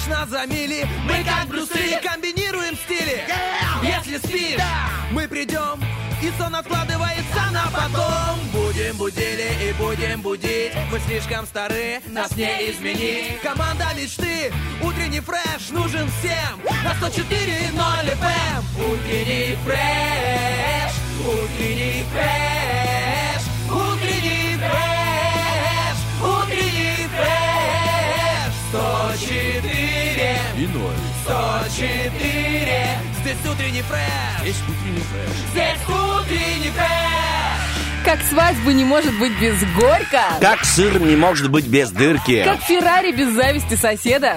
Видишь нас за мили, мы как Брюс Ли, комбинируем стили. Если спишь, мы придем, и сон откладывается на потом. Будем будили и будем будить, мы слишком стары, нас не изменить. Команда мечты, утренний фреш нужен всем на 104.0 FM. Утренний фреш, утренний фреш, утренний фреш, утренний фреш. 104 и 0. 104. Здесь утренний фреш. Здесь утренний фреш. Здесь утренний фреш. Как свадьба не может быть без горька. Как сыр не может быть без дырки. Как Феррари без зависти соседа.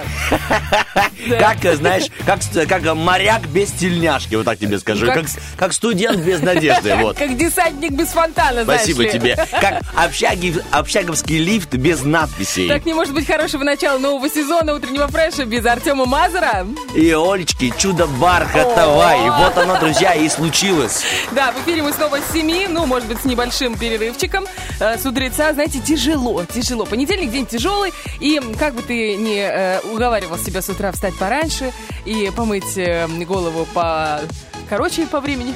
Как, знаешь, как моряк без тельняшки, вот так тебе скажу. Как студент без надежды. Вот. Как десантник без фонтана, знаешь ли. Спасибо тебе. Как общаговский лифт без надписей. Так не может быть хорошего начала нового сезона утреннего фреша без Артема Мазура. И Олечки, чудо бархатовой. И вот оно, друзья, и случилось. Да, в эфире мы снова с 7, ну, может быть, с небольшим перерывчиком. С утреца, знаете, тяжело. Понедельник день тяжелый, и как бы ты ни уговаривал себя с утра встать пораньше и помыть голову короче по времени,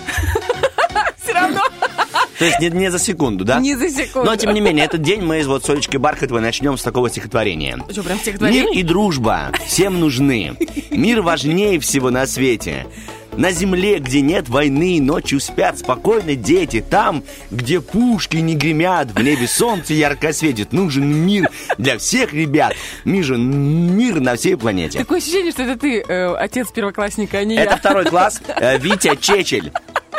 все равно. То есть не за секунду, да? Не за секунду. Но, тем не менее, этот день мы вот с Олечкой Бархатовой начнем с такого стихотворения. Что, прям стихотворение? Мир и дружба всем нужны. Мир важнее всего на свете. На земле, где нет войны, ночью спят спокойно дети. Там, где пушки не гремят, в небе солнце ярко светит. Нужен мир для всех ребят. Мир на всей планете. Такое ощущение, что это ты, отец первоклассника, а не я. Это второй класс, Витя Чечель.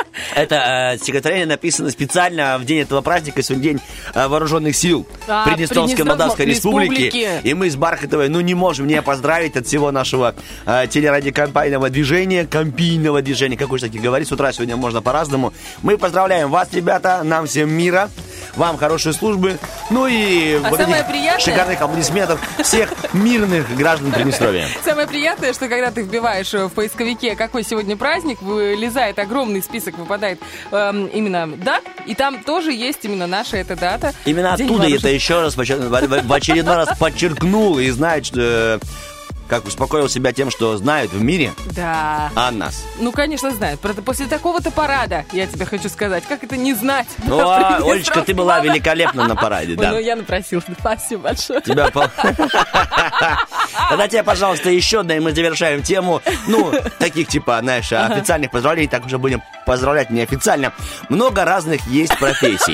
Это стихотворение написано специально в день этого праздника. Сегодня день вооруженных сил Приднестровской Молдавской Республики. И мы с Бархатовой, не можем не поздравить от всего нашего телерадиокомпанийного движения, компийного движения, как уж таки говорить, с утра сегодня можно по-разному. Мы поздравляем вас, ребята, нам всем мира, вам хорошей службы, и вот этих шикарных аплодисментов всех мирных граждан Приднестровья. Самое приятное, что когда ты вбиваешь в поисковике, какой сегодня праздник, вылезает огромный список, выпадает именно дат, и там тоже есть именно наша эта дата. Именно оттуда я это еще раз в очередной раз подчеркнул и знает, что... Как успокоил себя тем, что знают в мире о нас. Конечно, знают. После такого-то парада, я тебе хочу сказать, как это не знать? Олечка, ты была великолепна на параде, да. Я напросилась. Спасибо большое. Тогда тебе, пожалуйста, еще одна, и мы завершаем тему, таких знаешь, официальных поздравлений, так уже будем поздравлять неофициально. Много разных есть профессий.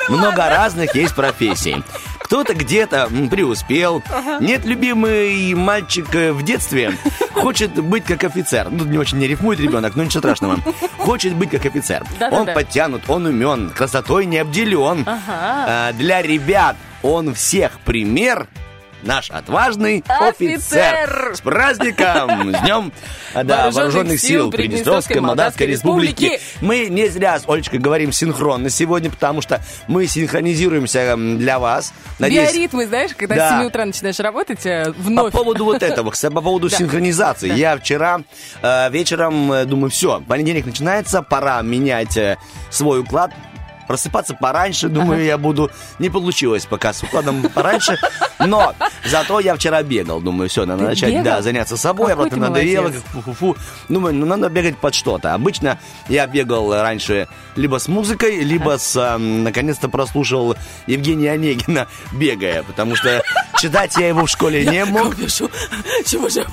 Кто-то где-то преуспел. Нет, любимый мальчик в детстве хочет быть как офицер. Не очень не рифмует ребенок, но ничего страшного. Хочет быть как офицер. Он подтянут, он умен, красотой не обделен. Для ребят он всех пример. Наш отважный офицер. С праздником! С днем Вооруженных сил Приднестровской Молдавской Республики. Мы не зря с Олечкой говорим синхронно сегодня, потому что мы синхронизируемся для вас. Биоритмы, знаешь, когда с 7 утра начинаешь работать вновь. По поводу этого, по поводу синхронизации. Я вчера вечером думаю, все, понедельник начинается, пора менять свой уклад. Просыпаться пораньше, думаю, я буду. Не получилось пока с укладом пораньше. Но зато я вчера бегал. Думаю, все, надо начать заняться собой. Какой я надоело, Думаю, надо бегать под что-то. Обычно я бегал раньше либо с музыкой, либо наконец-то прослушал Евгения Онегина, бегая. Потому что читать я его в школе не мог. Чего же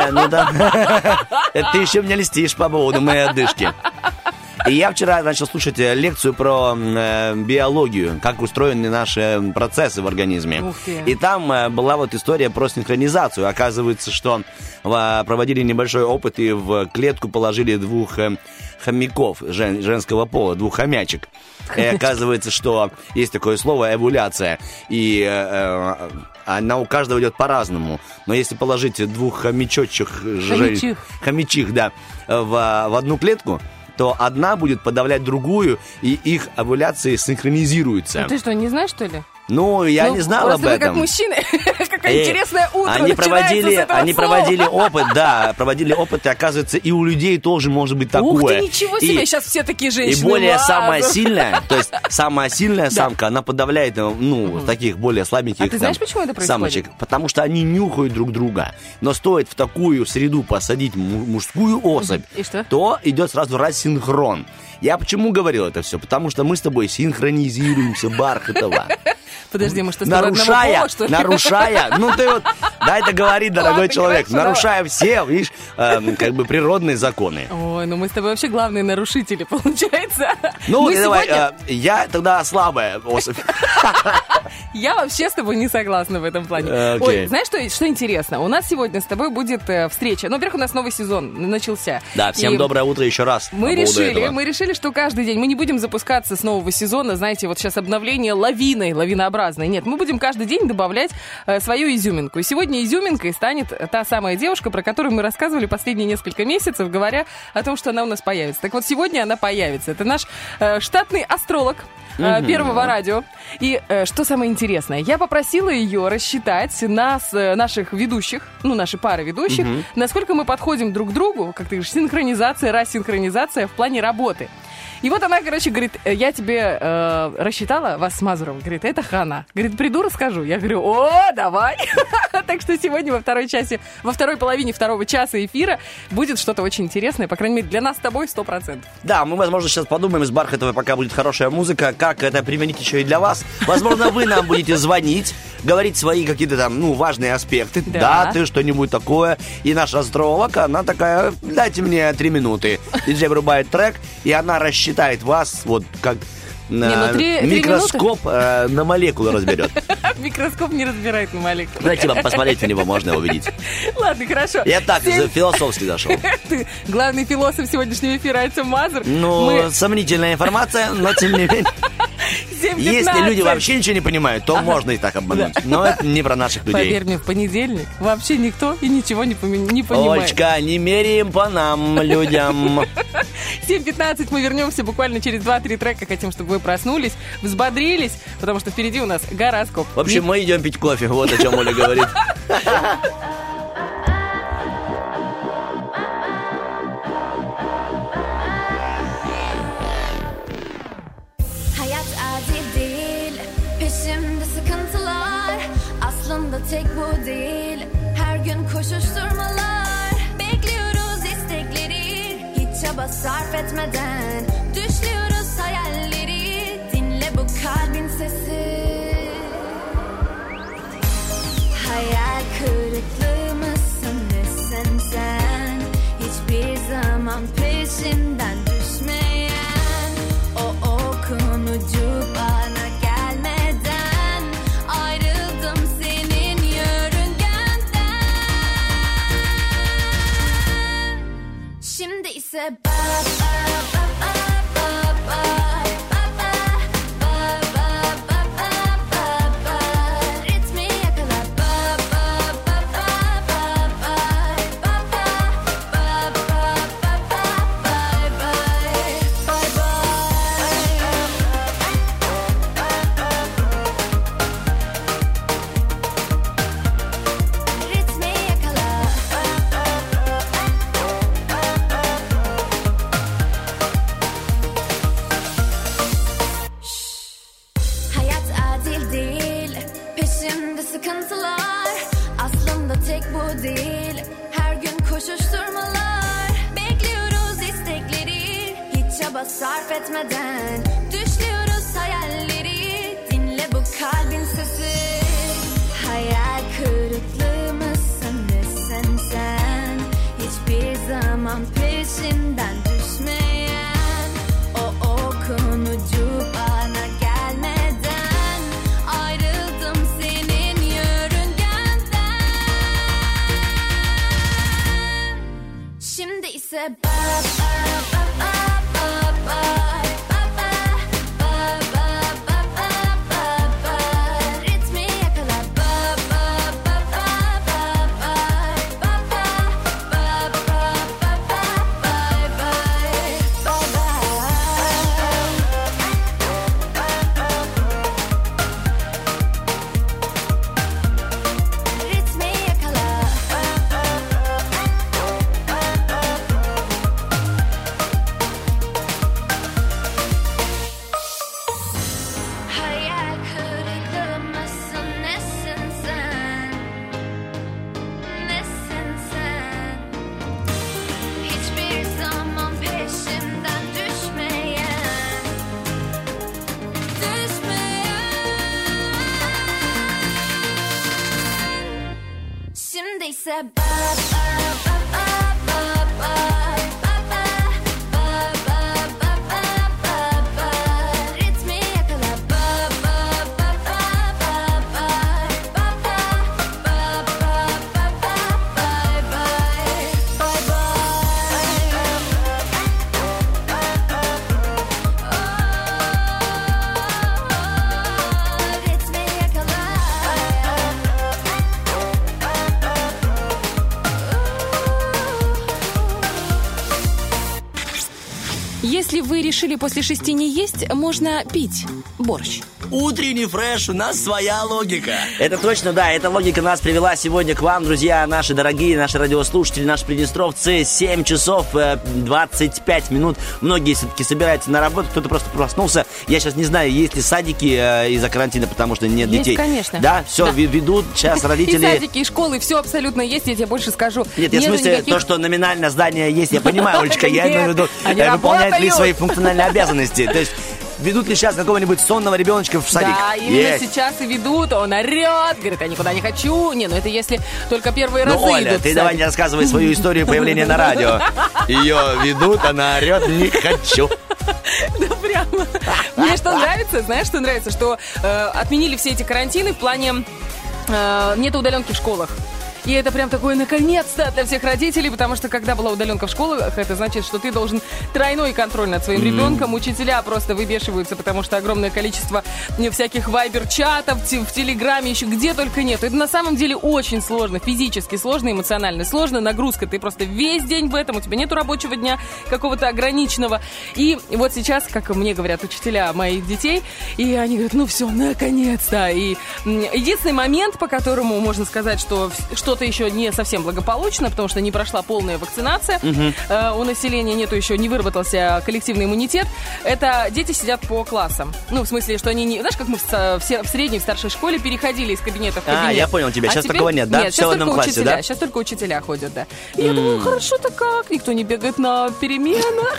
ты еще мне льстишь по поводу моей одышки. И я вчера начал слушать лекцию про биологию, как устроены наши процессы в организме. И там была история про синхронизацию. Оказывается, что проводили небольшой опыт и в клетку положили 2 хомяков женского пола, 2 хомячек. И оказывается, что есть такое слово «эволюция». И она у каждого идет по-разному. Но если положить 2 хомячих, в одну клетку, то одна будет подавлять другую, и их овуляции синхронизируются. Ты что, не знаешь, что ли? Ну, я не знал об Вы как этом. мужчины, какое интересное утро Они проводили слова. опыт, да, проводили опыт, и оказывается, и у людей тоже может быть такое. Ух ты, ничего себе, сейчас все такие женщины. И более ладно. самая сильная, то есть самая сильная самка, она подавляет, таких более слабеньких А ты знаешь, почему это происходит? самочек, потому что они нюхают друг друга. Но стоит в такую среду посадить мужскую особь, И что? то идет сразу рассинхрон. Я почему говорил это все? Потому что мы с тобой синхронизируемся, Бархатова. Подожди, мы что, с тобой одного пола, что ли? Нарушая, ты вот, дай договорить, дорогой Ладно, человек, хорошо, нарушая все, видишь, природные законы. Ой, мы с тобой вообще главные нарушители, получается. Ну, Мы давай, сегодня- я тогда слабая особь. Я вообще с тобой не согласна в этом плане. Окей. Ой, знаешь, что интересно? У нас сегодня с тобой будет встреча. Ну, во-первых, у нас новый сезон начался. Да, всем И доброе утро еще раз. Мы по поводу этого. решили, что каждый день мы не будем запускаться с нового сезона, знаете, вот сейчас обновление лавинообразное. Нет, мы будем каждый день добавлять свою изюминку. И сегодня изюминкой станет та самая девушка, про которую мы рассказывали последние несколько месяцев, говоря о том, что она у нас появится. Так вот, сегодня она появится. Это наш штатный астролог Первого радио. И что самое интересное, я попросила ее рассчитать наших ведущих, наши пары ведущих, насколько мы подходим друг к другу, как ты говоришь, синхронизация, рассинхронизация в плане работы. И вот она, говорит, я тебе рассчитала вас с Мазуровым. Говорит, это Хана. Говорит, приду, расскажу. Я говорю, давай. Так что сегодня во второй половине второго часа эфира будет что-то очень интересное, по крайней мере, для нас с тобой 100%. Да, мы, возможно, сейчас подумаем с Бархатовой, пока будет хорошая музыка, как это применить еще и для вас. Возможно, вы нам будете звонить, говорить свои какие-то там, важные аспекты, даты, что-нибудь такое. И наша астролог, она такая, дайте мне 3 минуты. Диджей врубает трек, и она рассчитает вас, вот как микроскоп на молекулы разберет. Микроскоп не разбирает на молекулы. Дайте вам посмотреть на него, можно увидеть. Ладно, хорошо. Я так, философски зашел. Ты главный философ сегодняшнего эфира, Артем Мазур. Сомнительная информация, но тем не менее. 7:15. Если люди вообще ничего не понимают, то можно и так обмануть. Но это не про наших людей. Поверь мне, в понедельник вообще никто и ничего не понимает. Олечка, не меряем по нам, людям. 7:15, мы вернемся буквально через 2-3 трека. Хотим, чтобы вы проснулись, взбодрились, потому что впереди у нас гороскоп. В общем, мы идем пить кофе, вот о чем Оля говорит. Hayat adil değil, peşimde sıkıntılar. Aslında tek bu değil, her gün koşuşturmalar. Bekliyoruz istekleri, hiç çaba sarf etmeden. Düşlüyoruz hayalleri, dinle bu kalbin sesi. Hayal kırıklığı mısın nesin sen? Hiçbir zaman peşinden düşmeyen. O okun ucu bana gelmeden ayrıldım senin yörüngenden. Şimdi ise ritmi yakala. Ritmi yakala. Hayat adil değil, peşimde sıkıntılar. Aslında tek bu değil, her gün koşuşturmalar. Bekliyoruz istekleri, hiç çaba sarf etmeden. Düşlüyoruz hayalleri, dinle bu kalbin sesi. Hayal kırıklığı mısın nesin sen? Hiçbir zaman peşinden düşmeyen. O okun ucu bana gelmeden ayrıldım senin yörüngenden. Şimdi ise ritmi yakala. said bye, bye, bye, bye, bye, bye, bye, bye, bye, bye, bye, bye. Ритме yakala bye, bye, bye, bye, bye, bye, bye, bye, bye, bye, bye, bye, Ритме yakala. Если вы решили после 6 не есть, можно пить борщ. Утренний фреш, у нас своя логика. Это точно, да, эта логика нас привела сегодня к вам, друзья, наши дорогие, наши радиослушатели, наши приднестровцы. 7 часов 25 минут. Многие все-таки собираются на работу, кто-то просто проснулся. Я сейчас не знаю, есть ли садики из-за карантина, потому что нет Есть, детей. конечно. Да, все, Да. ведут сейчас родители... И садики, и школы, все абсолютно есть, я тебе больше скажу. Нет, я в Нету смысле, никаких- то, что номинально здание есть, я понимаю, Олечка, я имею в виду, Они выполняют ли работают. свои функциональные обязанности. То есть, ведут ли сейчас какого-нибудь сонного ребеночка в садик? Да, именно Есть. сейчас и ведут, он орет, говорит, я никуда не хочу. Не, ну это если только первые разы Ну, Оля, идут в ты садик. давай не рассказывай свою историю появления на радио. Ее ведут, она орет, не хочу. Да прямо. Мне что нравится, знаешь, что нравится? Что отменили все эти карантины в плане нет удаленки в школах. И это прям такое наконец-то для всех родителей, потому что когда была удаленка в школах, это значит, что ты должен тройной контроль над своим ребенком. Учителя просто выбешиваются, потому что огромное количество всяких вайбер-чатов, в Телеграме, еще где только нет. Это на самом деле очень сложно, физически сложно, эмоционально сложно. Нагрузка, ты просто весь день в этом, у тебя нету рабочего дня какого-то ограниченного. И вот сейчас, как мне говорят учителя моих детей, и они говорят, ну все, наконец-то. И единственный момент, по которому можно сказать, что что-то еще не совсем благополучно, потому что не прошла полная вакцинация, у населения нету еще, не выработался коллективный иммунитет, это дети сидят по классам. Ну, в смысле, что они не... Знаешь, как мы в средней, в старшей школе переходили из кабинета в кабинет. Я понял тебя, сейчас теперь... такого нет, да? Нет, Все сейчас в одном только классе, учителя, да? сейчас только учителя ходят, да. И я думаю, хорошо-то как, никто не бегает на переменах.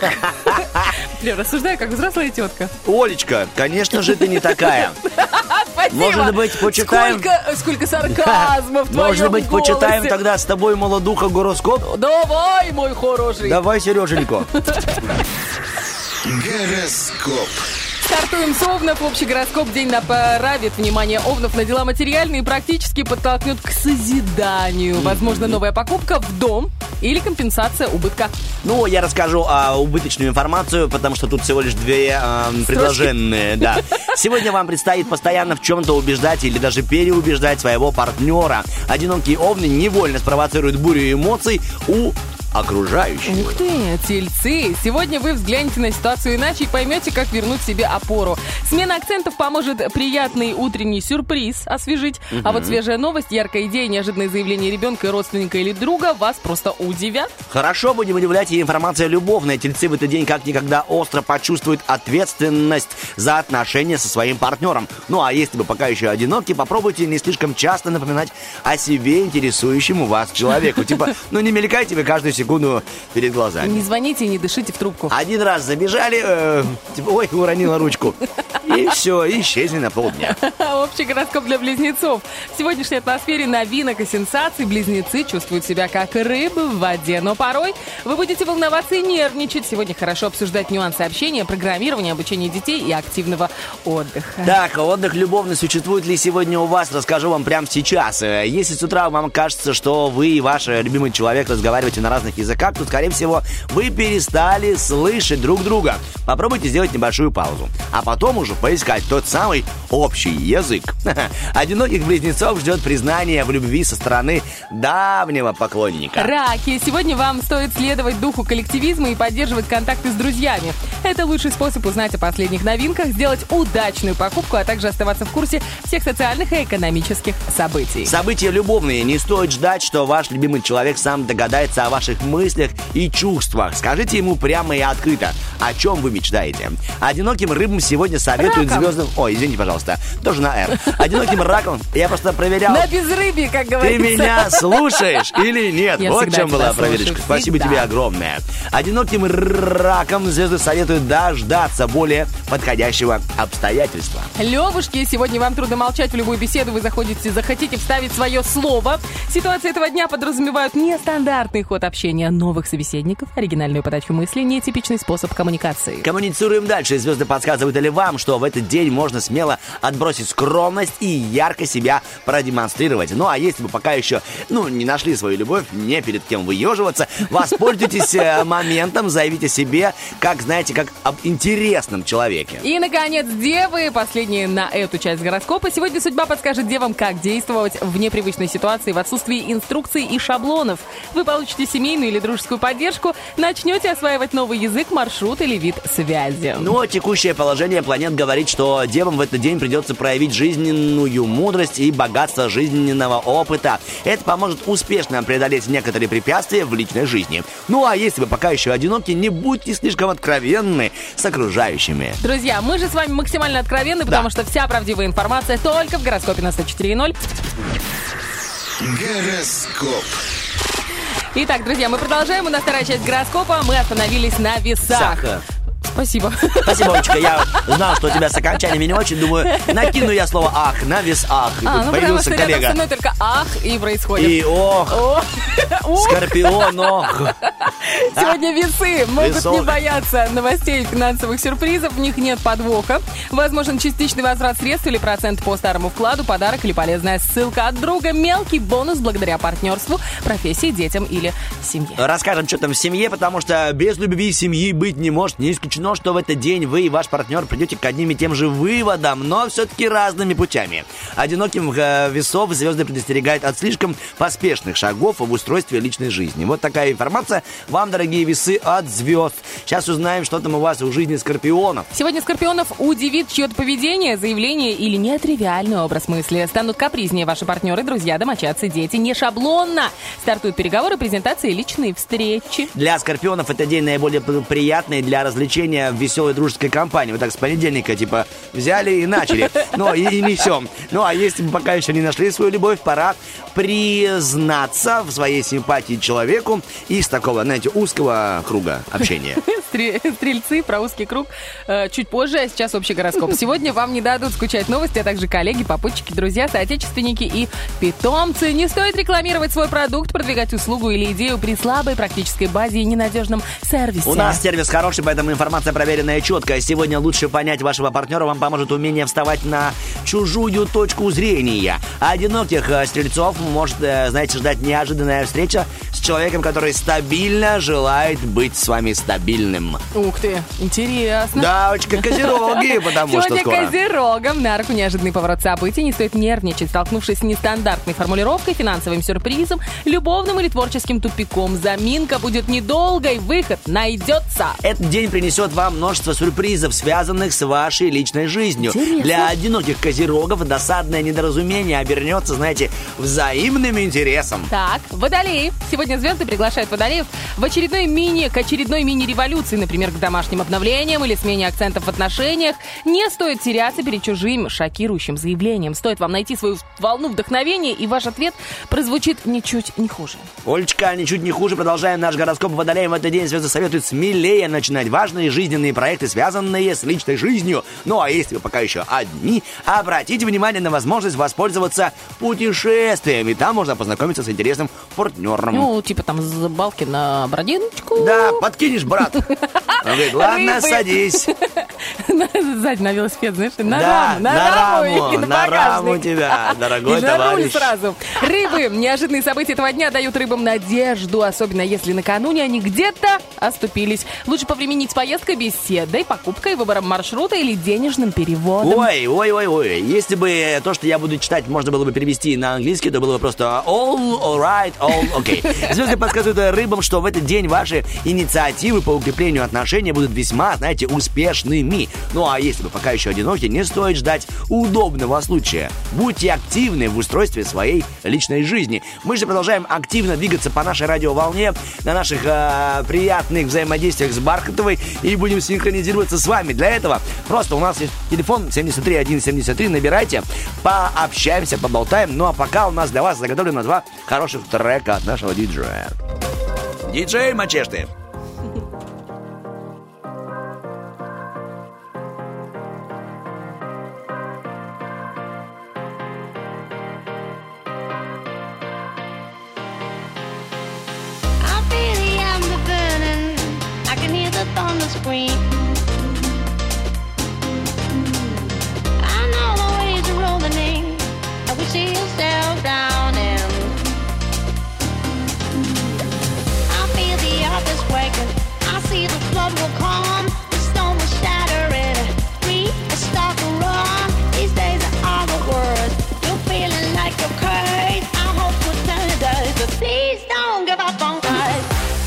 Я рассуждаю, как взрослая тетка. Олечка, конечно же, ты не такая. Спасибо. Может быть, почитаем... Сколько сарказма в твоем Может быть, голосе. почитаем тогда с тобой молодуха гороскоп? Давай, мой хороший. Давай, Сереженька. Гороскоп. Стартуем с Овнов. Общий гороскоп день направит внимание Овнов на дела материальные и практически подтолкнет к созиданию. Возможно, новая покупка в дом или компенсация убытка. Ну, я расскажу убыточную информацию, потому что тут всего лишь две предложенные. Да. Сегодня вам предстоит постоянно в чем-то убеждать или даже переубеждать своего партнера. Одинокие овны невольно спровоцируют бурю эмоций у окружающих. Ух ты, тельцы! Сегодня вы взглянете на ситуацию иначе и поймете, как вернуть себе опору. Смена акцентов поможет приятный утренний сюрприз освежить. А вот свежая новость, яркая идея, неожиданное заявление ребенка, родственника или друга вас просто удивят. Хорошо, будем удивлять, и информация любовная. Тельцы в этот день как никогда остро почувствуют ответственность за отношения со своим партнером. Ну, а если вы пока еще одиноки, попробуйте не слишком часто напоминать о себе интересующему вас человеку. Типа, ну не мелькайте вы каждую секунду перед глазами. Не звоните и не дышите в трубку. Один раз забежали, типа, ой, уронила ручку. И все, исчезли на полдня. Общий гороскоп для близнецов. В сегодняшней атмосфере новинок и сенсаций близнецы чувствуют себя как рыбы в воде. Но порой вы будете волноваться и нервничать. Сегодня хорошо обсуждать нюансы общения, программирования, обучения детей и активного отдыха. Так, отдых любовный существует ли сегодня у вас, расскажу вам прямо сейчас. Если с утра вам кажется, что вы и ваш любимый человек разговариваете на разных языках, то, скорее всего, вы перестали слышать друг друга. Попробуйте сделать небольшую паузу, а потом уже поискать тот самый общий язык. Одиноких близнецов ждет признание в любви со стороны давнего поклонника. Раки, сегодня вам стоит следовать духу коллективизма и поддерживать контакты с друзьями. Это лучший способ узнать о последних новинках, сделать удачную покупку, а также оставаться в курсе всех социальных и экономических событий. События любовные. Не стоит ждать, что ваш любимый человек сам догадается о ваших своих мыслях и чувствах. Скажите ему прямо и открыто, о чем вы мечтаете. Одиноким рыбам сегодня советуют звездным... Ой, извините, пожалуйста, тоже на «Р». Одиноким раком, я просто проверял... На безрыбье, как Ты говорится. меня слушаешь или нет? Я Вот в всегда чем была тебя проверочка. слушаю, Спасибо всегда. тебе огромное. Одиноким раком звезды советуют дождаться более подходящего обстоятельства. Левушки, сегодня вам трудно молчать в любую беседу. Вы захотите вставить свое слово. Ситуации этого дня подразумевают нестандартный ход общения новых собеседников, оригинальную подачу мыслей, нетипичный способ коммуникации. Коммуницируем дальше. Звезды подсказывают ли вам, что в этот день можно смело отбросить скромность и ярко себя продемонстрировать. Ну, а если вы пока еще, не нашли свою любовь, не перед кем выеживаться, воспользуйтесь моментом, заявите о себе, как, знаете, как об интересном человеке. И, наконец, девы, последние на эту часть гороскопа. Сегодня судьба подскажет девам, как действовать в непривычной ситуации в отсутствии инструкций и шаблонов. Вы получите семейную или дружескую поддержку, начнете осваивать новый язык, маршрут или вид связи. Но текущее положение планет говорит, что девам в этот день придется проявить жизненную мудрость и богатство жизненного опыта. Это поможет успешно преодолеть некоторые препятствия в личной жизни. Ну а если вы пока еще одиноки, не будьте слишком откровенны с окружающими. Друзья, мы же с вами максимально откровенны, потому что вся правдивая информация только в гороскопе на 104.0. Гороскоп. Итак, друзья, мы продолжаем. У нас вторая часть гороскопа. Мы остановились на весах. Сахар. Спасибо. Спасибо, Олечка. Я знал, что у тебя с окончаниями не очень. Думаю, накину я слово «ах» на вес «ах». И тут Потому появился что рядом коллега. со мной только «ах» и происходит. И ох, Ух. скорпион, ох. Сегодня весы могут Весов. не бояться новостей и финансовых сюрпризов, в них нет подвоха. Возможен частичный возврат средств или процент по старому вкладу, подарок или полезная ссылка от друга, мелкий бонус благодаря партнерству, профессии, детям или семье. Расскажем, что там в семье, потому что без любви семьи быть не может. Не исключено, что в этот день вы и ваш партнер придете к одним и тем же выводам, но все-таки разными путями. Одиноким весов звезды предостерегают от слишком поспешных шагов в устройстве личной жизни. Вот такая информация вам, дорогие весы, от звезд. Сейчас узнаем, что там у вас в жизни скорпионов. Сегодня скорпионов удивит чье-то поведение, заявление или нетривиальный образ мысли. Станут капризнее ваши партнеры, друзья, домочадцы, дети. Не шаблонно. Стартуют переговоры, презентации, личные встречи. Для скорпионов это день наиболее приятный для развлечения в веселой дружеской компании. Вот так с понедельника, типа, взяли и начали. Ну, и несем. Ну, а если вы пока еще не нашли свою любовь, пора признаться в своей симпатии человеку из такого, знаете, узкого круга общения. Стрельцы, про узкий круг чуть позже, а сейчас общий гороскоп. Сегодня вам не дадут скучать новости, а также коллеги, попутчики, друзья, соотечественники и питомцы. Не стоит рекламировать свой продукт, продвигать услугу или идею при слабой практической базе и ненадежном сервисе. У нас сервис хороший, поэтому информация проверенная и четкая. Сегодня лучше понять вашего партнера вам поможет умение вставать на чужую точку зрения. А одиноких стрельцов может, знаете, ждать неожиданная встреча с человеком, который стабильно желает быть с вами стабильным. Ух ты, интересно. Да, очень как козероги, потому что Сегодня скоро. козерогам на руку неожиданный поворот событий. Не стоит нервничать, столкнувшись с нестандартной формулировкой, финансовым сюрпризом, любовным или творческим тупиком. Заминка будет недолгой, выход найдется. Этот день принесет вам множество сюрпризов, связанных с вашей личной жизнью. Интересно. Для одиноких козерогов досадное недоразумение обернется, знаете, взаимным интересом. Так, водолеи. Сегодня звезды приглашают водолеев к очередной мини-революции, например, к домашним обновлениям или смене акцентов в отношениях. Не стоит теряться перед чужим шокирующим заявлением. Стоит вам найти свою волну вдохновения, и ваш ответ прозвучит ничуть не хуже. Олечка, ничуть не хуже. Продолжаем наш гороскоп водолеям. В этот день звезды советуют смелее начинать важные жизненные проекты, связанные с личной жизнью. Ну а если вы пока еще одни, обратите внимание на возможность воспользоваться путешествием. И там можно познакомиться с интересным партнером. Ну, типа там с балки на бродиночку. Да, подкинешь, брат. Он говорит, ладно, Рыбы. садись. Сзади на велосипед, знаешь, на Да, раму, на и раму багажник. тебя, дорогой И на руль товарищ. сразу. Рыбы. Неожиданные события этого дня дают рыбам надежду, особенно если накануне они где-то оступились. Лучше повременить с поездкой, беседой, покупкой, выбором маршрута или денежным переводом. Ой. Если бы то, что я буду читать, можно было бы перевести на английский, то было бы просто all alright, all okay. Звезды подсказывают рыбам, что в этот день ваши инициативы по укреплению отношений будут весьма, знаете, успешными. Ну а если вы пока еще одиноки, не стоит ждать удобного случая. Будьте активны в устройстве своей личной жизни. Мы же продолжаем активно двигаться по нашей радиоволне, на наших приятных взаимодействиях с Бархатовой, и будем синхронизироваться с вами. Для этого просто у нас есть телефон 73173, набирайте, пообщаемся, поболтаем. Ну а пока у нас для вас заготовлено 2 хороших трека от нашего диджея. Диджей Мачешты. Thunder scream. I know the waves are rolling in, and we see yourself drowning. I feel the earth is quaking. I see the flood will come. The storm will shatter it. We will start to run. These days are all the words. You're feeling like you're cursed. I hope we'll turn it does, but please don't give up on us.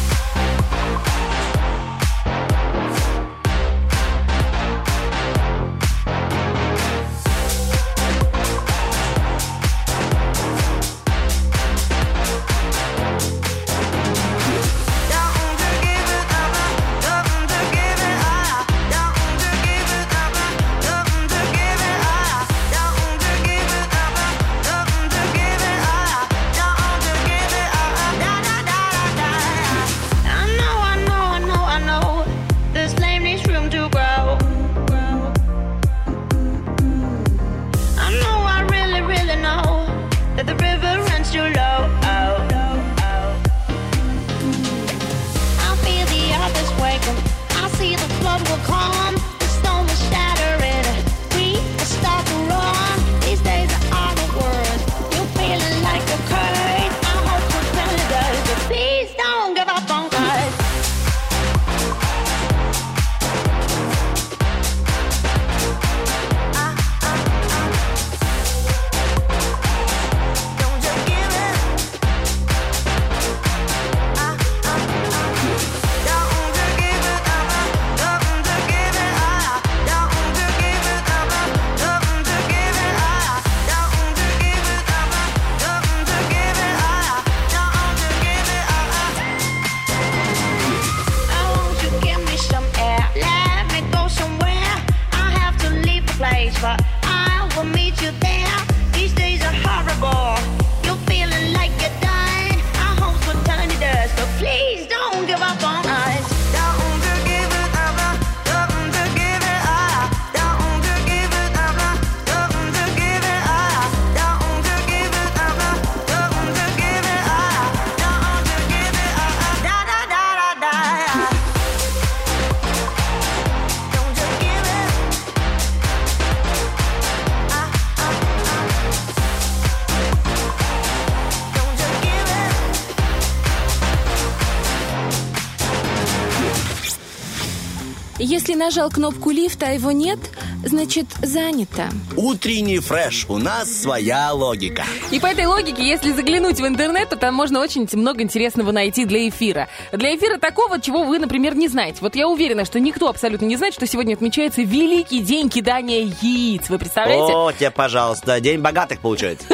Если нажал кнопку лифта, а его нет, значит, занято. Утренний фреш. У нас своя логика. И по этой логике, если заглянуть в интернет, то там можно очень много интересного найти для эфира. Для эфира такого, чего вы, например, не знаете. Вот я уверена, что никто абсолютно не знает, что сегодня отмечается великий день кидания яиц. Вы представляете? О, тебе, пожалуйста, день богатых получается.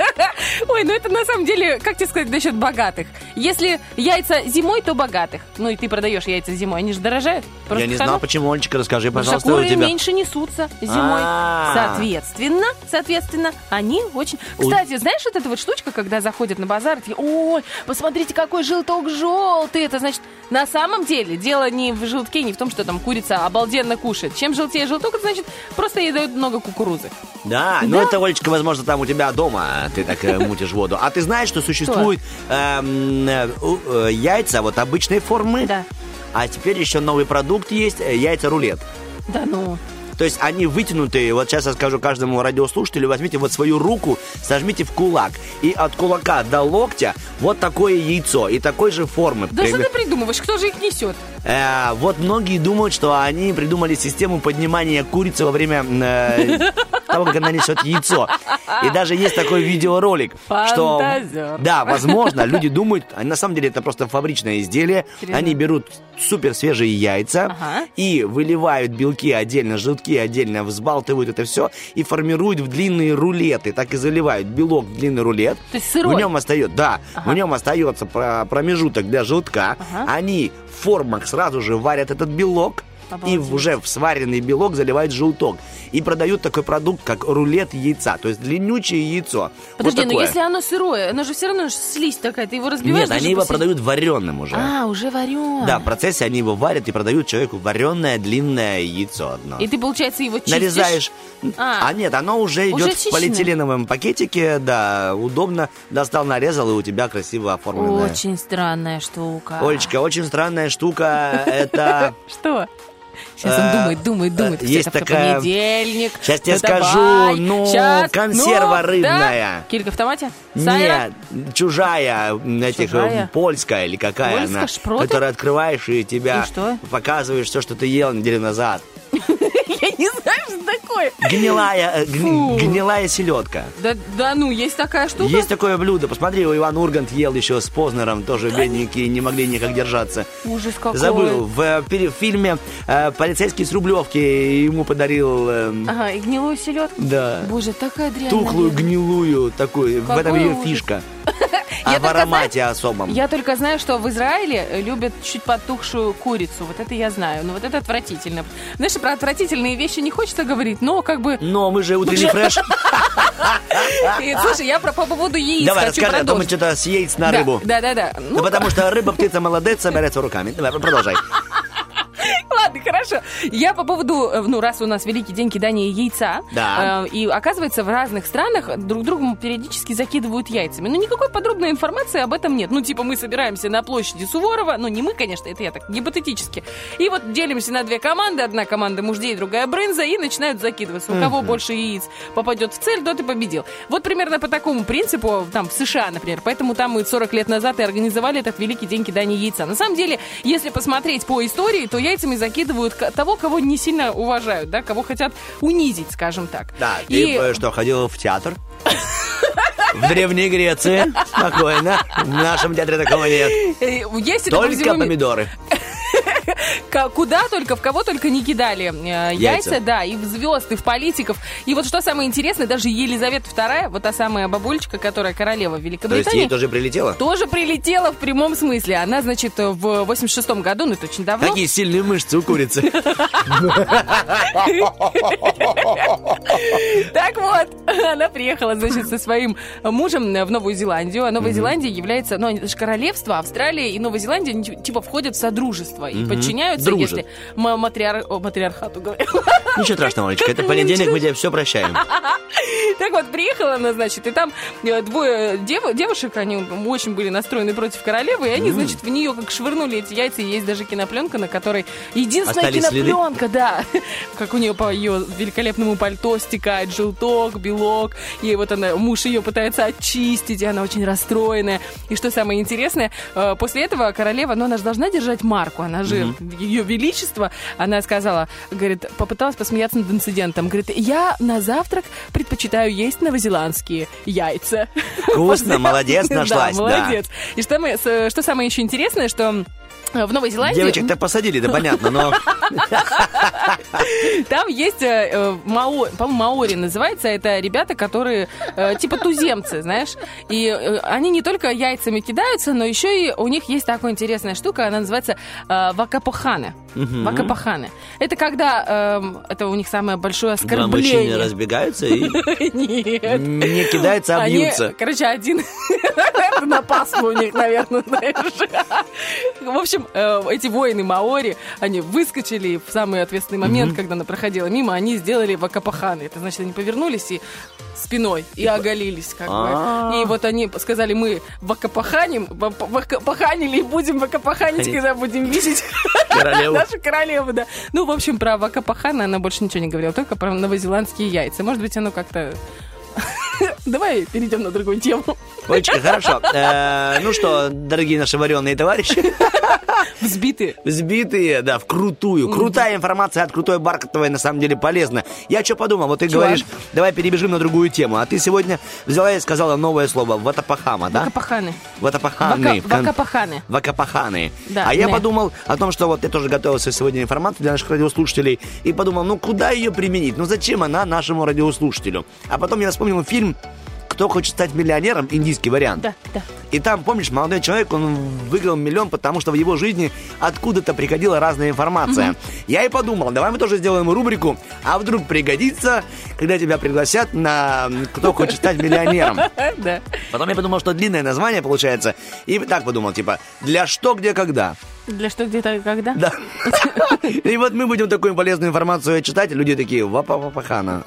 Ой, ну это на самом деле, как тебе сказать насчет богатых? Если яйца зимой, то богатых. Ну и ты продаешь яйца зимой, они же дорожают. Я не знал, почему, Олечка, расскажи, пожалуйста, куры у тебя. меньше несутся зимой. Соответственно, они очень... Кстати, знаешь, вот эта вот штучка, когда заходят на базар, и такие, ой, посмотрите, какой желток желтый. Это значит, на самом деле, дело не в желтке, не в том, что там курица обалденно кушает. Чем желтее желток, это значит, просто ей дают много кукурузы. Да, ну это, Олечка, возможно, там у тебя дома ты так мутишь воду. А ты знаешь, что существуют яйца вот обычной формы? Да. А теперь еще новый продукт есть, яйца-рулет. Да ну... То есть они вытянутые. Вот сейчас я скажу каждому радиослушателю: возьмите вот свою руку, сожмите в кулак, и от кулака до локтя вот такое яйцо и такой же формы. Да что ты придумываешь? Кто же их несет? Вот многие думают, что они придумали систему поднимания курицы во время того, как она несет яйцо. И даже есть такой видеоролик, что... Фантазер. Да, возможно, люди думают, а на самом деле это просто фабричное изделие. Серьезно? Они берут супер свежие яйца Ага. и выливают белки отдельно, желтки отдельно, взбалтывают это все и формируют в длинные рулеты. Так и заливают белок в длинный рулет. То есть сырой? В нем остается, да, в нем остается промежуток для желтка. Ага. Они в формах сразу же варят этот белок. И Обалдеть. уже в сваренный белок заливают желток. И продают такой продукт, как рулет яйца. То есть длиннючее яйцо. Подожди, вот но такое. если оно сырое, оно же все равно слизь такая, ты его разбиваешь? Нет, даже они его после- продают вареным уже. А, уже варен. Да, в процессе они его варят и продают человеку вареное длинное яйцо одно. И ты, получается, его чистишь? Нарезаешь. А. Нет, оно уже Уже идет в очищенное? полиэтиленовом пакетике, да, удобно. Достал, нарезал, и у тебя красиво оформленное. Очень странная штука. Олечка, очень странная штука. Это... Что? Сейчас он думает. есть Это такая- понедельник. Сейчас тебе Ну, скажу, давай. ну, Щас. консерва Ну, рыбная. да. Килька в томате? Сайра? Нет, чужая, Чужая? польская или какая Польская, она, шпроты? которую открываешь и тебя И что? показываешь все, что ты ел неделю назад. Я не знаю, что такое. Гнилая селедка. Да ну, есть такая штука? Есть такое блюдо. Посмотри, Иван Ургант ел еще с Познером, тоже бедненькие, не могли никак держаться. Ужас какой. Забыл, в фильме «Полицейский с Рублевки» ему подарил, Ага, и гнилую селедку? да, Боже, такая дрянь. тухлую, наверное. гнилую такую. В этом Какой ее ужас. фишка. Я А в только аромате особом. Я только знаю, что в Израиле любят чуть потухшую курицу. Вот это я знаю. Но вот это отвратительно. Знаешь, про отвратительные вещи не хочется говорить, но как бы... Но мы же утренний фреш. И, слушай, я по поводу яиц Давай, хочу расскажи, а то мы продолжить. что-то с яиц на рыбу. Да. Ну, Ну, потому что рыба, птица, молодец, собирается руками. Давай, продолжай. ладно, хорошо. Я по поводу, ну, раз у нас великий день кидания яйца, Да. и оказывается, в разных странах друг другу периодически закидывают яйцами. Но никакой подробной информации об этом нет. Ну, типа, мы собираемся на площади Суворова, ну, не мы, конечно, это я так гипотетически, и вот делимся на две команды, одна команда муждей, другая брынза, и начинают закидываться. У кого больше яиц попадет в цель, тот и победил. Вот примерно по такому принципу, там, в США, например, поэтому там мы 40 лет назад и организовали этот великий день кидания яйца. На самом деле, если посмотреть по истории, то яйцами закидывают того, кого не сильно уважают, да, кого хотят унизить, скажем так. Да, И- ты что, ходил в театр? В Древней Греции? Спокойно. В нашем театре такого нет. Есть это по Только всему миру. помидоры. Куда только, в кого только не кидали яйца, Яйца. да, и в звезд, и в политиков. И вот что самое интересное, даже Елизавета II, вот та самая бабульчика, которая королева То есть Великобритании, ей тоже прилетело? тоже прилетела в прямом смысле. Она, значит, в 86-м году, ну это очень давно. Какие сильные мышцы у курицы. Так вот, она приехала, значит, со своим мужем в Новую Зеландию. А Новая Зеландия является, ну, это же королевство, Австралия и Новая Зеландия, они, типа, входят в содружество и подчиняются, Дружат. если матриархату, говорю. Ничего страшного, Олечка, это понедельник, мы тебе все прощаем. Так вот, приехала она, значит, и там двое девушек, они очень были настроены против королевы, и они, значит, в нее как швырнули эти яйца, и есть даже кинопленка, на которой единственная Остались следы? кинопленка, да, как у нее по ее великолепному пальто стекает желток, белок, и вот она, муж ее пытается очистить, и она очень расстроенная. И что самое интересное, после этого королева, ну, она же должна держать марку, она же, ее величество, она сказала, говорит, попыталась посмеяться над инцидентом, говорит, я на завтрак предпочитаю есть новозеландские яйца. Вкусно, молодец, нашлась. Да, молодец. И что самое еще интересное, что в Новой Зеландии Девочек-то посадили, да понятно, но... там есть, по-моему, маори называется, это ребята, которые типа туземцы, знаешь, и они не только яйцами кидаются, но еще и у них есть такая интересная штука, она называется вакапоханы. Вакапоханы. Это когда, это у них самое большое Два мужчины оскорбление. разбегаются и Нет. не кидаются, а Они, бьются. короче, один на Пасху у них, наверное, знаешь. В общем, эти воины маори, они выскочили в самый ответственный момент, когда она проходила мимо, они сделали вакапаханы. Это значит, они повернулись и спиной и оголились, как бы. И вот они сказали, мы вакапаханим, вакапаханили и будем вакапаханить, когда будем видеть Королеву. нашу королеву, да. Ну, в общем, про вакапахана она больше ничего не говорила, только про новозеландские яйца. Может быть, оно как-то... Давай перейдем на другую тему. Олечка, хорошо. Ну что, дорогие наши вареные товарищи, взбитые, да, вкрутую. Крутая информация от Крутой Бархатовой на самом деле полезна. Я что подумал, вот ты говоришь, давай перебежим на другую тему. А ты сегодня взяла и сказала новое слово ватапахама, да? Вакапаханы. Ватапаханы. Вакапаханы. Вакапаханы. Да, а я не. подумал о том, что вот я тоже готовился сегодня информацию для наших радиослушателей, и подумал, ну куда ее применить? Ну зачем она нашему радиослушателю? А потом я вспомнил фильм «Кто хочет стать миллионером?» Индийский вариант. Да, да. И там, помнишь, молодой человек, он выиграл миллион, потому что в его жизни откуда-то приходила разная информация. Я и подумал, давай мы тоже сделаем рубрику, а вдруг пригодится, когда тебя пригласят на «Кто хочет стать миллионером?» Да. Потом я подумал, что длинное название получается, и так подумал, типа, «Для что, где, когда?» Для что, где-то, когда? Да. И вот мы будем такую полезную информацию читать, и люди такие, вапапахана.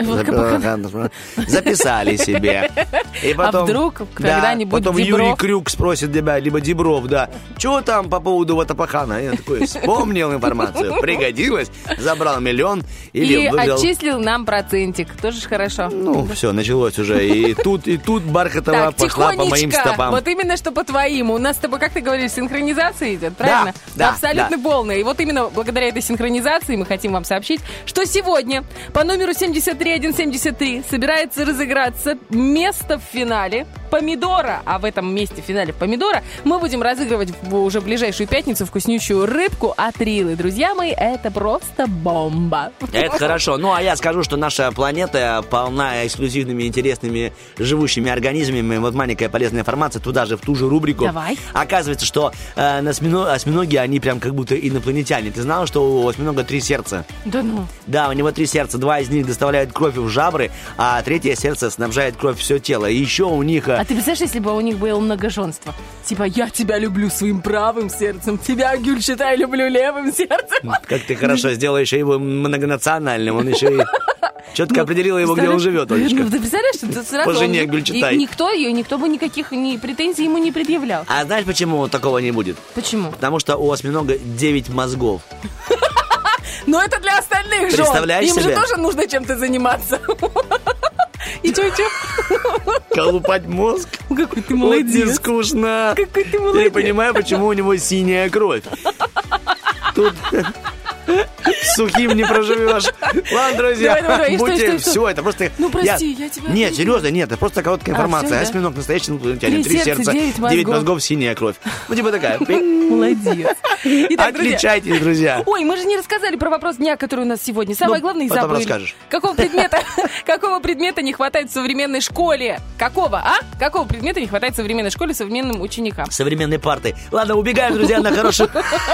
Записали себе. И потом, а вдруг когда-нибудь потом Дибров... Юрий Крюк спросит тебя, либо Дибров, да, что там по поводу ватапахана? Я такой, вспомнил информацию, пригодилось, забрал миллион или И выиграл. отчислил нам процентик. Тоже ж хорошо. Ну, все, началось уже. И тут Бархатова Так, пошла по моим тихонечко. стопам. Вот именно что по твоим. У нас с тобой, как ты говоришь, синхронизация идет, правильно? Да, Абсолютно да. полная. И вот именно благодаря этой синхронизации мы хотим вам сообщить, что сегодня по номеру 73173 собирается разыграться место в финале помидора. А в этом месте в финале помидора мы будем разыгрывать уже в ближайшую пятницу вкуснющую рыбку от Рилы. Друзья мои, это просто бомба. Это хорошо. Ну, а я скажу, что наша планета полна эксклюзивными, интересными, живущими организмами. Вот маленькая полезная информация туда же, в ту же рубрику. Давай. Оказывается, что осьминоги, они прям как будто инопланетяне. Ты знала, что у осьминога 3 сердца? Да ну. Да, у него 3 сердца. 2 из них доставляют кровь в жабры, а 3 сердце снабжает кровь все тело. И еще у них... А ты представляешь, если бы у них было многоженство? Типа, я тебя люблю своим правым сердцем, тебя, Гюльчатай, люблю левым сердцем. Как ты хорошо сделала еще его многонациональным. Он еще и четко определила его, где он живет, Олечка. Ну, ты представляешь, что ты сразу... По жене он- Гюльчатай. И никто бы никаких претензий ему не предъявлял. А знаешь, почему такого не будет? Почему? Потому что у осьминога 9 мозгов. Но это для остальных жен. Представляешь Им себе? же тоже нужно чем-то заниматься. И чё? Колупать мозг? Какой ты Вот не молодец. скучно. Какой ты Я молодец. не понимаю, почему у него синяя кровь. Тут с сухим не проживешь. Ладно, друзья, Давай, будьте... стой. Все, это просто... Ну, прости, я тебя Нет, обидела. серьезно, нет, это просто короткая информация. всё, да? Осьминог настоящий инопланетянин. 3 3 сердца, 9 мозгов. 9 мозгов, синяя кровь. Ну, типа такая. Молодец. Итак, друзья, Отличайтесь, друзья. ой, мы же не рассказали про вопрос дня, который у нас сегодня. Самое Ну, главное, потом забыли. расскажешь. Какого предмета не хватает в современной школе? Какого предмета не хватает в современной школе современным ученикам? Современные парты. Ладно, убегаем, друзья, на хорошую...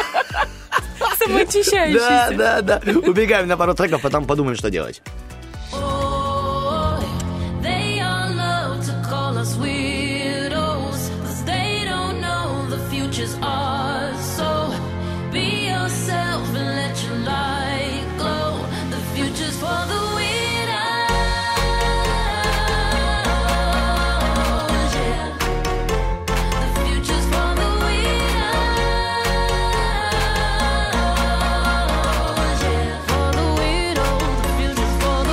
Самоочищающийся. Да. Убегаем на пару треков, потом подумаем, что делать. They all love to call us weirdos, 'cause they don't know the future's ours. So be yourself and let your light glow. The future's for the weirdos, yeah. The future's for the weirdos, yeah. For the weirdos, the future's for the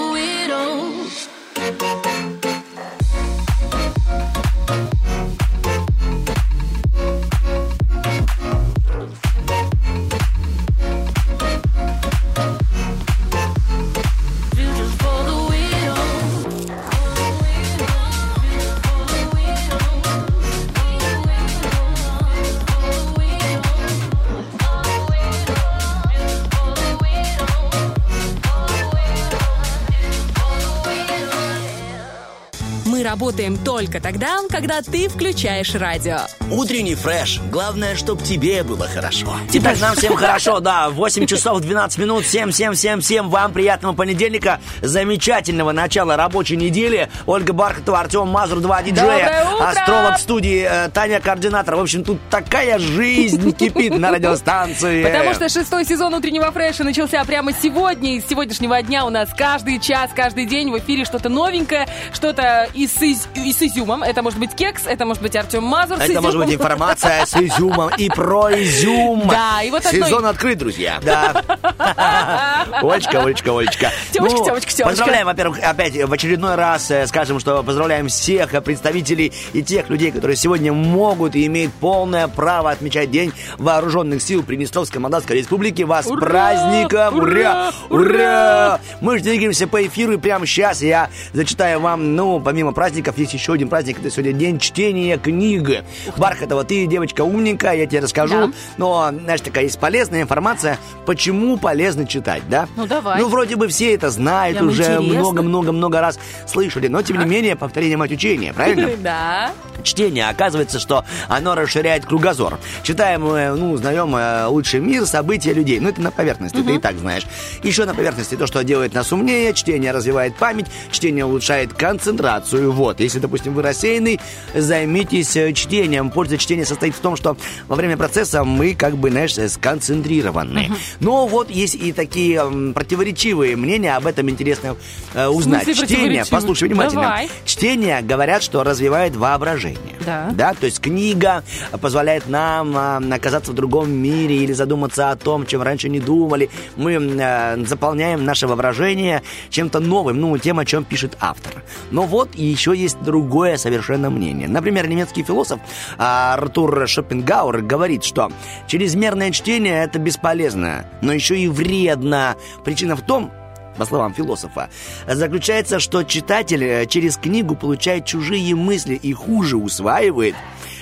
through it all. Мы работаем только тогда, когда ты включаешь радио. Утренний фреш. Главное, чтоб тебе было хорошо. Итак, нам всем хорошо, да. 8 часов 12 минут. Всем вам приятного понедельника. Замечательного начала рабочей недели. Ольга Бархатова, Артем Мазур, 2 диджея. Астролог в студии, Таня координатор. В общем, тут такая жизнь кипит на радиостанции. Потому что 6-й сезон утреннего фреша начался прямо сегодня. И с сегодняшнего дня у нас каждый час, каждый день в эфире что-то новенькое, что-то и с изюмом. Это может быть кекс, это может быть Артем Мазур с Это изюмом. может быть информация с изюмом и про изюм. Да, и вот сезон открыт, друзья. Да. Олечка. Тёмочка. Поздравляем, во-первых, опять в очередной раз скажем, что поздравляем всех представителей и тех людей, которые сегодня могут и имеют полное право отмечать День Вооруженных сил Приднестровской Молдавской Республики. Вас с праздником! Ура! Мы же двигаемся по эфиру, и прямо сейчас я зачитаю вам, помимо праздников, есть еще один праздник. Это сегодня день чтения книг. Бархатова, ты девочка умненькая, я тебе расскажу. Да. Но, знаешь, такая есть полезная информация, почему полезно читать, да? Ну, давай. Вроде бы все это знают, Прям уже интересно. много раз слышали, но, тем не менее, повторение мать учения, правильно? Да. Чтение, оказывается, что оно расширяет кругозор. Читаем, узнаем лучший мир, события людей. Это на поверхности, ты и так знаешь. Еще на поверхности то, что делает нас умнее, чтение развивает память, чтение улучшает концентрацию. Если, допустим, вы рассеянный, займитесь чтением. Польза чтения состоит в том, что во время процесса мы, сконцентрированы. Но есть и такие противоречивые мнения, об этом интересно узнать. Чтение, послушай внимательно. Давай. Чтение, говорят, что развивает воображение. Да. То есть книга позволяет нам оказаться в другом мире или задуматься о том, чем раньше не думали. Мы заполняем наше воображение чем-то новым, тем, о чем пишет автор. Но еще есть другое совершенно мнение. Например, немецкий философ Артур Шопенгауэр говорит, что чрезмерное чтение – это бесполезно, но еще и вредно. Причина в том, по словам философа, заключается, что читатель через книгу получает чужие мысли и хуже усваивает,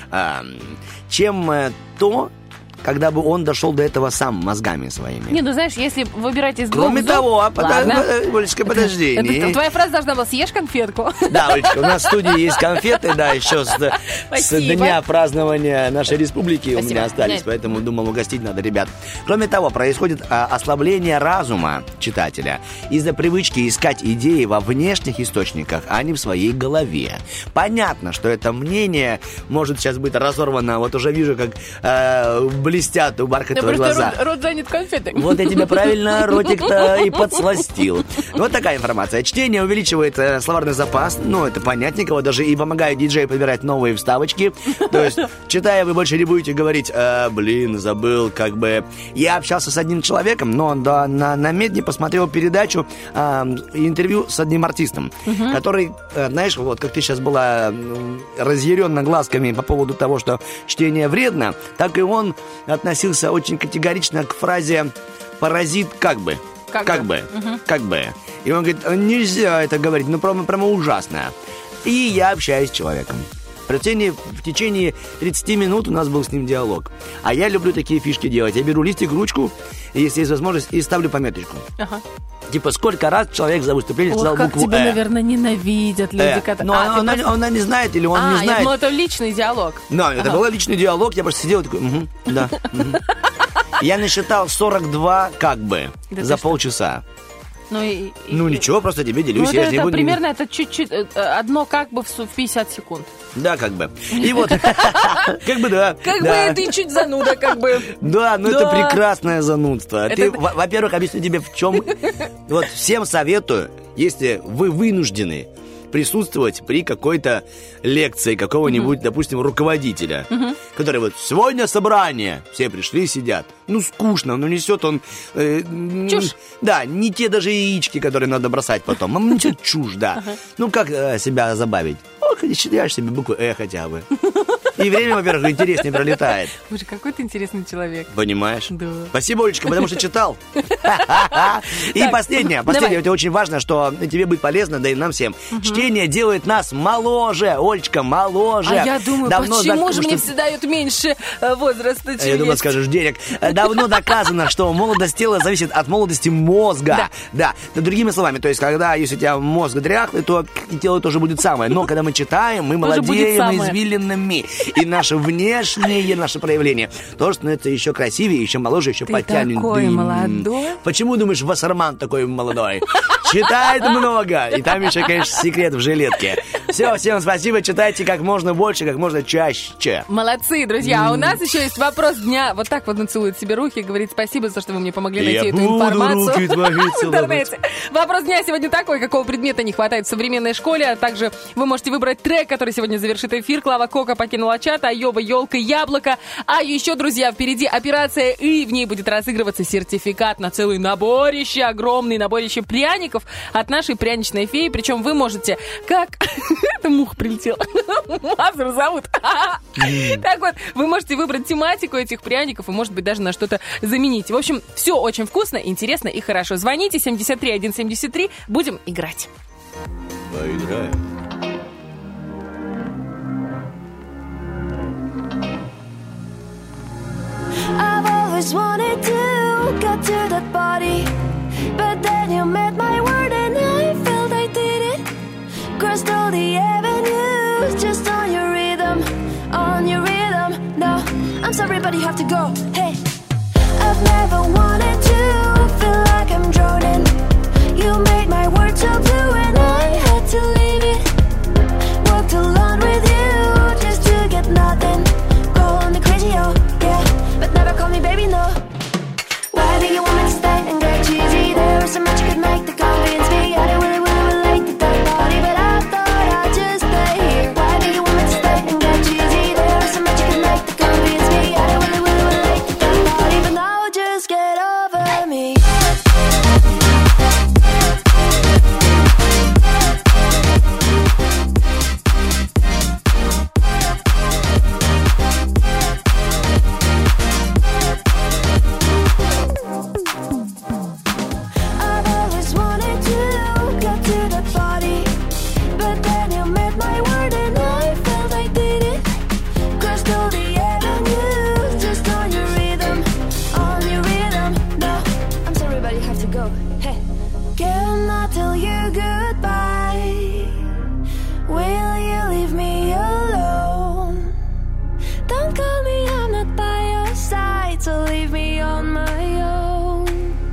чем то, когда бы он дошел до этого сам мозгами своими. Знаешь, если выбирать из двух... Кроме того, Олечка, подожди. Твоя фраза должна была: съешь конфетку. Да, Олечка, у нас в студии есть конфеты, да, еще с дня празднования нашей республики у меня остались, поэтому думал, угостить надо ребят. Кроме того, происходит ослабление разума читателя из-за привычки искать идеи во внешних источниках, а не в своей голове. Понятно, что это мнение может сейчас быть разорвано. Уже вижу, как блестят у Бархатовой глаза. Рот занят конфетой. Я тебя правильно ротик-то и подсластил. Такая информация. Чтение увеличивает словарный запас. Это понятненько. Даже и помогает диджею подбирать новые вставочки. То есть, читая, вы больше не будете говорить: забыл, Я общался с одним человеком, но на Медне посмотрел передачу, интервью с одним артистом, который, знаешь, как ты сейчас была разъярена глазками по поводу того, что чтение вредно, так и он относился очень категорично к фразе «паразит как бы». И он говорит: нельзя это говорить, прямо ужасно. И я общаюсь с человеком. В течение 30 минут у нас был с ним диалог. А я люблю такие фишки делать. Я беру листик, ручку, если есть возможность, и ставлю пометочку. Сколько раз человек за выступление сказал букву тебя, наверное, ненавидят люди. Она не знает или он не знает. Я думала, это личный диалог. Это был личный диалог. Я просто сидел и такой: да. Я насчитал 42 за полчаса. Ничего, просто тебе делюсь. Примерно это чуть-чуть, одно в 50 секунд. Да, И да. Ты чуть зануда, Да, это прекрасное занудство. Во-первых, объясню тебе, в чем... Всем советую, если вы вынуждены присутствовать при какой-то лекции какого-нибудь, допустим, руководителя, который вот «сегодня собрание», все пришли, сидят. Ну, скучно, ну, несет он... Чушь. Да, не те даже яички, которые надо бросать потом. Он несет чушь, да. Ну, как себя забавить? Читаешь себе букву «э» хотя бы. И время, во-первых, интереснее пролетает. Боже, какой ты интересный человек. Понимаешь? Да. Спасибо, Олечка, потому что читал. И последнее, это очень важно, что тебе будет полезно, да и нам всем. Чтение делает нас моложе, Олечка, моложе. А я думаю, почему же мне все дают меньше возраста, чем я думаю, скажешь, денег. Давно доказано, что молодость тела зависит от молодости мозга. Да. Другими словами, то есть, когда, если у тебя мозг дряхлый, то и тело тоже будет самое. Но когда мы читаем, мы молодеем извилинами. И наше внешнее, наше проявление тоже становится еще красивее, еще моложе, еще потянет. Ты такой молодой. Почему, думаешь, Вассерман такой молодой? Читает много. И там еще, конечно, секрет в жилетке. Все, всем спасибо. Читайте как можно больше, как можно чаще. Молодцы, друзья. А у нас еще есть вопрос дня. Вот так вот он целует себе руки и говорит спасибо за то, что вы мне помогли найти эту информацию в интернете. Вопрос дня сегодня такой. Какого предмета не хватает в современной школе? А также вы можете выбрать трек, который сегодня завершит эфир. Клава Кока покинула чат, Айова, елка, яблоко. А еще, друзья, впереди операция «И». В ней будет разыгрываться сертификат на целый наборище, огромный наборище пряников от нашей пряничной феи. Причем вы можете, как... Это муха прилетела. Мазур зовут. Так вот, вы можете выбрать тематику этих пряников и, может быть, даже на что-то заменить. В общем, все очень вкусно, интересно и хорошо. Звоните 73 173. Будем играть. Поиграем. I've always wanted to get to that body, but then you met my word and I felt I did it. Crossed all the avenues just on your rhythm, on your rhythm. No, I'm sorry, but you have to go. Hey, I've never wanted to feel like I'm drowning. You made my world so blue and I had to leave it. Walked alone with you just to get nothing. Calling me crazy, oh yeah, but never call me baby, no. Why do you want me to stay and get cheesy? There was so much you could make to convince me. I don't really relate to that body, but I thought I'd just stay here. Why do you want me to stay and get cheesy? There was so much you could make to convince me. I don't really relate to that body, but now just get over me. I've always wanted to get to that body, but then you met my word and I felt I did it. Crossed all the avenues just on your rhythm, on your rhythm. No, I'm sorry, but you have to go. Hey, can I tell you goodbye? Will you leave me alone? Don't call me, I'm not by your side, so leave me on my own.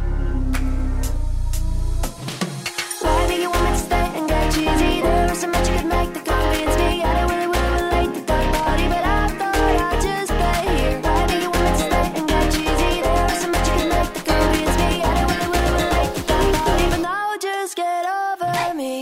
Why do you want me to stay and get cheesy? There was so much you could make to convince me. I don't really relate to that body, but I thought I'd just stay here. Why do you want me to stay and get cheesy? There was so much you could make to convince me. I don't really relate to that body, but now just get over me.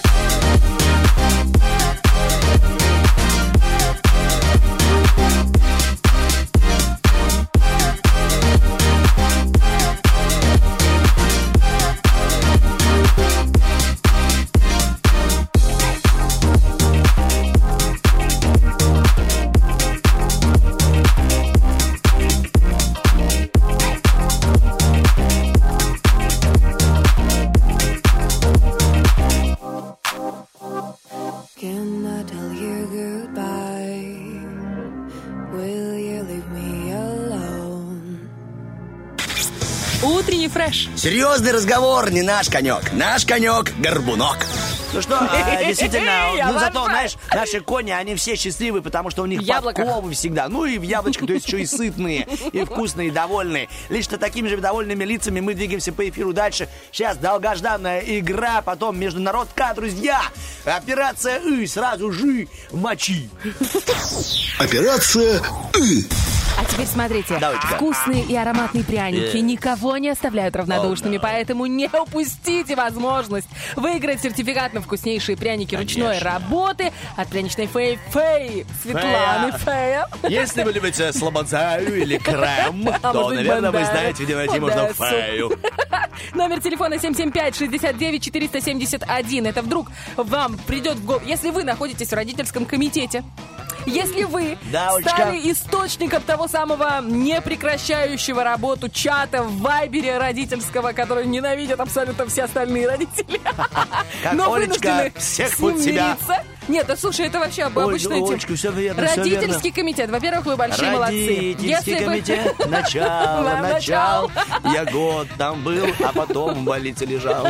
Can I tell you goodbye? Will you leave me alone? Утренний фреш. Серьезный разговор не наш конек. Наш конек — горбунок. Ну что, действительно, ну зато, знаешь, наши кони, они все счастливы, потому что у них подковы всегда. Ну и в яблочках, то есть еще и сытные, и вкусные, и довольные. Лично такими же довольными лицами мы двигаемся по эфиру дальше. Сейчас долгожданная игра, потом международка, друзья. Операция «И», сразу же мочи. Операция «И». А теперь смотрите. Давайте-ка. Вкусные и ароматные пряники никого не оставляют равнодушными, поэтому не упустите возможность выиграть сертификат на вкуснейшие пряники ручной работы от пряничной Фэй Светланы Фея. Если вы любите слободзаю или крем, А то, может быть, наверное, вы бандеру. знаете, где найти можно Одессу. фею. Номер телефона 775-69-471. Это вдруг вам придет в голову, если вы находитесь в родительском комитете. Если вы Да, Олечка. стали источником того самого непрекращающего работу чата в вайбере родительского, который ненавидят абсолютно все остальные родители. Как Но Олечка вынуждены всех с ним под себя. мириться. Нет, да слушай, это вообще обычная тема. Олечка, все верно, все верно. Родительский комитет. Во-первых, вы большие молодцы. Родительский Если вы- комитет, начало. Начало. Я год там был, а потом в больнице лежал.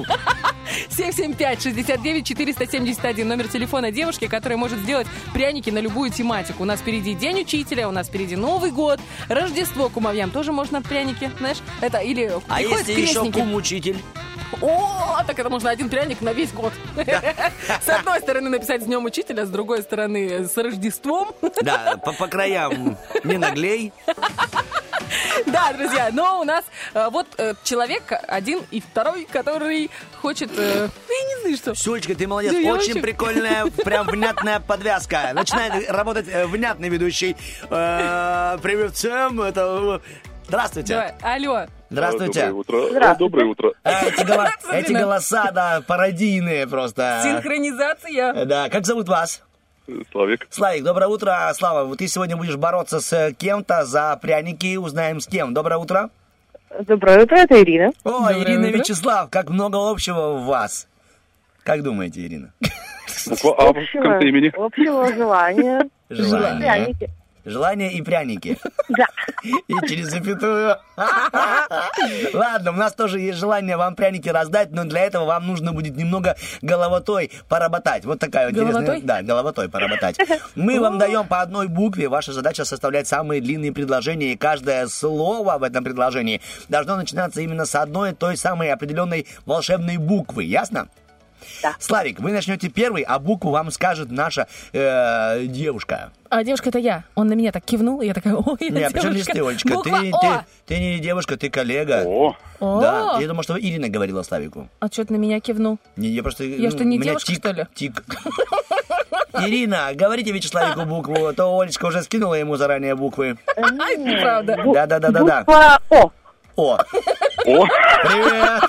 775-69-471. Номер телефона девушки, которая может сделать пряники на любую тематику. У нас впереди День учителя, у нас впереди Новый год, Рождество кумовьям. Тоже можно пряники, знаешь? Это или А приходят если еще крестники. кум-учитель? О, так это можно один пряник на весь год. С одной стороны написать с Днем учителя, с другой стороны с Рождеством. Да, по краям не наглей. Да, друзья, но у нас человек один и второй, который хочет... я не знаю, что... Сулечка, ты молодец. Да, я Очень вообще- прикольная, прям внятная подвязка. Начинает работать внятный ведущий. Привет всем. Это... Здравствуйте. Давай, алло. Здравствуйте. Доброе утро. Доброе утро. Эти голоса, да, пародийные просто. Синхронизация. Да, как зовут вас? Славик. Славик, доброе утро. Слава, вот ты сегодня будешь бороться с кем-то за пряники. Узнаем с кем. Доброе утро. Доброе утро, это Ирина. О, Доброе Ирина утро. Вячеслав, как много общего в вас. Как думаете, Ирина? Буква А в конце имени. Общего желания. Желание. Пряники. Желание и пряники. Да. И через запятую. Ладно, у нас тоже есть желание вам пряники раздать, но для этого вам нужно будет немного головотой поработать. Вот такая вот интересная... Головотой? Да, головотой поработать. Мы вам даем по одной букве. Ваша задача составлять самые длинные предложения, и каждое слово в этом предложении должно начинаться именно с одной той самой определенной волшебной буквы. Ясно? Да. Славик, вы начнете первый, а букву вам скажет наша девушка. А девушка, это я. Он на меня так кивнул, и я такая, ой, я Не, причем здесь девушка. ты, Олечка? Буква О. Ты не девушка, ты коллега. О, Да, О. я думал, что Ирина говорила Славику. А что ты на меня кивнул? Я просто... Я что, не у меня девушка, что ли? Тик. Ирина, говорите Вячеславику букву, а то Олечка уже скинула ему заранее буквы. Ай, неправда. Да. Буква О. О, о, привет.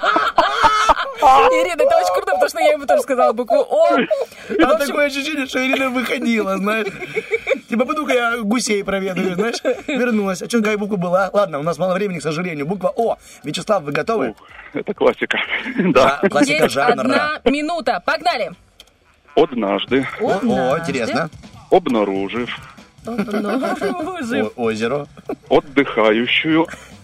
Ирина, это очень круто, потому что я ему тоже сказала букву О. А такое ощущение, что Ирина выходила, знаешь. Типа, пойду-ка я гусей проведаю, знаешь. Вернулась. А что, какая буква была? Ладно, у нас мало времени, к сожалению. Буква О. Вячеслав, вы готовы? это классика. Да. Классика Есть жанра. 1 минута. Погнали. Однажды, О, интересно. обнаружив Озеро. отдыхающую,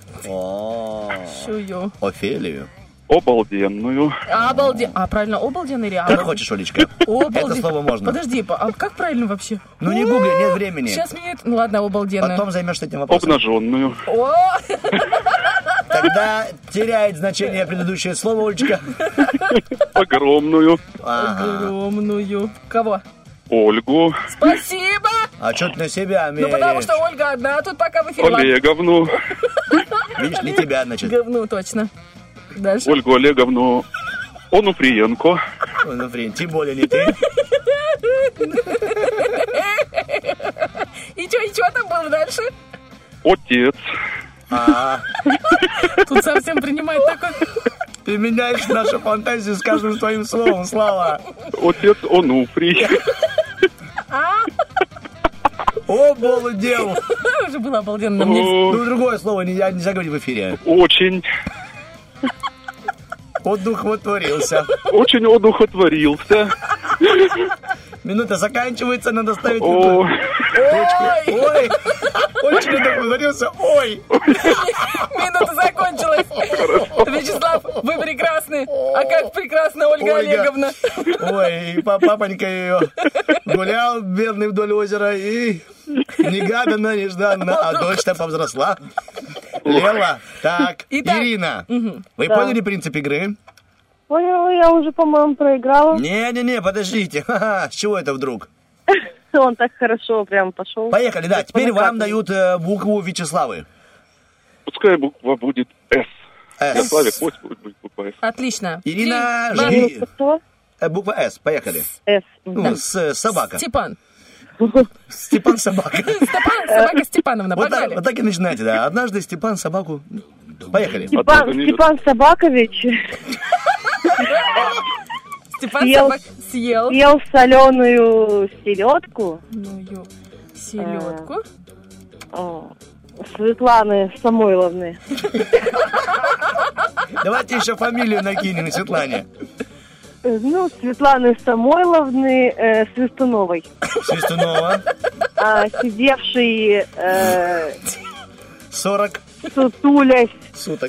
Чую. Офелию. обалденную, правильно, обалденный или Как хочешь, Олечка. Это слово можно. Подожди, а как правильно вообще? Ну не гугли, нет времени. Сейчас мне... Ну ладно, обалденная. Потом займешься этим вопросом. обнаженную, О, Тогда теряет значение предыдущее слово, Олечка. огромную, Ага. огромную. Кого? Ольгу, Спасибо! А что ты на себя Ну, меряешь? потому что Ольга одна тут пока в эфире. Ладно. Олеговну, Видишь, не тебя, значит. Говну, точно. Дальше. Ольгу Олеговну, Онуфриенко, Ну, блин, тем более не ты. И что там было дальше? отец, Тут совсем принимает такой... Ты меняешь нашу фантазию с каждым твоим словом, Слава. отец Онуфрий, О, полудел. Уже было обалденно. Мне... Ну, другое слово нельзя говорить в эфире. очень, Одухотворился. очень одухотворился, Минута заканчивается, надо ставить... о, Ой, очень одухотворился. Ой. Минута закончилась. Вячеслав, вы прекрасны. А как прекрасна Ольга Олеговна. Ой, и папонька ее гулял бедный вдоль озера и негаданно, нежданно, а дочь-то повзросла. Лела. Так, Итак. Ирина, вы поняли принцип игры? Поняла, я уже, по-моему, проиграла. Не-не-не, подождите. Ха-ха, с чего это вдруг? Он так хорошо прям пошел. Поехали, да. Теперь вам дают букву Вячеславы. Пускай буква будет «С». С. Я Славик, пусть будет буква «С». Отлично. Ирина, Три, жги. Что? Буква С, поехали. С. Ну, собака. Степан. Степан собака. Собака Степановна, Вот погнали. так и начинаете, да. Однажды Степан собаку... Поехали. Степан Собакович Степан съел- собак съел. съел соленую селедку Селедку. Светланы Самойловны. Давайте еще фамилию накинем Светлане. Ну, Светланы Самойловны Свистуновой. Свистунова. Сидевший 40 сутулясь. суток.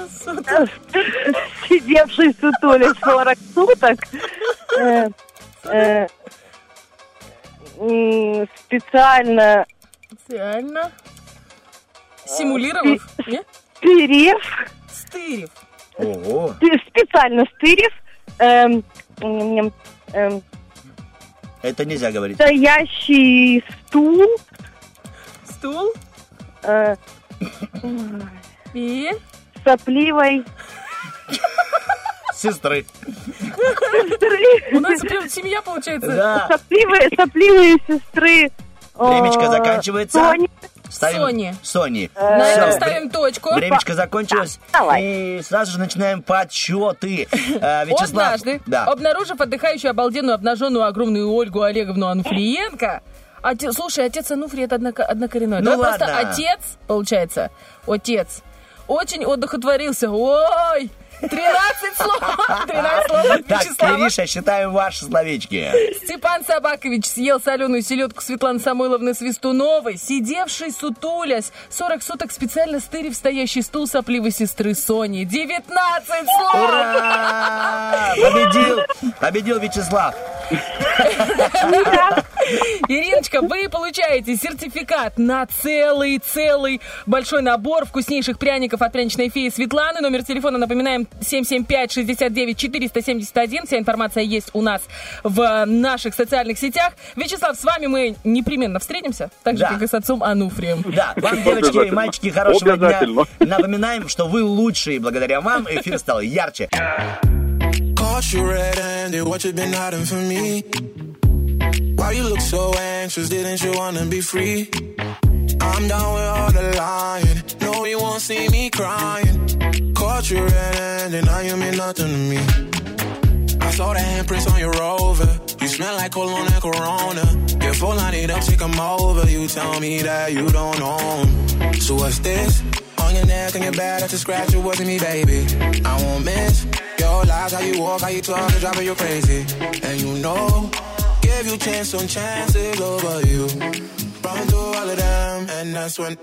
Сидевший сутулясь 40 суток. Специально Симулировав? Нет? стырев. Ого. Специально стырев. Это нельзя говорить. Стоящий стул. Стул. И? Сопливой Сестры. У нас прям семья получается. Да. Сопливые сестры. Времечко заканчивается. Сони. Ставим Сони. На этом Всё, ставим точку. Времечко закончилось. Давай. И сразу же начинаем подсчеты. Вячеслав. Однажды, Да. обнаружив отдыхающую, обалденную, обнаженную, огромную Ольгу Олеговну Ануфриенко, слушай, отец Ануфрий — это однокоренной. Ну Давай просто ладно. отец, получается, отец, очень одухотворился. Ой, 13 слов. 13 слов от Так, Вячеслава. Кириша, считаем ваши словечки. Степан Собакович съел соленую селедку Светланы Самойловны Свистуновой, сидевший сутулясь 40 суток специально стырив стоящий стул сопливой сестры Сони. 19 слов! Ура! Победил Вячеслав. Ириночка, вы получаете сертификат на целый большой набор вкуснейших пряников от пряничной феи Светланы. Номер телефона, напоминаем, 775-69-471. Вся информация есть у нас в наших социальных сетях. Вячеслав, с вами мы непременно встретимся, так же, Да. как и с отцом Ануфрием. Да, вам, девочки и мальчики, хорошего дня. Обязательно. Напоминаем, что вы лучшие. Благодаря вам эфир стал ярче. Caught you red-handed, what you been hiding from me? Why you look so anxious, didn't you wanna be free? I'm down with all the lying, no you won't see me crying. Caught you red-handed, now you mean nothing to me. I saw the handprints on your Rover, you smell like cologne and Corona. Your phone line it up, take 'em over, you tell me that you don't know. So what's this? On your neck and your back, I just scratch it, wasn't me, baby. I won't miss your lies, how you walk, how you talk, it's driving you crazy. And you know, give you chance on chances over you. Run through all of them, and that's when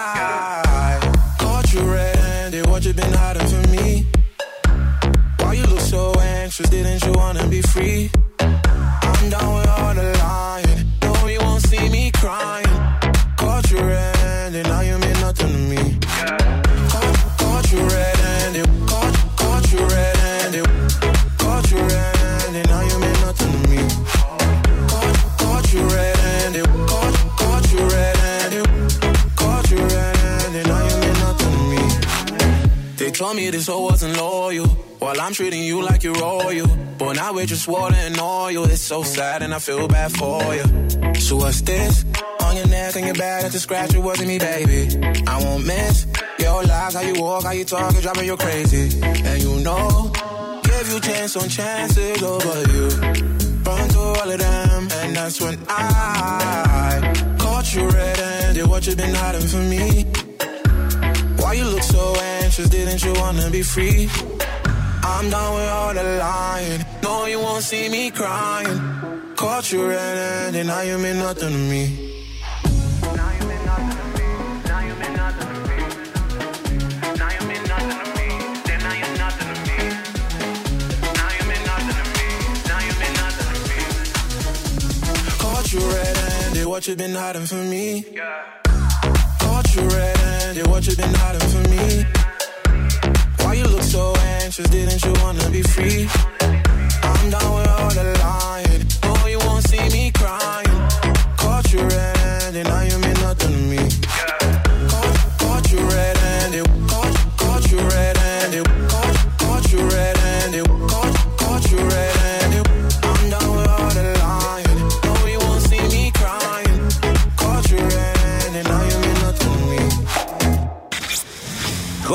I caught you red-handed, what you been hiding from me? Why you look so anxious, didn't you wanna be free? I'm down with all the lying, no you won't see me crying. Caught you red-handed, now you mean nothing to me. Caught you red-handed, caught you red-handed, caught you red-handed, now you mean nothing to me. Caught you red-handed, caught you red-handed, caught you red-handed, now you mean nothing to me. They told me this hoe wasn't loyal, while I'm treating you like you're royal. But now we're just water and oil, it's so sad and I feel bad for you. So what's this? On your neck and your back, I just scratch it, wasn't me, baby. I won't miss your lies, how you walk, how you talk, it's driving you crazy. And you know, give you chance on chances over you. Run through all of them, and that's when I caught you red-handed, what you been hiding from me? Why you look so anxious, didn't you wanna be free? I'm done with all the lying, no you won't see me crying. Caught you red-handed, now you mean nothing to me. You red-handed, what you been hiding from me? Caught you red-handed, what you been hiding from me? Why you look so anxious, didn't you wanna be free? I'm down with all the lying, no you won't see me crying.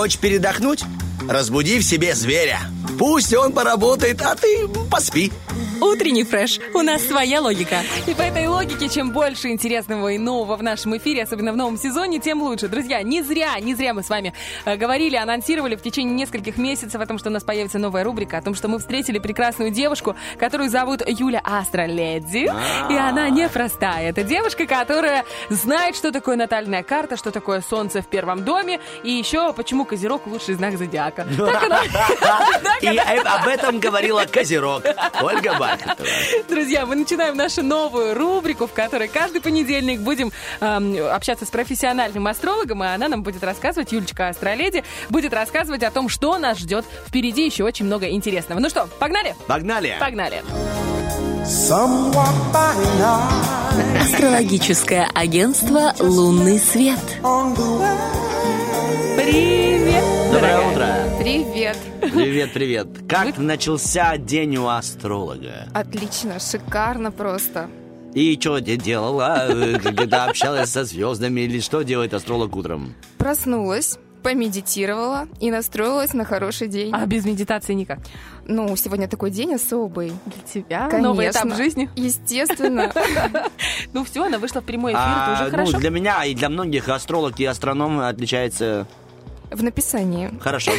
Хочешь передохнуть? Разбуди в себе зверя. Пусть он поработает, а ты поспи. Утренний фреш. У нас своя логика. И по этой логике, чем больше интересного и нового в нашем эфире, особенно в новом сезоне, тем лучше. Друзья, не зря мы с вами говорили, анонсировали в течение нескольких месяцев о том, что у нас появится новая рубрика, о том, что мы встретили прекрасную девушку, которую зовут Юля Астроледи. И она непростая. Это девушка, которая знает, что такое натальная карта, что такое солнце в первом доме, и еще почему Козерог лучший знак зодиака. И об этом говорила Козерог Ольга Бархатова. Друзья, мы начинаем нашу новую рубрику, в которой каждый понедельник будем общаться с профессиональным астрологом, и она нам будет рассказывать, Юлечка Астроледи, будет рассказывать о том, что нас ждет впереди, еще очень много интересного. Ну что, погнали? Погнали! Погнали! Астрологическое агентство «Лунный свет». Привет! Доброе утро! Привет. Привет. Как начался день у астролога? Отлично, шикарно просто. И что ты делала, когда общалась со звездами, или что делает астролог утром? Проснулась, помедитировала и настроилась на хороший день. А без медитации никак? Ну, сегодня такой день особый. Для тебя? Конечно. Новый этап жизни? Естественно. Ну все, она вышла в прямой эфир, это уже хорошо. Для меня и для многих астролог и астроном отличается... В написании. Хорошо.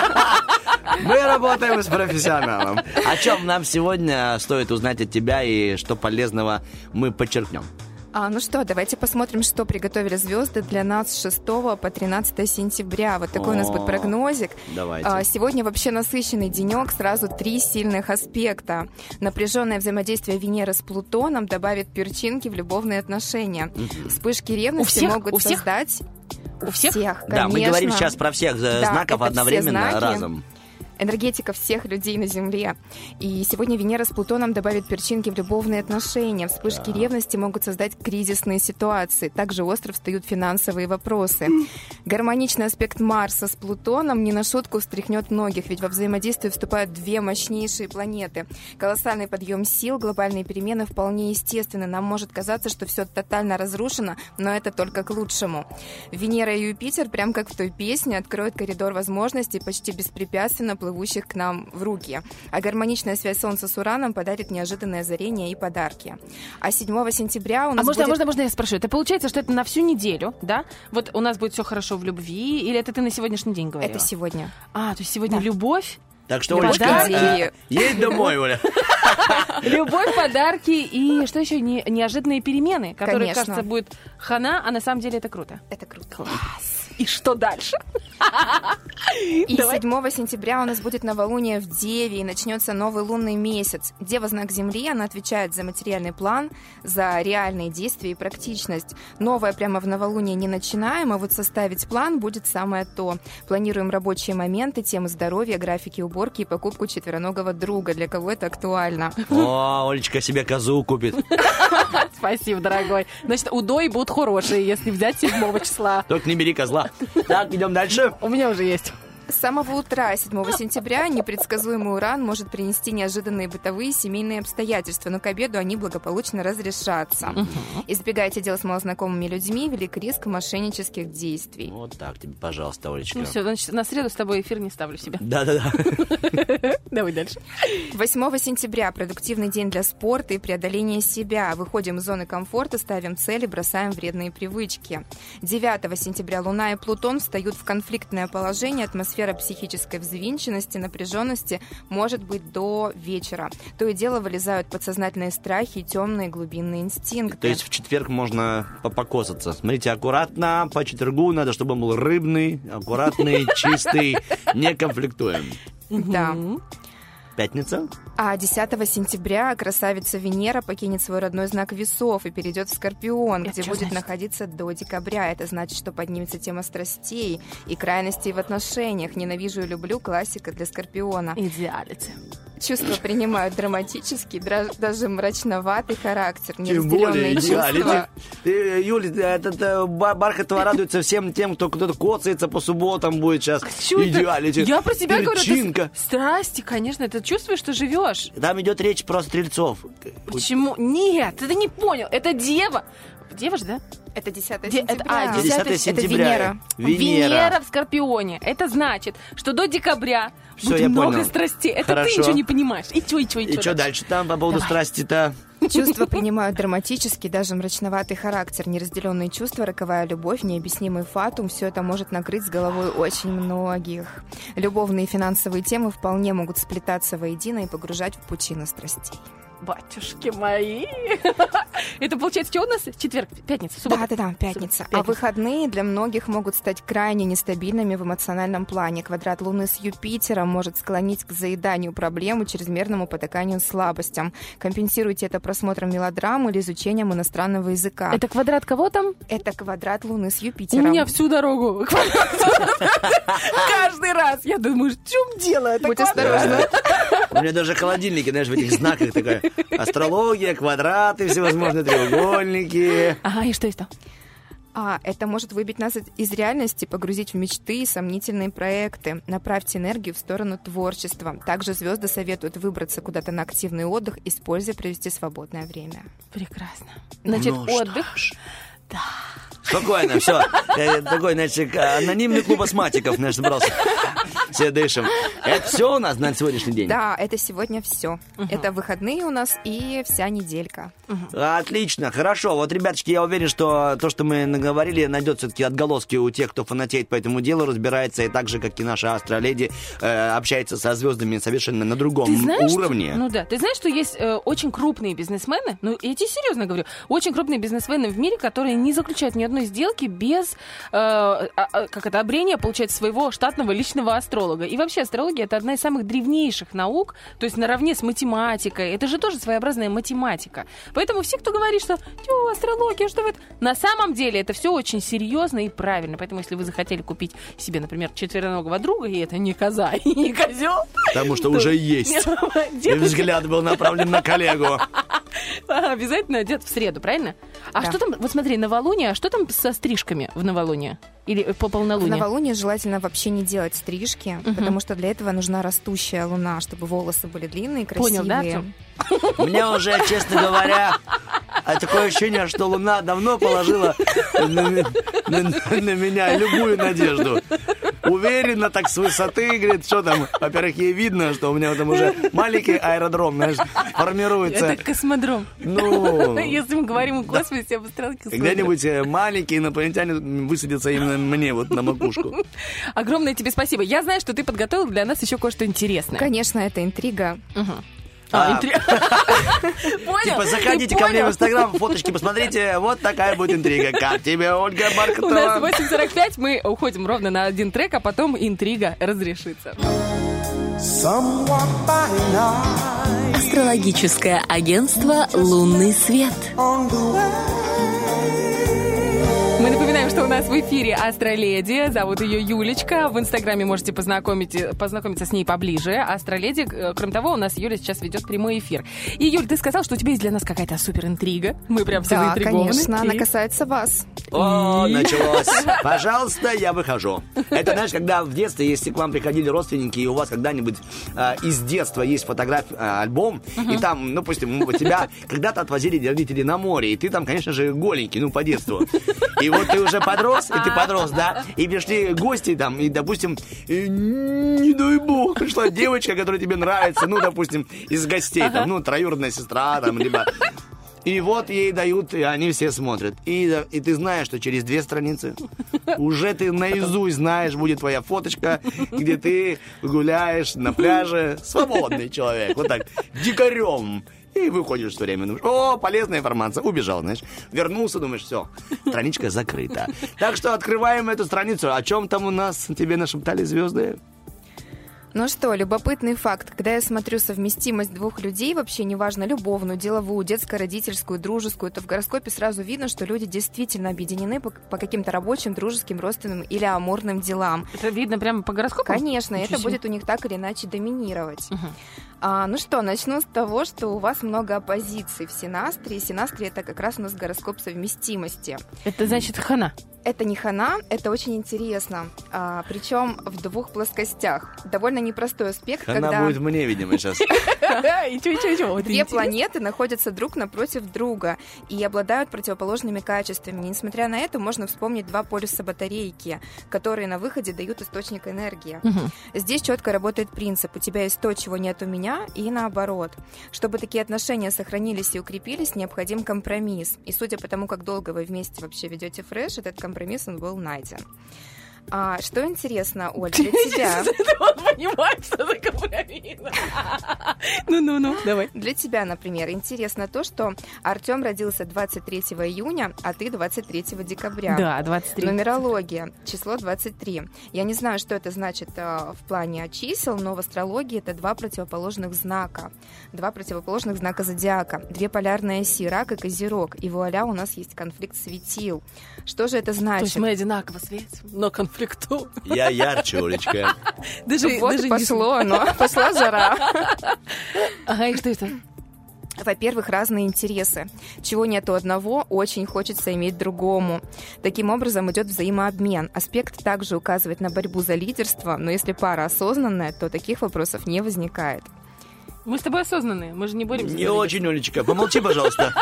Мы работаем с профессионалом. О чем нам сегодня стоит узнать от тебя и что полезного мы подчеркнем? Ну что, давайте посмотрим, что приготовили звезды для нас с 6 по 13 сентября. Вот такой у нас будет прогнозик. Давайте. Сегодня вообще насыщенный денек, сразу 3 сильных аспекта. Напряженное взаимодействие Венеры с Плутоном добавит перчинки в любовные отношения. Вспышки ревности могут создать... У всех? Всех, да, мы говорим сейчас про всех знаков одновременно, разом. Энергетика всех людей на Земле. И сегодня Венера с Плутоном добавит перчинки в любовные отношения. Вспышки ревности могут создать кризисные ситуации. Также остро встают финансовые вопросы. Гармоничный аспект Марса с Плутоном не на шутку встряхнет многих, ведь во взаимодействие вступают 2 мощнейшие планеты. Колоссальный подъем сил, глобальные перемены вполне естественны. Нам может казаться, что все тотально разрушено, но это только к лучшему. Венера и Юпитер, прям как в той песне, откроют коридор возможностей, почти беспрепятственно плывущих к нам в руки. А гармоничная связь Солнца с Ураном подарит неожиданное озарение и подарки. А 7 сентября у нас можно я спрошу? Это получается, что это на всю неделю, да? Вот у нас будет все хорошо в любви, или это ты на сегодняшний день говорила? Это сегодня. То есть сегодня любовь? Так что, Олечка, едь домой, Оля. Любовь, подарки и что еще? Неожиданные перемены, которые, кажется, будет хана, а на самом деле это круто. Это круто. Класс. И что дальше? И 7 сентября у нас будет новолуние в Деве, и начнется новый лунный месяц. Дева — знак Земли, она отвечает за материальный план, за реальные действия и практичность. Новое прямо в новолуние не начинаем, а вот составить план будет самое то. Планируем рабочие моменты, темы здоровья, графики уборки и покупку четвероногого друга. Для кого это актуально? О, Олечка себе козу купит. Спасибо, дорогой. Значит, удои будут хорошие, если взять 7 числа. Только не бери козла. Так, идем дальше. У меня уже есть. С самого утра 7 сентября непредсказуемый Уран может принести неожиданные бытовые и семейные обстоятельства, но к обеду они благополучно разрешатся. Избегайте дел с малознакомыми людьми, велик риск мошеннических действий. Вот так тебе, пожалуйста, Олечка. Ну все, значит, на среду с тобой эфир не ставлю себе. Да-да-да. Давай дальше. 8 сентября продуктивный день для спорта и преодоления себя. Выходим из зоны комфорта, ставим цели, бросаем вредные привычки. 9 сентября Луна и Плутон встают в конфликтное положение, атмосфера психической взвинченности, напряженности может быть до вечера. То и дело вылезают подсознательные страхи и темные глубинные инстинкты. То есть в четверг можно покосаться. Смотрите, аккуратно, по четвергу надо, чтобы он был рыбный, аккуратный, чистый, не конфликтуем. Да. Пятница. А 10 сентября красавица Венера покинет свой родной знак Весов и перейдет в Скорпион, где будет находиться до декабря. Это значит, что поднимется тема страстей и крайностей в отношениях. Ненавижу и люблю — классика для Скорпиона. Идеалити. Чувства принимают драматический, даже мрачноватый характер. Тем более чувства. Юля, этот Бархатова радуется всем тем, кто-то коцается по субботам будет сейчас. Идеалити. Я про себя перчинка. говорю. Страсти, конечно. Ты чувствуешь, что живешь. Там идет речь про стрельцов. Почему? Нет, ты не понял. Это дева. Дева же, да? Это 10 10 сентября. 10 сентября. Это Венера. Венера в Скорпионе. Это значит, что до декабря Всё, будет я много понял. страстей. Это Хорошо. ты ничего не понимаешь. И чё И что дальше там по поводу страсти-то? Чувства принимают драматический, даже мрачноватый характер. Неразделенные чувства, роковая любовь, необъяснимый фатум — все это может накрыть с головой очень многих. Любовные и финансовые темы вполне могут сплетаться воедино и погружать в пучину страстей. Батюшки мои. Это получается, что у нас? Четверг, пятница, суббота? Да, пятница. А выходные для многих могут стать крайне нестабильными в эмоциональном плане. Квадрат Луны с Юпитером может склонить к заеданию проблем и чрезмерному потаканию слабостям. Компенсируйте это просмотром мелодрам или изучением иностранного языка. Это квадрат кого там? Это квадрат Луны с У Юпитером. меня всю дорогу. Каждый раз. Я думаю, в чем дело? Будь осторожна. У меня даже холодильники, знаешь, в этих знаках такая астрология, квадраты, всевозможные треугольники. Ага, и что это? Это может выбить нас из реальности, погрузить в мечты и сомнительные проекты. Направьте энергию в сторону творчества. Также звезды советуют выбраться куда-то на активный отдых, используя провести свободное время. Прекрасно. Значит, Ну что отдых. Да. Спокойно, все. Такой, значит, анонимный клуб астматиков, значит, собрался. Все дышим. Это все у нас на сегодняшний день? Да, это сегодня все. Это выходные у нас и вся неделька. Отлично, хорошо. Вот, ребяточки, я уверен, что то, что мы наговорили, найдет все-таки отголоски у тех, кто фанатеет по этому делу, разбирается, и так же, как и наша астроледи, общается со звездами совершенно на другом уровне. Ну да, ты знаешь, что есть очень крупные бизнесмены, ну я тебе серьезно говорю, очень крупные бизнесмены в мире, которые не заключают ни одной сделки без одобрения, получается, своего штатного личного астролога. И вообще астрология — это одна из самых древнейших наук, то есть наравне с математикой. Это же тоже своеобразная математика. Поэтому все, кто говорит, что астрология, что вы... На самом деле это все очень серьезно и правильно. Поэтому если вы захотели купить себе, например, четвероногого друга, и это не коза и не козел... Потому что уже есть. И взгляд был направлен на коллегу. Обязательно где-то в среду, правильно? А что там, вот смотри, новолуние, а что там со стрижками в новолуние? Или по полнолунию? В новолуние желательно вообще не делать стрижки, потому что для этого нужна растущая луна, чтобы волосы были длинные, красивые. Понял, да, Артём? У меня уже, честно говоря, такое ощущение, что Луна давно положила на меня любую надежду. Уверенно, так с высоты, говорит, что там, во-первых, ей видно, что у меня там уже маленький аэродром, знаешь, формируется. Это космодром. Ну... Если мы говорим о космосе, об астрологии. Где-нибудь маленькие инопланетяне высадятся именно мне вот на макушку. Огромное тебе спасибо. Я знаю, что ты подготовил для нас еще кое-что интересное. Конечно, это интрига. Понял? Типа, заходите ко мне в Инстаграм, фоточки посмотрите, вот такая будет интрига. Как тебе, Ольга У Бархатова? нас 8:45, мы уходим ровно на один трек, а потом интрига разрешится. Астрологическое агентство «Лунный свет». Мы напоминаем, что у нас в эфире Астроледи. Зовут ее Юлечка. В Инстаграме можете познакомиться с ней поближе. Астроледи, кроме того, у нас Юля сейчас ведет прямой эфир. И, Юль, ты сказал, что у тебя есть для нас какая-то супер интрига. Мы прям все заинтригованы. Да, конечно, она касается вас. О, началось. Пожалуйста, я выхожу. Это, знаешь, когда в детстве, если к вам приходили родственники, и у вас когда-нибудь из детства есть фотография, альбом, и там, ну, допустим, тебя когда-то отвозили родители на море, и ты там, конечно же, голенький, ну, по детству. И вот ты уже подрос, да, и пришли гости там, и, допустим, не дай бог, пришла девочка, которая тебе нравится, ну, допустим, из гостей, там, ну, троюродная сестра, там, либо... И вот ей дают, и они все смотрят. И ты знаешь, что через 2 страницы уже ты наизусть знаешь, будет твоя фоточка, где ты гуляешь на пляже, свободный человек, вот так, дикарем. И выходишь все время, думаешь, о, полезная информация, убежал, знаешь. Вернулся, думаешь, все, страничка закрыта. Так что открываем эту страницу. О чем там у нас тебе нашептали звезды? Ну что, любопытный факт. Когда я смотрю совместимость двух людей, вообще неважно, любовную, деловую, детско-родительскую, дружескую, то в гороскопе сразу видно, что люди действительно объединены по каким-то рабочим, дружеским, родственным или амурным делам. Это видно прямо по гороскопу? Конечно, это будет у них так или иначе доминировать. Ну что, начну с того, что у вас много оппозиций в Синастре. И Синастре — это как раз у нас гороскоп совместимости. Это значит хана. Это не хана, это очень интересно. Причем в двух плоскостях. Довольно непростой аспект, Хана когда будет мне, видимо, сейчас. две планеты находятся друг напротив друга и обладают противоположными качествами. Несмотря на это, можно вспомнить два полюса батарейки, которые на выходе дают источник энергии. Здесь четко работает принцип: у тебя есть то, чего нет у меня, и наоборот. Чтобы такие отношения сохранились и укрепились, необходим компромисс. И судя по тому, как долго вы вместе вообще ведете фреш, этот компромисс он был найден. Что интересно, Оль, для тебя... Он понимает, что за компромисс. Ну, давай. Для тебя, например, интересно то, что Артем родился 23 июня, а ты 23 декабря. Да, 23. Нумерология, число 23. Я не знаю, что это значит в плане чисел, но в астрологии это два противоположных знака. Два противоположных знака зодиака. Две полярные оси, рак и козерог. И вуаля, у нас есть конфликт светил. Что же это значит? То есть мы одинаково светим, но конфликтуем. Я ярче, Олечка. Вот пошло, но пошла жара. Ага, и что это? Во-первых, разные интересы. Чего нет у одного, очень хочется иметь другому. Таким образом идет взаимообмен. Аспект также указывает на борьбу за лидерство, но если пара осознанная, то таких вопросов не возникает. Мы с тобой осознанные, мы же не боремся. Не очень, Олечка. Помолчи, пожалуйста.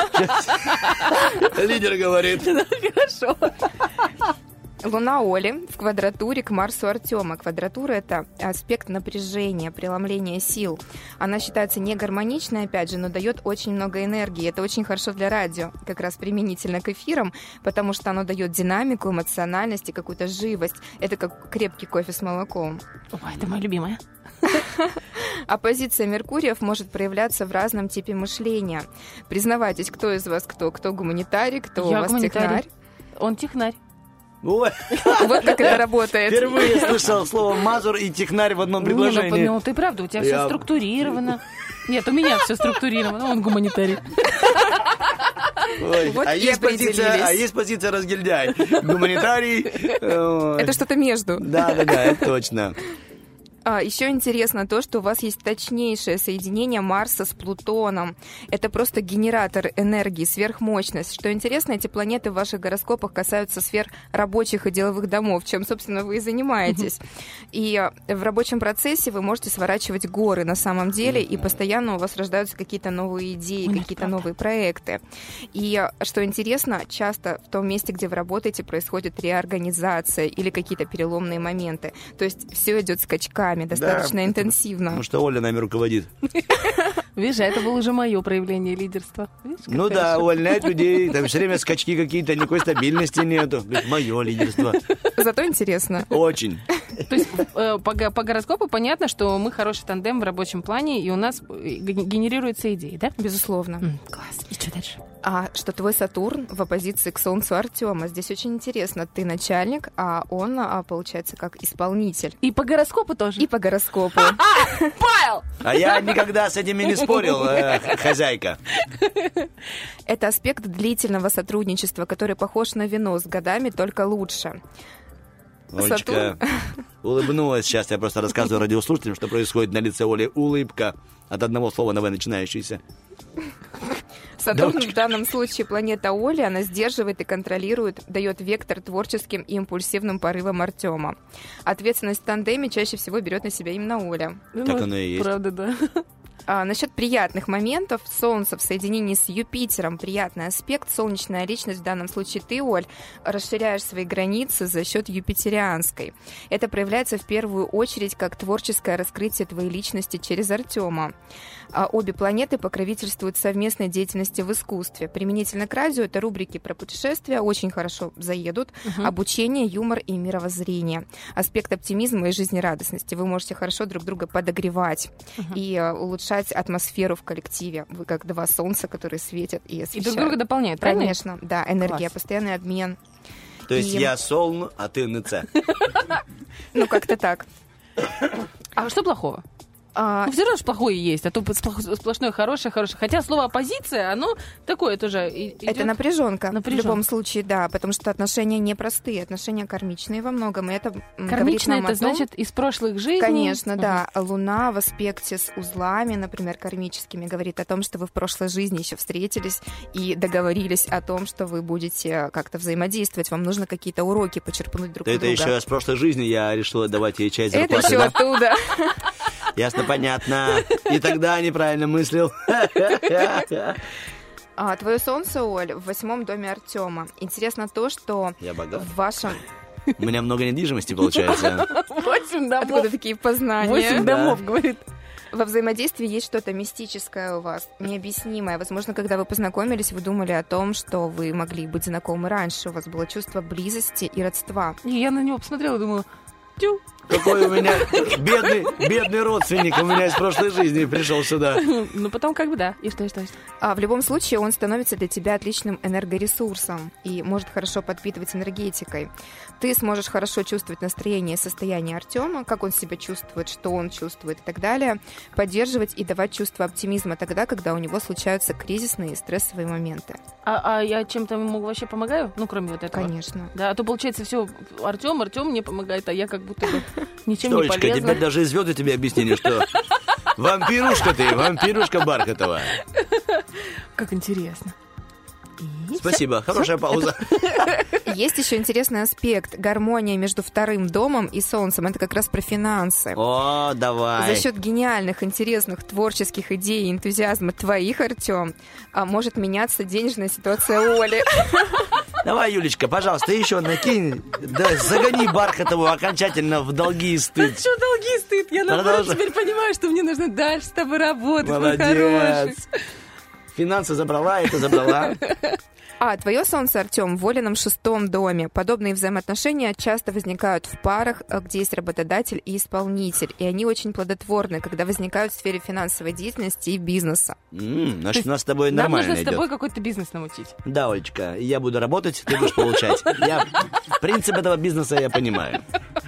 Лидер говорит. Хорошо. Луна Оли в квадратуре к Марсу Артема. Квадратура — это аспект напряжения, преломления сил. Она считается негармоничной, опять же, но дает очень много энергии. Это очень хорошо для радио, как раз применительно к эфирам, потому что оно дает динамику, эмоциональность и какую-то живость. Это как крепкий кофе с молоком. Ой, это моя любимая. Оппозиция Меркуриев может проявляться в разном типе мышления. Признавайтесь, кто из вас кто гуманитарий, кто у вас технарь. Он технарь. Ой. Вот как это работает. Впервые слышал слово «мазур» и «технарь» в одном предложении. Ну, ты правда, у тебя все структурировано. Нет, у меня все структурировано, он гуманитарий. Вот а и есть позиция разгильдяй. Гуманитарий. Это что-то между. Да, это точно. Еще интересно то, что у вас есть точнейшее соединение Марса с Плутоном. Это просто генератор энергии, сверхмощность. Что интересно, эти планеты в ваших гороскопах касаются сфер рабочих и деловых домов, чем, собственно, вы и занимаетесь. И в рабочем процессе вы можете сворачивать горы на самом деле, и постоянно у вас рождаются какие-то новые идеи, какие-то новые проекты. И что интересно, часто в том месте, где вы работаете, происходит реорганизация или какие-то переломные моменты. То есть все идет скачками. Достаточно интенсивно. Потому что Оля нами руководит. Видишь, это было уже мое проявление лидерства. Видишь, ну да, увольняет людей, там все время скачки какие-то, никакой стабильности нету. Мое лидерство. Зато интересно. Очень. То есть по гороскопу понятно, что мы хороший тандем в рабочем плане, и у нас генерируются идеи, да? Безусловно. Класс. И что дальше? Что твой Сатурн в оппозиции к Солнцу Артема. Здесь очень интересно. Ты начальник, а он, получается, как исполнитель. И по гороскопу тоже? И по гороскопу. Павел! А я никогда с этим и не спорил, хозяйка. Это аспект длительного сотрудничества, который похож на вино, с годами только лучше. Олечка улыбнулась. Сейчас я просто рассказываю радиослушателям, что происходит на лице Оли. Улыбка от одного слова на «в» начинающейся. Сатурн в данном случае планета Оли, она сдерживает и контролирует, дает вектор творческим и импульсивным порывам Артема. Ответственность в тандеме чаще всего берет на себя именно Оля. Так оно и есть. Правда, да. Насчет приятных моментов. Солнце в соединении с Юпитером. Приятный аспект. Солнечная личность, в данном случае ты, Оль, расширяешь свои границы за счет юпитерианской. Это проявляется в первую очередь как творческое раскрытие твоей личности через Артема. Обе планеты покровительствуют совместной деятельности в искусстве. Применительно к радио это рубрики про путешествия, очень хорошо заедут. Обучение, юмор и мировоззрение. Аспект оптимизма и жизнерадостности. Вы можете хорошо друг друга подогревать и улучшать атмосферу в коллективе. Вы как два солнца, которые светят и освещают. И друг друга дополняют, правильно? Конечно, да, энергия, Класс. постоянный обмен. То есть я Солн, а ты НЦ. Ну, как-то так. А что плохого? Ну, все равно же плохое есть, а то сплошное хорошее. Хотя слово оппозиция, оно такое тоже Это напряженка. В любом случае, да, потому что отношения непростые, отношения кармичные во многом. И это кармичное, это значит из прошлых жизней? Конечно, да. Луна в аспекте с узлами, например, кармическими, говорит о том, что вы в прошлой жизни еще встретились и договорились о том, что вы будете как-то взаимодействовать. Вам нужно какие-то уроки почерпнуть друг у друга. Это еще с прошлой жизни я решила давать ей часть зарплаты. Это еще оттуда. Ясно, понятно. И тогда неправильно мыслил. Твое солнце, Оль, в 8-м доме Артема. Интересно то, что я богат. В вашем... У меня много недвижимости, получается. 8 домов. Откуда такие познания? 8 домов, говорит. Во взаимодействии есть что-то мистическое у вас, необъяснимое. Возможно, когда вы познакомились, вы думали о том, что вы могли быть знакомы раньше. У вас было чувство близости и родства. И я на него посмотрела и думала, тю. Какой у меня бедный родственник у меня из прошлой жизни пришел сюда. Ну, потом как бы да. И что? В любом случае, он становится для тебя отличным энергоресурсом и может хорошо подпитывать энергетикой. Ты сможешь хорошо чувствовать настроение и состояние Артема, как он себя чувствует, что он чувствует и так далее, поддерживать и давать чувство оптимизма тогда, когда у него случаются кризисные и стрессовые моменты. А я чем-то ему вообще помогаю? Ну, кроме вот этого. Конечно. Да, а то получается все Артем мне помогает, а я как будто бы ничем Столечка, не полезна. теперь даже звезды тебе объяснили, что вампирушка ты, вампирушка бархатовая. Как интересно. Спасибо, хорошая пауза. Есть еще интересный аспект. Гармония между 2-м домом и Солнцем. Это как раз про финансы. О, давай. За счет гениальных, интересных, творческих идей и энтузиазма твоих, Артем, может меняться денежная ситуация Оли. Давай, Юлечка, пожалуйста, еще накинь, да, загони Бархатову окончательно в долги и стыд. Что долги и стыд? Я наоборот теперь понимаю, что мне нужно дальше с тобой работать. Молодец. Мой хороший. Финансы забрала, это забрала. Твое солнце, Артем, в Олином 6-м доме. Подобные взаимоотношения часто возникают в парах, где есть работодатель и исполнитель. И они очень плодотворны, когда возникают в сфере финансовой деятельности и бизнеса. Значит, у нас с тобой нормально идет. Нам нужно с тобой какой-то бизнес научить. Да, Олечка, я буду работать, ты будешь получать. Принцип этого бизнеса я понимаю.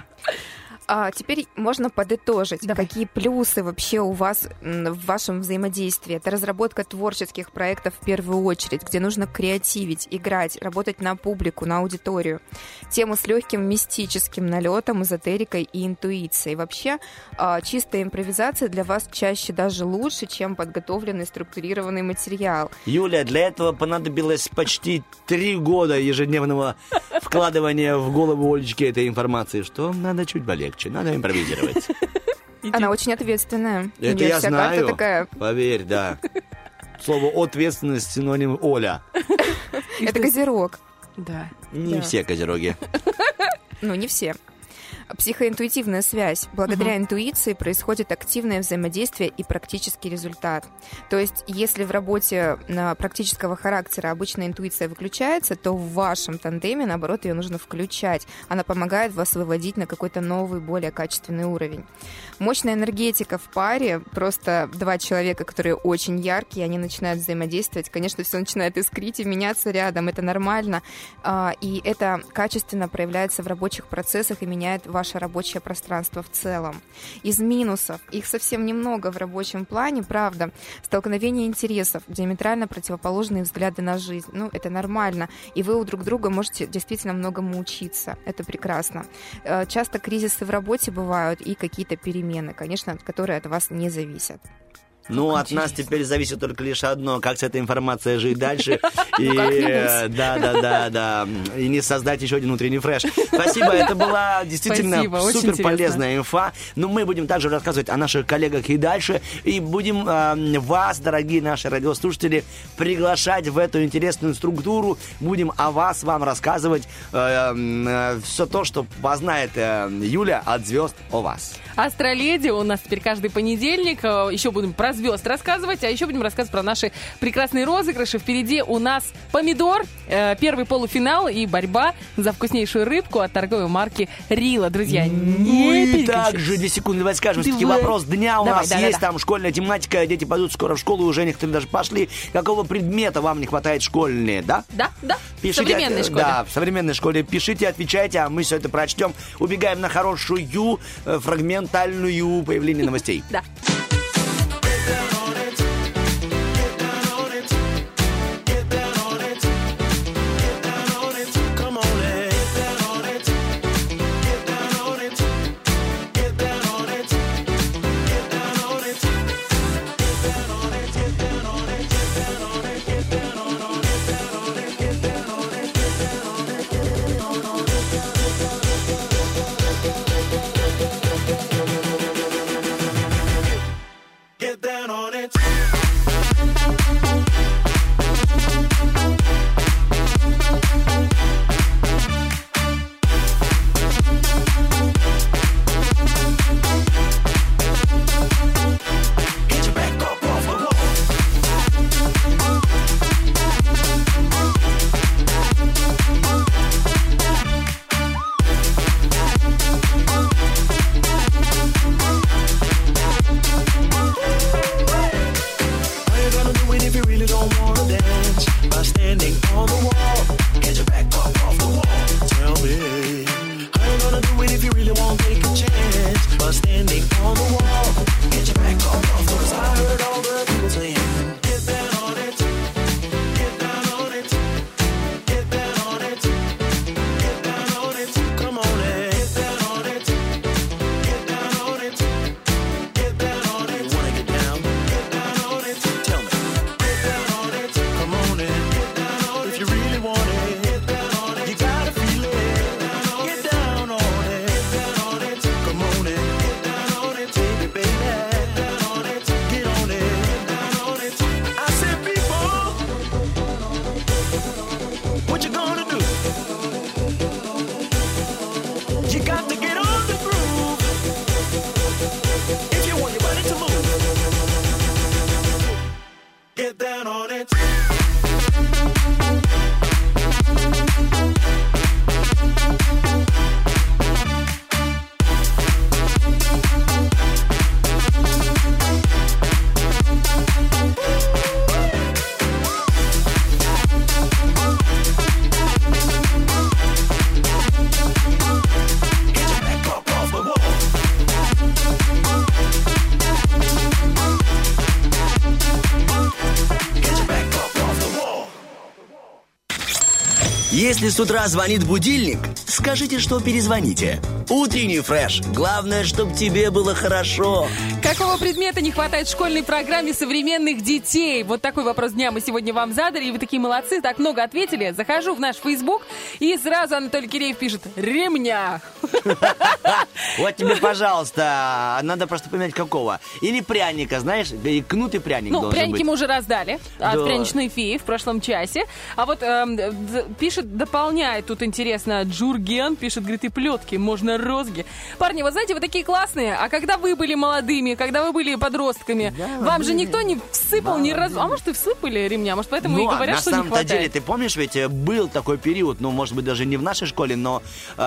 Теперь можно подытожить, какие плюсы вообще у вас в вашем взаимодействии. Это разработка творческих проектов в первую очередь, где нужно креативить, играть, работать на публику, на аудиторию. Тему с легким мистическим налетом, эзотерикой и интуицией. Вообще, чистая импровизация для вас чаще даже лучше, чем подготовленный структурированный материал. Юля, для этого понадобилось почти 3 года ежедневного вкладывания в голову Олечки этой информации, что надо чуть полегче. Надо импровизировать. Она очень ответственная. Это я знаю. Такая... Поверь, да. Слово «ответственность» синоним Оля. Это козерог. Да. Не все козероги. Ну, не все. Психоинтуитивная связь. Благодаря интуиции происходит активное взаимодействие и практический результат. То есть, если в работе практического характера обычно интуиция выключается, то в вашем тандеме, наоборот, ее нужно включать. Она помогает вас выводить на какой-то новый, более качественный уровень. Мощная энергетика в паре. Просто 2 человека, которые очень яркие, они начинают взаимодействовать. Конечно, все начинает искрить и меняться рядом. Это нормально. И это качественно проявляется в рабочих процессах и меняет ваше рабочее пространство в целом. Из минусов, их совсем немного в рабочем плане, правда, столкновение интересов, диаметрально противоположные взгляды на жизнь. Ну, это нормально. И вы у друг друга можете действительно многому учиться. Это прекрасно. Часто кризисы в работе бывают и какие-то перемены, конечно, которые от вас не зависят. Ну, от нас теперь зависит только лишь одно, как с этой информацией жить дальше. И да. И не создать еще один утренний фреш. Спасибо, это была действительно супер полезная инфа. Но мы будем также рассказывать о наших коллегах и дальше. И будем вас, дорогие наши радиослушатели, приглашать в эту интересную структуру. Будем о вас, вам рассказывать все то, что познает Юля от звезд о вас. Астроледи у нас теперь каждый понедельник. Еще будем про звезд рассказывать, а еще будем рассказывать про наши прекрасные розыгрыши. Впереди у нас помидор, первый полуфинал и борьба за вкуснейшую рыбку от торговой марки Рила. Друзья, не переключайтесь. Также 2 секунды, давайте скажем, все-таки вопрос дня у нас есть. Там школьная тематика, дети пойдут скоро в школу, уже некоторые даже пошли. Какого предмета вам не хватает школьные, да? Да. Пишите, в современной школе. Да, в современной школе. Пишите, отвечайте, а мы все это прочтем. Убегаем на хорошую, фрагментальную появление новостей. Да. if you really don't wanna dance by standing on the wall. Get your back up off the wall. Tell me, how you gonna do it if you really won't take a chance by standing on the wall? Get your back up off the wall. 'Cause I heard all the people saying, get down on it, get down on it, get down on it, get down on it. Come on and get down on it, get down on it, get down on it. You wanna get down on it? Tell me, get down on it. Come on and get down on it. If you really want it, get down on it. You gotta feel it. Get down on it, get down on it. Come on and get down on it, baby, baby. Get down on it, get on it, get down on it. I said, people, what you gonna do? You got to get on the groove if you want your body to move. Get down on it. Get your back up off the wall. Get your back up off the wall. Если с утра звонит будильник, скажите, что перезвоните. Утренний фреш. Главное, чтобы тебе было хорошо. Какого предмета не хватает в школьной программе современных детей? Вот такой вопрос дня мы сегодня вам задали, и вы такие молодцы, так много ответили. Захожу в наш Фейсбук, и сразу Анатолий Киреев пишет: ремня. Вот тебе, пожалуйста, надо просто поменять какого. Или пряника, знаешь, и кнут и пряник Ну, должен пряники быть. мы уже раздали от Да. пряничной феи в прошлом часе. А вот пишет, дополняет, тут интересно, Джурген пишет, говорит, и плетки, можно розги. Парни, вот знаете, вы такие классные, а когда вы были молодыми, когда вы были подростками, вам же никто не всыпал ни разу. А может, и всыпали ремня, может, поэтому и Но говорят, на что не самом-то хватает. деле, ты помнишь, ведь был такой период, ну, может быть, даже не в нашей школе, но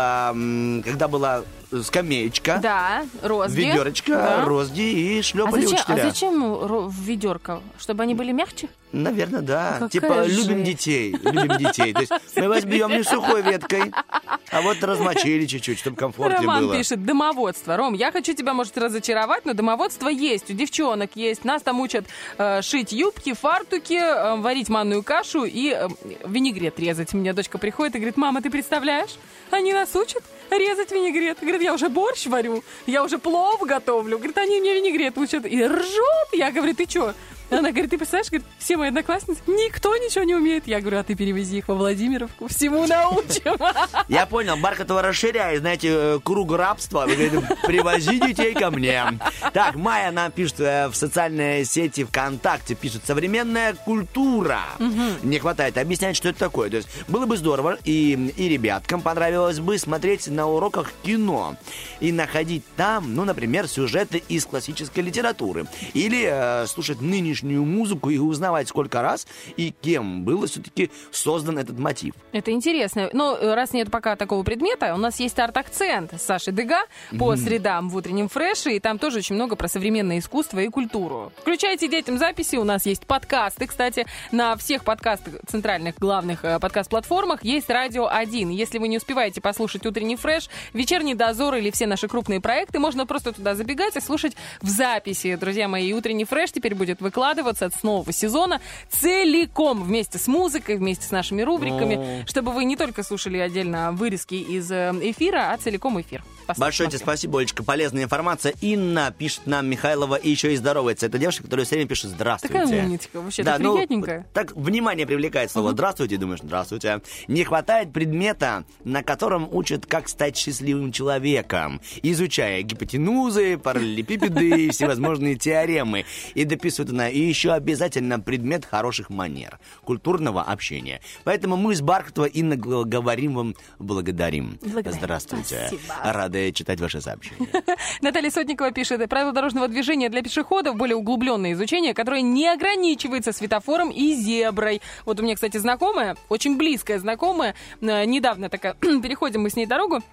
когда была скамеечка, Да, розги. ведерочка, Да. розги и шлепали А учителя. зачем в ведерко? Чтобы они были мягче? Наверное, да. Какая Типа, жесть. любим детей. То есть мы возьмем не сухой веткой, а вот размочили чуть-чуть, чтобы комфортнее Роман было. пишет, домоводство. Ром, я хочу тебя, может, разочаровать, но домоводство есть, у девчонок есть. Нас там учат шить юбки, фартуки, варить манную кашу и винегрет резать. У меня дочка приходит и говорит, мама, ты представляешь, они нас учат резать винегрет. Говорит, я уже борщ варю, я уже плов готовлю. Говорит, они мне винегрет учат. И ржет. Я говорю, ты что? Она говорит, ты представляешь, говорит, все мои одноклассницы, никто ничего не умеет. Я говорю, а ты перевези их во Владимировку, всему научим. Я понял, Бархатова расширяет, знаете, круг рабства. Вы говорите, привози детей ко мне. Так, Майя нам пишет в социальной сети ВКонтакте, пишет, современная культура. Не хватает. Объясняет, что это такое. То есть было бы здорово, и ребяткам понравилось бы смотреть на уроках кино и находить там, ну, например, сюжеты из классической литературы. Или слушать нынешнюю музыку и узнавать, сколько раз и кем был все-таки создан этот мотив. Это интересно. Но раз нет пока такого предмета, у нас есть арт-акцент с Сашей Дега по средам в утреннем фреше, и там тоже очень много про современное искусство и культуру. Включайте детям записи, у нас есть подкасты, кстати, на всех подкастах, центральных главных подкаст-платформах есть Радио 1. Если вы не успеваете послушать утренний фреш, вечерний дозор или все наши крупные проекты, можно просто туда забегать и слушать в записи. Друзья мои, утренний фреш теперь будет выкладываться с нового сезона целиком, вместе с музыкой, вместе с нашими рубриками, чтобы вы не только слушали отдельно вырезки из эфира, а целиком эфир. Большое тебе спасибо, Олечка, полезная информация. Инна пишет нам Михайлова и еще и здоровается. Это девушка, которая все время пишет «Здравствуйте». Такая умничка, вообще, да, приятненькая. Так внимание привлекает слово «здравствуйте», и думаешь «здравствуйте». Не хватает предмета, на котором учат, как стать счастливым человеком, изучая гипотенузы, параллелепипеды и всевозможные теоремы. И дописывает она, и еще обязательно предмет хороших манер, культурного общения. Поэтому мы с Бархатова, Инна, говорим вам благодарим. Здравствуйте. Спасибо. Рады читать ваши сообщения. Наталья Сотникова пишет, правила дорожного движения для пешеходов, более углубленное изучение, которое не ограничивается светофором и зеброй. Вот у меня, кстати, знакомая, очень близкая знакомая, недавно такая, переходим мы с ней дорогу,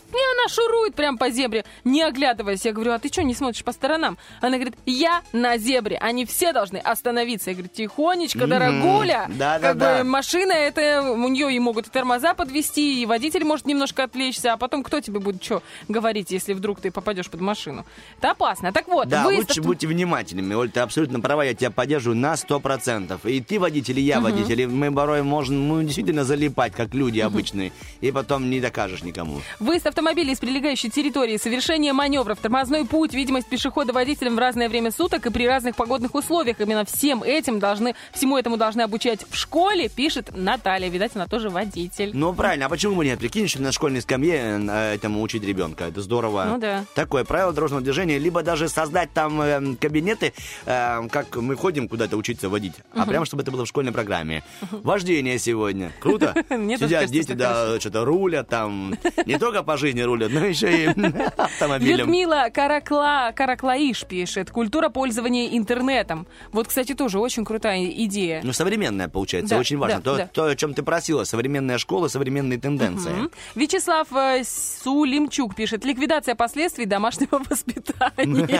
И она шурует прям по зебре, не оглядываясь. Я говорю, а ты что, не смотришь по сторонам? Она говорит, я на зебре, они все должны остановиться. Я говорю, тихонечко, дорогуля. Как бы машина, это у нее и могут и тормоза подвести, и водитель может немножко отвлечься, а потом кто тебе будет что говорить, если вдруг ты попадешь под машину? Это опасно. Так вот, да, лучше будьте внимательными. Оль, ты абсолютно права, я тебя поддерживаю на 100%. И ты водитель, и я водитель. И мы порой можем действительно залипать, как люди обычные, и потом не докажешь никому. Выезд автомобилей из прилегающей территории, совершение маневров, тормозной путь, видимость пешехода водителем в разное время суток и при разных погодных условиях. Именно всему этому должны обучать в школе, пишет Наталья. Видать, она тоже водитель. Ну, правильно. А почему бы нет? Прикинь, что на школьной скамье этому учить ребенка. Это здорово. Ну, да. Такое правило дорожного движения. Либо даже создать там кабинеты, как мы ходим куда-то учиться водить, а прямо, чтобы это было в школьной программе. Вождение сегодня. Круто. Сидят дети, да, что-то рулят там. Не только по жизни рулят, но еще и автомобилем. Людмила Караклаиш пишет. Культура пользования интернетом. Вот, кстати, тоже очень крутая идея. Ну, современная, получается, да, очень важно. Да, то, о чем ты просила, современная школа, современные тенденции. Вячеслав Сулимчук пишет. Ликвидация последствий домашнего воспитания.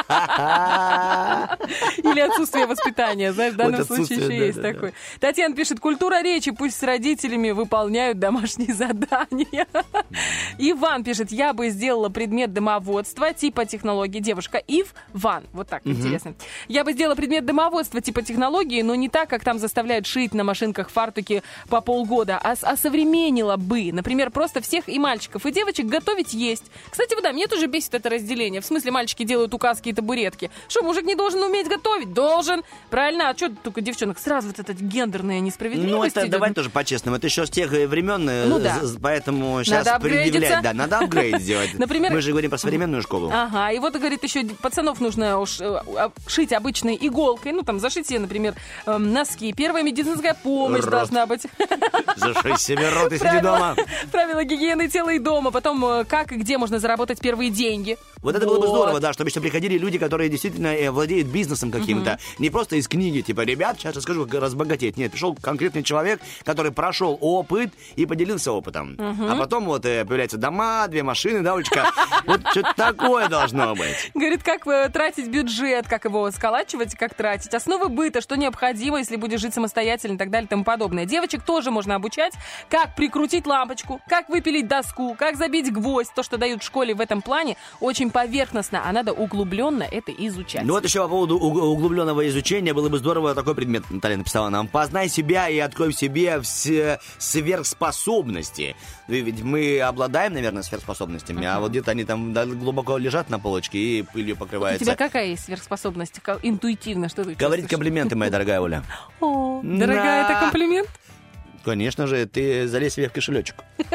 Или отсутствие воспитания. Знаешь, в данном случае еще есть такой. Татьяна пишет. Культура речи, пусть с родителями выполняют домашние задания. Иван пишет. Я бы сделала предмет домоводства типа технологии. Девушка Иван. Вот так, интересно. Я бы сделала предмет домоводства типа технологии, но не так, как там заставляют шить на машинках фартуки по полгода, а осовременила бы. Например, просто всех и мальчиков, и девочек готовить есть. Кстати, да, мне тоже бесит это разделение. В смысле, мальчики делают указки и табуретки. Что, мужик не должен уметь готовить? Должен. Правильно. А что только девчонок? Сразу вот эта гендерная несправедливость. Ну, это идет. давай тоже по-честному. Это еще с тех времен, поэтому сейчас надо предъявлять. Да, надо апгрейд сделать. Например, мы же говорим про современную школу. Ага, и вот, говорит, еще пацанов нужно шить обычной иголкой. Ну, там, зашить себе, например, носки. Первая медицинская помощь должна быть. Зашить себе рот и сиди дома. Правила гигиены тела и дома. Потом, как и где можно заработать первые деньги. Вот это было бы здорово, да, чтобы еще приходили люди, которые действительно владеют бизнесом каким-то. Не просто из книги, типа, ребят, сейчас расскажу, как разбогатеть. Нет, пришел конкретный человек, который прошел опыт и поделился опытом. А потом вот появляются дома, 2 машины, да, Олечка? Вот что-то такое должно быть. Говорит, как тратить бюджет, как его сколачивать, как тратить. Основы быта, что необходимо, если будешь жить самостоятельно и так далее и тому подобное. Девочек тоже можно обучать, как прикрутить лампочку, как выпилить доску, как забить гвоздь. То, что дают в школе в этом плане, очень поверхностно, а надо углубленно это изучать. Ну вот еще по поводу углубленного изучения было бы здорово такой предмет, Наталья написала нам. Познай себя и открой в себе все сверхспособности. Ведь мы обладаем, наверное, сверхспособностями, а вот где-то они там глубоко лежат на полочке и пылью покрываются. У тебя какая есть сверхспособность? Интуитивно, что ты говорить комплименты, моя дорогая Оля. О, дорогая, это комплимент? Конечно же, ты залезь себе в кошелечек.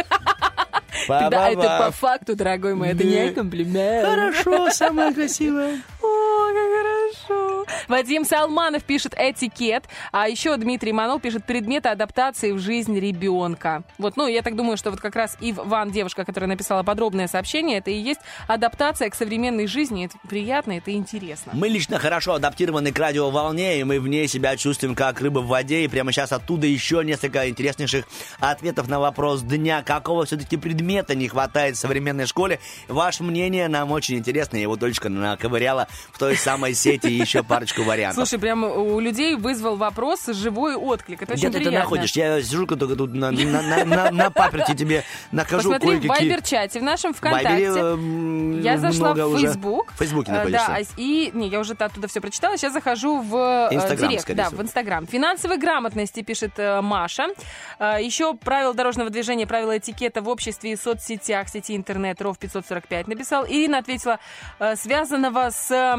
Тогда это по факту, дорогой мой, это не комплимент. Хорошо, самое красивое. О, как хорошо. Вадим Салманов пишет этикет, а еще Дмитрий Манол пишет предметы адаптации в жизнь ребенка. Вот, ну, я так думаю, что вот как раз Иван, девушка, которая написала подробное сообщение, это и есть адаптация к современной жизни. Это приятно, это интересно. Мы лично хорошо адаптированы к радиоволне, и мы в ней себя чувствуем как рыба в воде, и прямо сейчас оттуда еще несколько интереснейших ответов на вопрос дня. Какого все-таки предмета не хватает в современной школе? Ваше мнение нам очень интересно. Я вот только наковыряла в той самой сети еще парочку вариантов. Слушай, прямо у людей вызвал вопрос живой отклик. Это очень приятно. Где ты находишь? Я сижу только тут на паперти тебе нахожу кое-какие... Посмотри в Вайбер-чате, в нашем ВКонтакте. Я зашла в Фейсбук. В Фейсбуке находишься. Да, и я уже оттуда все прочитала. Сейчас захожу в Директ. Да, в Инстаграм. Финансовой грамотности, пишет Маша. Еще правила дорожного движения, правила этикета в обществе и соцсетях, сети интернет, РОВ 545 написал. Ирина ответила, связанного с...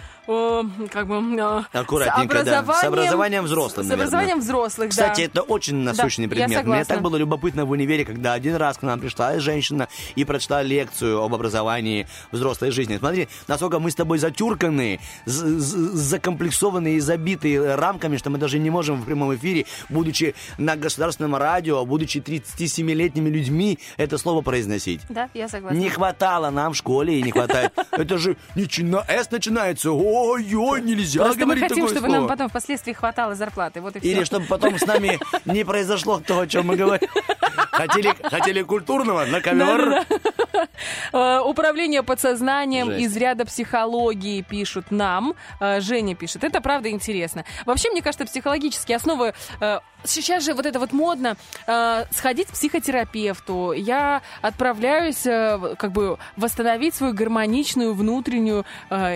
аккуратненько, с образованием взрослых, наверное. С образованием взрослых, Кстати, это очень насущный предмет. Мне так было любопытно в универе, когда один раз к нам пришла женщина и прочла лекцию об образовании взрослой жизни. Смотри, насколько мы с тобой затюрканы, закомплексованы и забиты рамками, что мы даже не можем в прямом эфире, будучи на государственном радио, будучи 37-летними людьми, это слово произносить. Да, я согласна. Не хватало нам в школе и не хватает. Это же С начинается. Ой-ой, нельзя просто говорить мы хотим, такое чтобы слово. нам потом впоследствии хватало зарплаты. Вот и все. Или чтобы потом с нами не произошло то, о чем мы говорим. Хотели культурного на ковер. Управление подсознанием Жесть. из ряда психологии пишут нам. Женя пишет. Это правда интересно. Вообще, мне кажется, психологические основы... Сейчас же вот это вот модно сходить к психотерапевту. Я отправляюсь как бы восстановить свою гармоничную внутреннее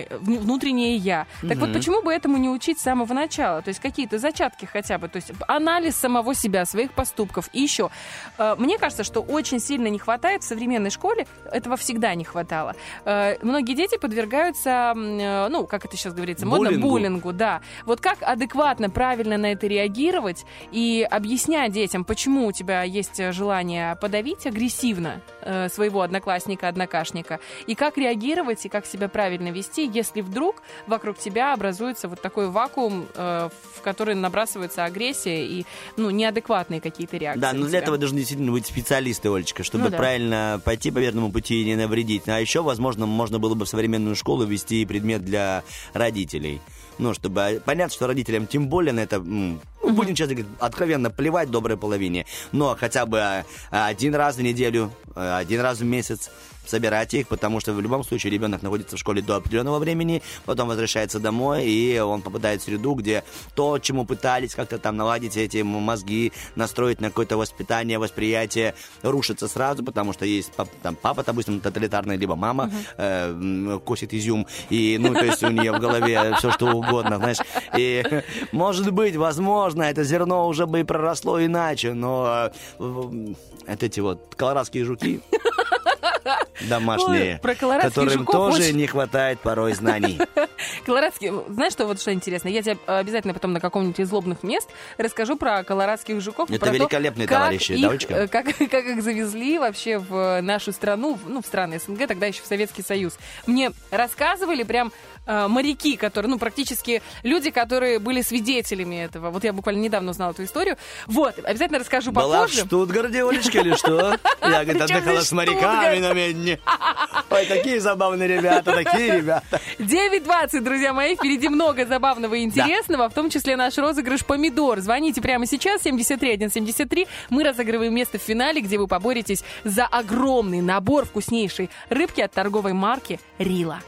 я. Так вот, почему бы этому не учить с самого начала? То есть какие-то зачатки хотя бы. То есть анализ самого себя, своих поступков. И еще, мне кажется, что очень сильно не хватает в современной школе, этого всегда не хватало. Многие дети подвергаются, ну, как это сейчас говорится, модно, буллингу, да. Вот как адекватно, правильно на это реагировать и объяснять детям, почему у тебя есть желание подавить агрессивно своего одноклассника, и как реагировать, и как себя правильно вести, если вдруг вокруг тебя образуется вот такой вакуум, в который набрасывается агрессия и, ну, неадекватные какие-то реакции. Да, но для этого должны действительно быть специалисты, Олечка, чтобы правильно пойти по верному пути и не навредить. А еще, возможно, можно было бы в современную школу ввести предмет для родителей. Ну, чтобы понятно, что родителям тем более на это, будем честно говорить, откровенно плевать доброй половине. Но хотя бы один раз в неделю, один раз в месяц собирать их, потому что в любом случае ребенок находится в школе до определенного времени, потом возвращается домой, и он попадает в среду, где то, чему пытались как-то там наладить эти мозги, настроить на какое-то воспитание, восприятие, рушится сразу, потому что есть папа, допустим, тоталитарный, либо мама косит изюм, и, ну, то есть у нее в голове все что угодно, знаешь, и, может быть, возможно, это зерно уже бы и проросло иначе, но эти вот колорадские жуки домашние, которым жуков тоже очень... не хватает порой знаний. Колорадские... Знаешь, что вот что интересно? Я тебе обязательно потом на каком-нибудь из злобных мест расскажу про колорадских жуков. Это про великолепные то, товарищи, да, Олечка? Как их завезли вообще в нашу страну, ну, в страны СНГ, тогда еще в Советский Союз. Мне рассказывали прям моряки, которые, ну, практически люди, которые были свидетелями этого. Вот я буквально недавно узнала эту историю. Вот, обязательно расскажу попозже. Была в Штутгарте, Олечка, или что? Я, говорит, отдыхала с моряками на медне. Ой, такие забавные ребята, такие ребята. 9:20, друзья мои, впереди много забавного и интересного, в том числе наш розыгрыш помидор. Звоните прямо сейчас, 73173. Мы разыгрываем место в финале, где вы поборетесь за огромный набор вкуснейшей рыбки от торговой марки «Рила».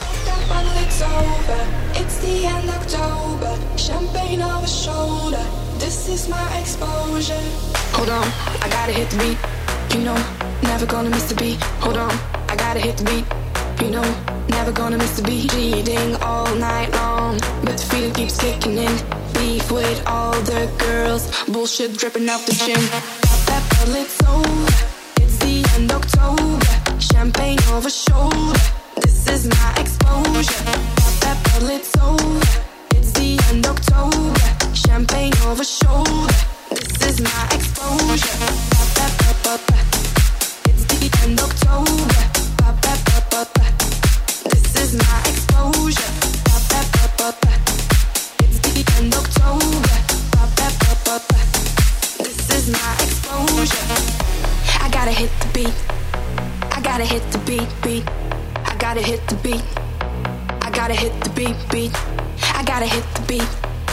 It's over, it's the end of October. Champagne over shoulder, this is my exposure. Hold on, I gotta hit the beat. You know, never gonna miss the beat. Hold on, I gotta hit the beat. You know, never gonna miss the beat. Cheating all night long, but the feeling keeps kicking in. Beef with all the girls, bullshit dripping off the chin. Pop that bottle, it's over, it's the end of October. Champagne over shoulder, this is my exposure. Pop that bottle, it's over, it's the end of October. Champagne over shoulder, this is my exposure. Pop that, pop, pop, pop. It's the end of October. Pop that, pop, pop, pop. This is my exposure. Pop that, pop, pop, pop. It's the end of October. Pop that, pop, pop, pop. This is my exposure. I gotta hit the beat. I gotta hit the beat, beat. I gotta hit the beat. I gotta hit the beat, beat. I gotta hit the beat.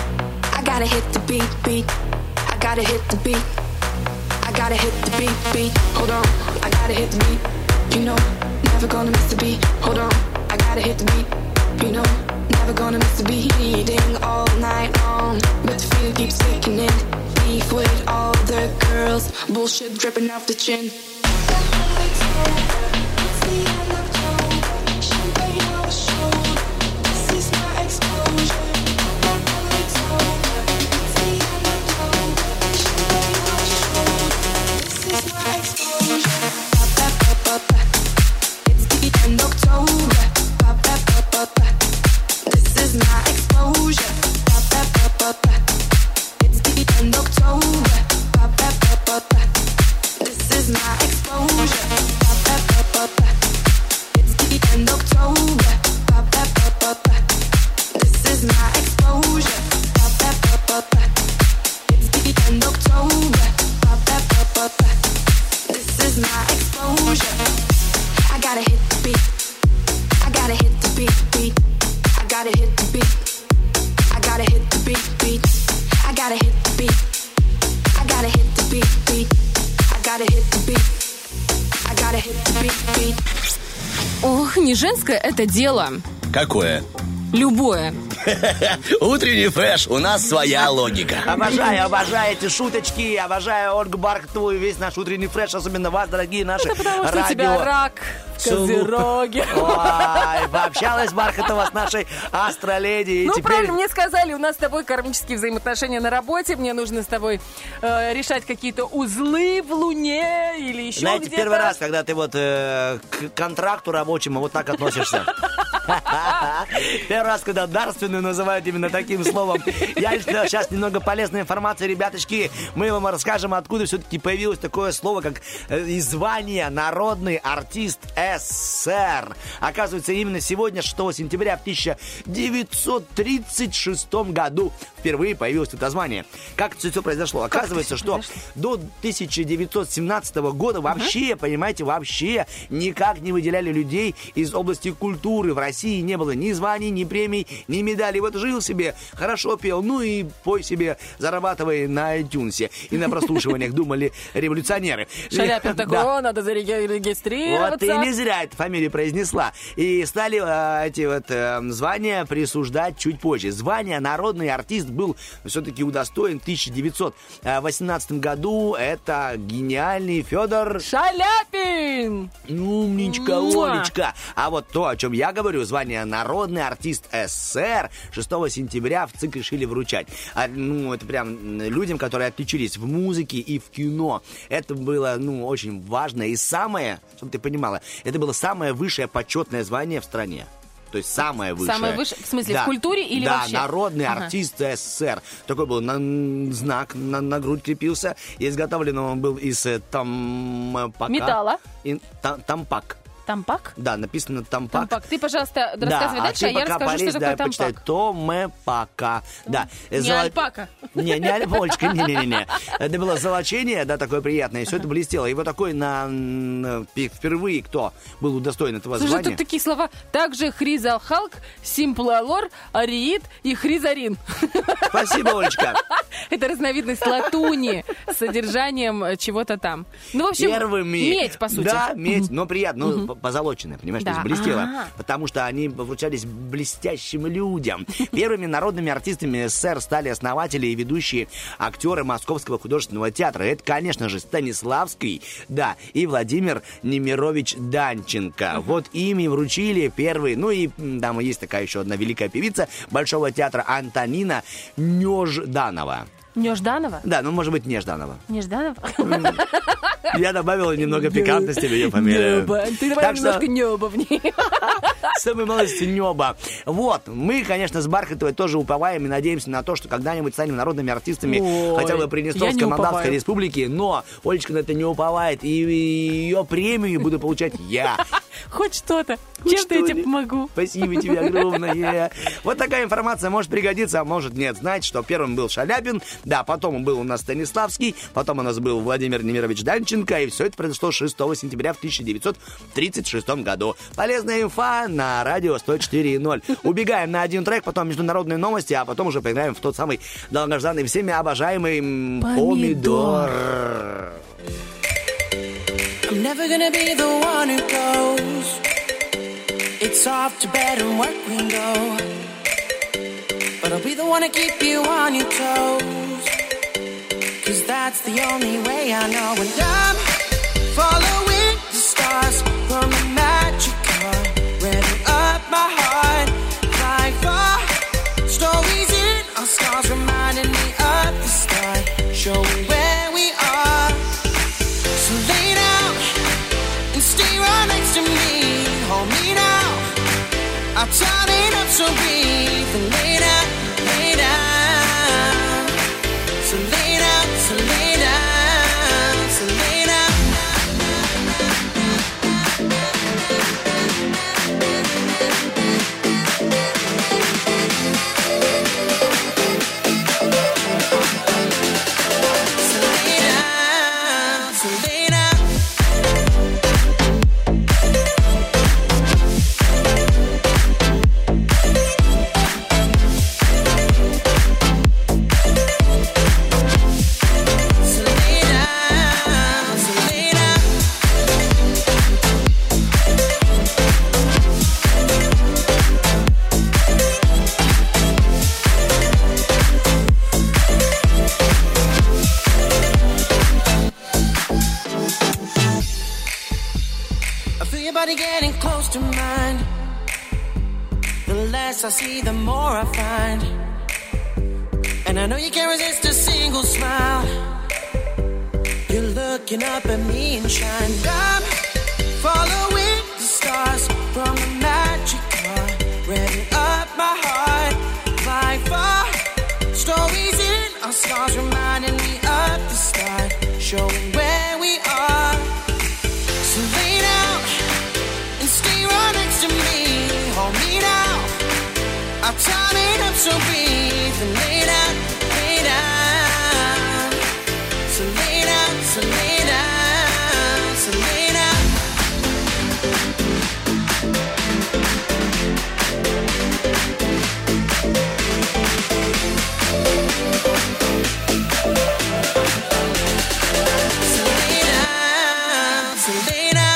I gotta hit the beat, beat. I gotta hit the beat. I gotta hit the beat, beat. Hold on, I gotta hit the beat. You know, never gonna miss the beat. Hold on, I gotta hit the beat. You know, never gonna miss the beat. Eating all night long, but the feeling keeps kicking in. Beef with all the girls, bullshit dripping off the chin. gotta hit the beat, beat. Ох, не женское это дело. Какое? Любое. Утренний фреш, у нас своя логика. Обожаю эти шуточки, обожаю Ольгу Бархатову и весь наш утренний фреш, особенно вас, дорогие наши Это потому, что радио... у тебя рак в Козероге. Ой, пообщалась Бархатова с нашей астроледи. И Ну, теперь... правильно, мне сказали, у нас с тобой кармические взаимоотношения на работе, мне нужно с тобой решать какие-то узлы в Луне или еще Знаете, где-то. первый раз, когда ты вот к контракту рабочему вот так относишься. Первый раз, когда дарственную называют именно таким словом. Я сейчас немного полезной информации, ребяточки. Мы вам расскажем, откуда все-таки появилось такое слово, как звание народный артист СССР. Оказывается, именно сегодня, 6 сентября в 1936 году впервые появилось это звание. Как это все произошло? Оказывается, что до 1917 года вообще, понимаете, вообще никак не выделяли людей из области культуры. В России не было ни званий, ни премий, ни медалей. Вот жил себе, хорошо пел, ну и пой себе, зарабатывай на iTunes. И на прослушиваниях думали революционеры. Шаляпин такой, Да. о, надо зарегистрироваться. Вот ты не зря эту фамилию произнесла. И стали эти вот звания присуждать чуть позже. Звание народный артист был все-таки удостоен в 1918 году. Это гениальный Федор Шаляпин! Умничка, Олечка. А вот то, о чем я говорю, звание народный артист СССР 6 сентября в ЦИК решили вручать. Это прям людям, которые отличились в музыке и в кино. Это было, очень важно. И самое, чтобы ты понимала, это было самое высшее почетное звание в стране. То есть самое высшее. Самое высшее, в смысле, в культуре или вообще? Да, народный артист СССР. Такой был знак на грудь крепился. И изготовлен он был из тампака. Металла. Тампак. Тампак? Да, написано тампак. Тампак. Ты, пожалуйста, рассказывай дальше, а я расскажу, что такое тампак. Почитай. Томепака. Да. Не альпака. Не альпочка, не. Это было золочение, да, такое приятное, и все это блестело. И вот такой впервые кто был удостоен этого Слушай, звания. тут такие слова. Также хризалхалк, симплалор, ариит и хризарин. Спасибо, Олечка. Это разновидность латуни с содержанием чего-то там. Ну, в общем, Первыми. медь, по сути. Да, медь, но приятно. Позолоченная, понимаешь, Да. то есть блестела. А-а-а. Потому что они вручались блестящим людям. Первыми народными артистами СССР стали основатели и ведущие актеры Московского художественного театра. Это, конечно же, Станиславский, да, и Владимир Немирович Данченко. Вот ими вручили первые, и там есть такая еще одна великая певица Большого театра Антонина Нежданова. Нежданова? Да, может быть, Нежданова. Нежданова? Я добавила немного пикантности в ее фамилию. Неба. Ты добавил немножко неба в ней. Самой малости неба. Вот, мы, конечно, с Бархатовой тоже уповаем и надеемся на то, что когда-нибудь станем народными артистами хотя бы Приднестровской Молдавской Республики, но Олечка на это не уповает, и ее премию буду получать я. Хоть что-то. Чем-то я тебе помогу. Спасибо тебе огромное. Вот такая информация может пригодиться, а может нет. Знаете, что первым был Шаляпин, да, потом был у нас Станиславский, потом у нас был Владимир Немирович Данченко, и все это произошло 6 сентября в 1936 году. Полезная инфа на радио 104.0. Убегаем на один трек, потом международные новости, а потом уже поиграем в тот самый долгожданный, всеми обожаемый помидор. I'm never gonna be the one who goes. It's off to bed and work we go. But I'll be the one to keep you on your toes. 'Cause that's the only way I know. And I'm following the stars from a magic car. Revving up my heart like far. Stories in our scars reminding me of the start. Showing where we are. So lay down and stay right next to me. Hold me now. I'll turn it up so breathe and lay down, lay down. So lay down, so lay down, so lay down. So lay down, so lay down. body getting close to mine. The less I see, the more I find. And I know you can't resist a single smile. You're looking up at me and shine. I'm following the stars from the magic car, revving up my heart. Fly far, stories in our stars reminding me of the start, showing where we are. So lay down and stay right next to me. Hold me now, our time ain't up, so breathe and lay down, lay down. So lay down, so lay down, so lay down. So lay down, so lay down.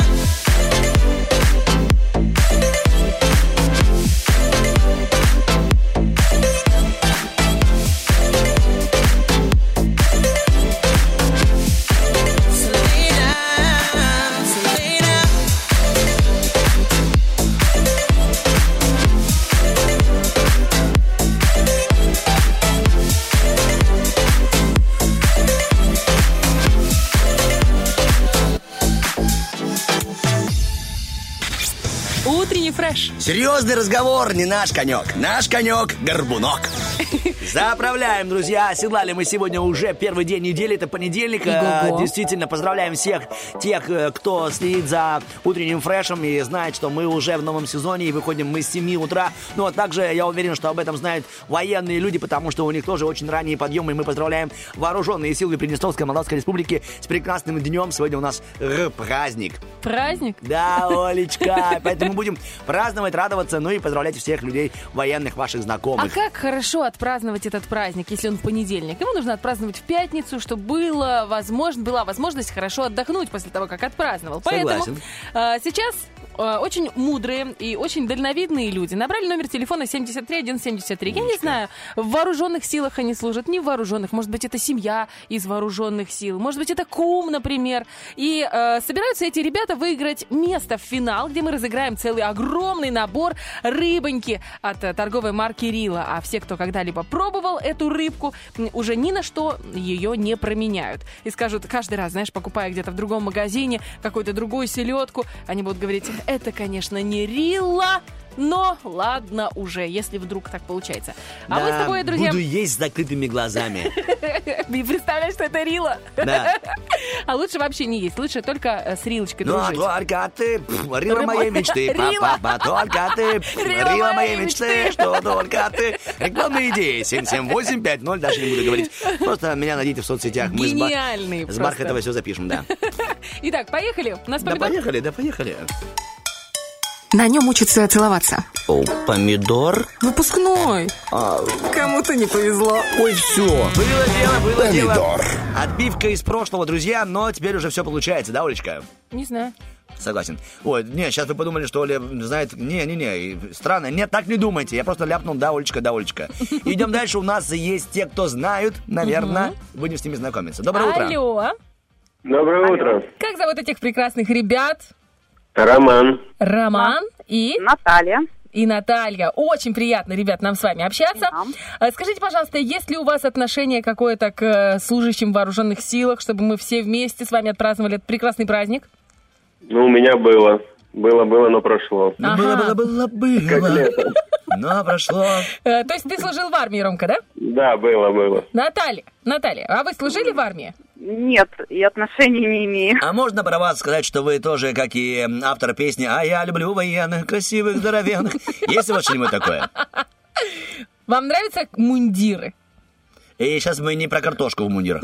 Утренний фреш. Серьезный разговор, не наш конек. Наш конек — горбунок. Заправляем, друзья. Оседлали мы сегодня уже первый день недели. Это понедельник. Действительно, поздравляем всех тех, кто следит за утренним фрешем и знает, что мы уже в новом сезоне и выходим мы с 7 утра. Ну, а также я уверен, что об этом знают военные люди, потому что у них тоже очень ранние подъемы. И мы поздравляем вооруженные силы Приднестровской Молдавской Республики с прекрасным днем. Сегодня у нас праздник. Праздник? Да, Олечка. Поэтому будем праздновать, радоваться, ну и поздравлять всех людей, военных, ваших знакомых. А как хорошо отпраздновать этот праздник, если он в понедельник? Его нужно отпраздновать в пятницу, чтобы была возможность хорошо отдохнуть после того, как отпраздновал. Согласен. Поэтому сейчас очень мудрые и очень дальновидные люди набрали номер телефона 73173. Я не знаю, в вооруженных силах они служат, не в вооруженных. Может быть, это семья из вооруженных сил. Может быть, это кум, например. И собираются эти ребята выиграть место в финал, где мы разыграем целый огромный набор рыбоньки от торговой марки Рила. А все, кто когда-либо пробовал эту рыбку, уже ни на что ее не променяют. И скажут каждый раз, знаешь, покупая где-то в другом магазине какую-то другую селедку, они будут говорить: это, конечно, не Рилла, но ладно уже, если вдруг так получается. А да, мы с тобой, друзья... буду есть с закрытыми глазами. Не представляешь, что это Рилла? Да. А лучше вообще не есть, лучше только с Рилочкой дружить. Ну, только ты, Рила моей мечты, папа, только ты, Рила моей мечты, что только ты. Рекламные идеи, 77850, даже не буду говорить. Просто меня найдите в соцсетях. Гениальный Мы с Бархатова все запишем, да. Итак, поехали. У нас помидор? Да, поехали. На нем учатся целоваться. О, помидор? Выпускной. Кому-то не повезло. Ой, все. Было дело. Отбивка из прошлого, друзья, но теперь уже все получается, да, Олечка? Не знаю. Согласен. Ой, не, сейчас вы подумали, что Оля знает... Не, странно. Нет, так не думайте. Я просто ляпнул, да, Олечка. Идем дальше. У нас есть те, кто знают, наверное. Будем с ними знакомиться. Доброе утро. Алло. Доброе утро. Как зовут этих прекрасных ребят? Роман. Роман и... Наталья. И Наталья. Очень приятно, ребят, нам с вами общаться. Скажите, пожалуйста, есть ли у вас отношение какое-то к служащим в вооруженных силах, чтобы мы все вместе с вами отпраздновали этот прекрасный праздник? Ну, у меня было. Было, но прошло. Было. Как лето. Но прошло. То есть ты служил в армии, Ромка, да? Да, было. Наталья, а вы служили в армии? Нет, и отношений не имею. А можно про вас сказать, что вы тоже, как и автор песни «А я люблю военных, красивых, здоровенных». Есть у вас что-нибудь такое? Вам нравятся мундиры? И сейчас мы не про картошку в мундирах.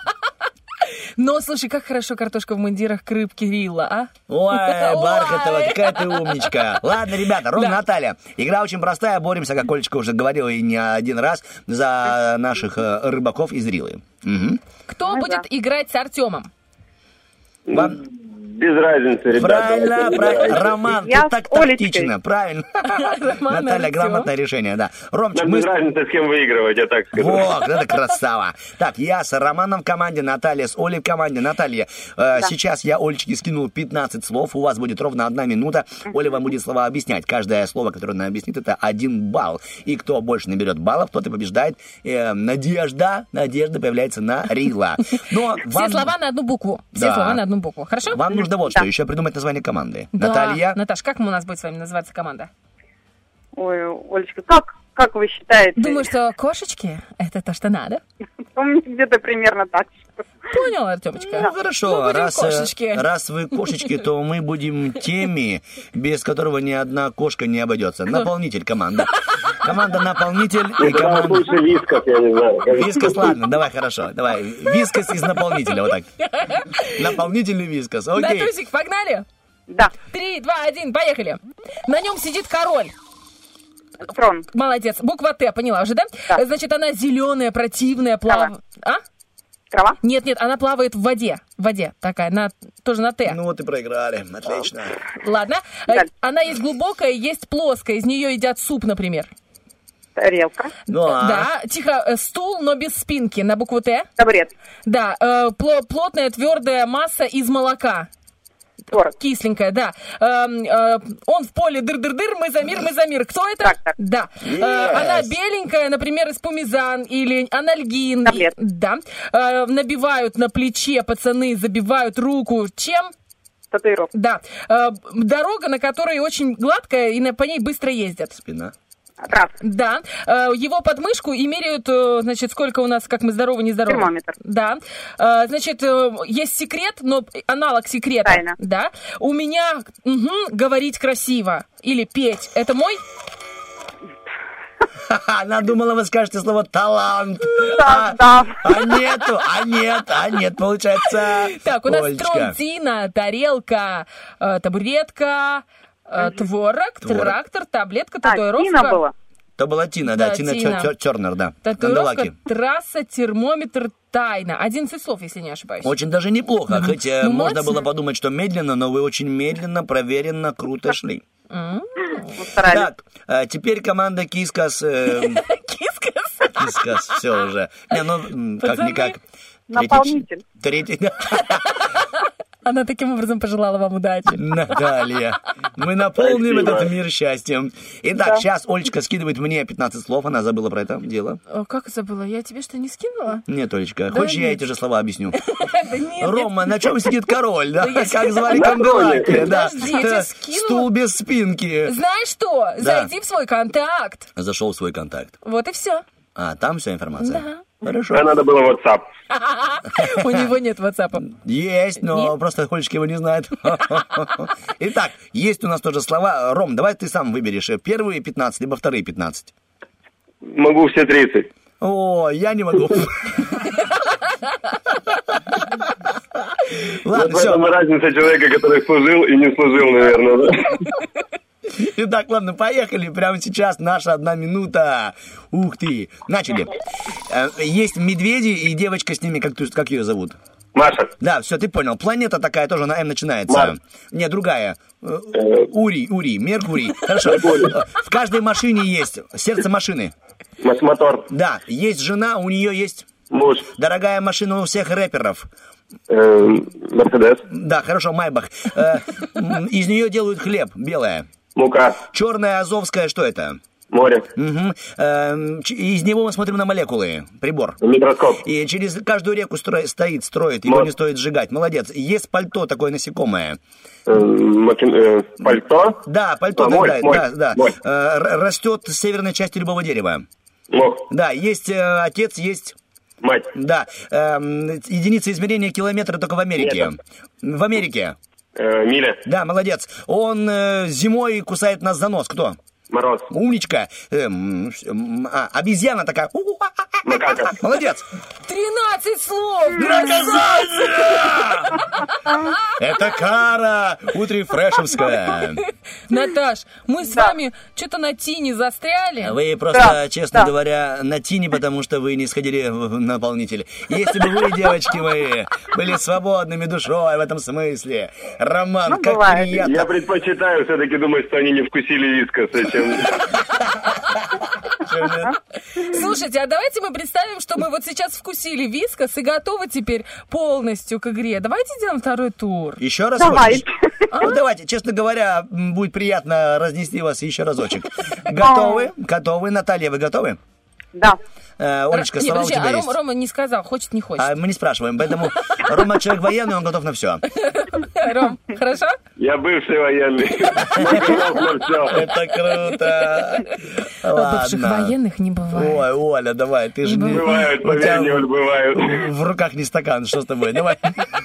Но, слушай, как хорошо картошка в мундирах к рыбке Рилла, а? Ой, Бархатова, какая ты умничка. Ладно, ребята, Наталья. Игра очень простая, боремся, как Олечка уже говорила и не один раз, за наших рыбаков из Рилы. Кто будет играть с Артемом? Без разницы, ребята. Правильно. Роман, Я ты так с Олечкой. тактично. Правильно. Наталья, грамотное решение, да. Ромчик, Нам без разницы, с кем выигрывать, я так скажу. Вот, это красава. Так, я с Романом в команде, Наталья с Олей в команде. Наталья, сейчас я Олечке скинул 15 слов, у вас будет ровно 1 минута. Оля вам будет слова объяснять. Каждое слово, которое она объяснит, это 1 балл. И кто больше наберет баллов, тот и побеждает. Надежда появляется на рила. Но Все слова на одну букву. Все Да. слова на одну букву. Хорошо? Вам нужно вот что, еще придумать название команды. Да. Наталья. Наташ, как у нас будет с вами называться команда? Ой, Олечка, как вы считаете? Думаю, что кошечки — это то, что надо. Где-то примерно так. Понял, Артемочка? Ну, хорошо, Мы будем раз кошечки. вы кошечки, то мы будем теми, без которого ни одна кошка не обойдется. Наполнитель команда. Команда наполнитель и команда... Лучше вискас, я не знаю. Вискас, ладно, давай, хорошо. Давай, вискас из наполнителя, вот так. Наполнитель и вискас, окей. Натусик, погнали? Да. 3, 2, 1, поехали. На нем сидит король. Трон. Молодец. Буква Т, поняла уже, да? Да. Значит, она зеленая, противная, плавает. А? Трава? Нет, она плавает в воде. В воде такая, тоже на Т. Ну вот и проиграли, отлично. Ладно. Дальше. Она есть глубокая, есть плоская. Из нее едят суп, например. Тарелка. Да, тихо. Стул, но без спинки. На букву Т. Табурет. Да. Плотная, твердая масса из молока. Творог. Кисленькая, да. Он в поле дыр-дыр-дыр, мы за мир. Кто это? Трактор. Да. Она беленькая, например, испумизан или анальгин. Таблет. Да. Набивают на плече пацаны, забивают руку. Чем? Татуировка. Да. Дорога, на которой очень гладкая, и по ней быстро ездят. Спина. Трав. Да. Его подмышку и меряют, значит, сколько у нас, как мы здоровы, нездоровы. Термометр. Да. Значит, есть секрет, но аналог секрета. Тайна. Да. У меня говорить красиво или петь. Это мой? Она думала, вы скажете слово «талант». Да. А нет, получается. Так, у нас Олечка. трон, тина, тарелка, табуретка, творог, трактор, таблетка, татуировка. Тина была. То была Тина, да, Да, Тина Тина. Тернер, да. Татуировка, Кандалаки. трасса, термометр, тайна. 11 слов, если не ошибаюсь. Очень даже неплохо, хоть Ну, можно молодцы. было подумать, что медленно, но вы очень медленно, проверенно, круто шли. Старались. Так, теперь команда Кискас. Кискас, все уже. Не, ну, как-никак. Наполнитель. Третий. Она таким образом пожелала вам удачи. Наталья, мы наполним Спасибо. этот мир счастьем. Итак, сейчас Олечка скидывает мне 15 слов, она забыла про это дело. Как забыла? Я тебе что, не скинула? Нет, Олечка, Да хочешь, я нет. эти же слова объясню? Да нет, Рома, на чем сидит король, да? Да я Как звали На Кандалаки, да? Подожди, я тебе скинула. Стул без спинки. Знаешь что? Да. Зайди в свой контакт. Зашел в свой контакт. Вот и все. А, там вся информация? Да. Хорошо. А надо было WhatsApp. У него нет WhatsApp. Есть, но просто Олечка его не знает. Итак, есть у нас тоже слова. Ром, давай ты сам выберешь первые 15, либо вторые 15. Могу все 30. О, я не могу. Ладно, Вот в этом и все. разница человека, который служил и не служил, наверное. Да? Итак, ладно, поехали. Прямо сейчас наша 1 минута. Ух ты. Начали. Есть медведи и девочка с ними, как ее зовут? Маша. Да, все, ты понял. Планета такая тоже на М начинается. Марс. Не, другая. Урий, Меркурий. Хорошо. В каждой машине есть сердце машины. Мотор. Да, есть жена, у нее есть... Муж. Дорогая машина у всех рэперов. Мерседес. Да, хорошо, Майбах. Из нее делают хлеб, белая. Мука. Черная азовская, что это? Море. Угу. Из него мы смотрим на молекулы. Прибор. Микроскоп. И через каждую реку строит, его не стоит сжигать. Молодец. Есть пальто такое насекомое. Пальто? Да, пальто. Моль. Да. Растет с северной части любого дерева. Мох. Да, есть отец, есть... Мать. Да. Единица измерения километра только в Америке. Метр. В Америке. Миля. Да, молодец. Он зимой кусает нас за нос. Кто? Мороз. Умничка. Обезьяна такая. Макака. Молодец. 13 слов! Это кара утрефрешевская. Наташ, мы с вами что-то на тине застряли. Вы просто, честно говоря, на тине, потому что вы не сходили в наполнитель. Если бы вы, девочки мои, были свободными душой в этом смысле. Роман, как приятно. Я предпочитаю все-таки думать, что они не вкусили вискоса, чем... Слушайте, а давайте мы представим, что мы вот сейчас вкусили вискас и готовы теперь полностью к игре. Давайте сделаем второй тур. Еще раз хочешь? Ну, давайте, честно говоря, будет приятно разнести вас еще разочек. Готовы? Готовы. Наталья, вы готовы? Да. Олечка, слова у тебя есть. Рома не сказал, хочет, не хочет. Мы не спрашиваем, поэтому Рома человек военный, он готов на все. Ром, хорошо? Я бывший военный. Это круто. Бывших военных не бывает. Ой, Оля, давай, ты же не... Бывают, поверь мне, бывают. В руках не стакан, что с тобой? Давай.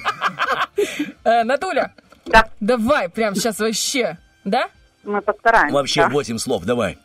Натуля. Да. Давай, прям сейчас вообще. Да? Мы постараемся. Вообще 8 слов, давай.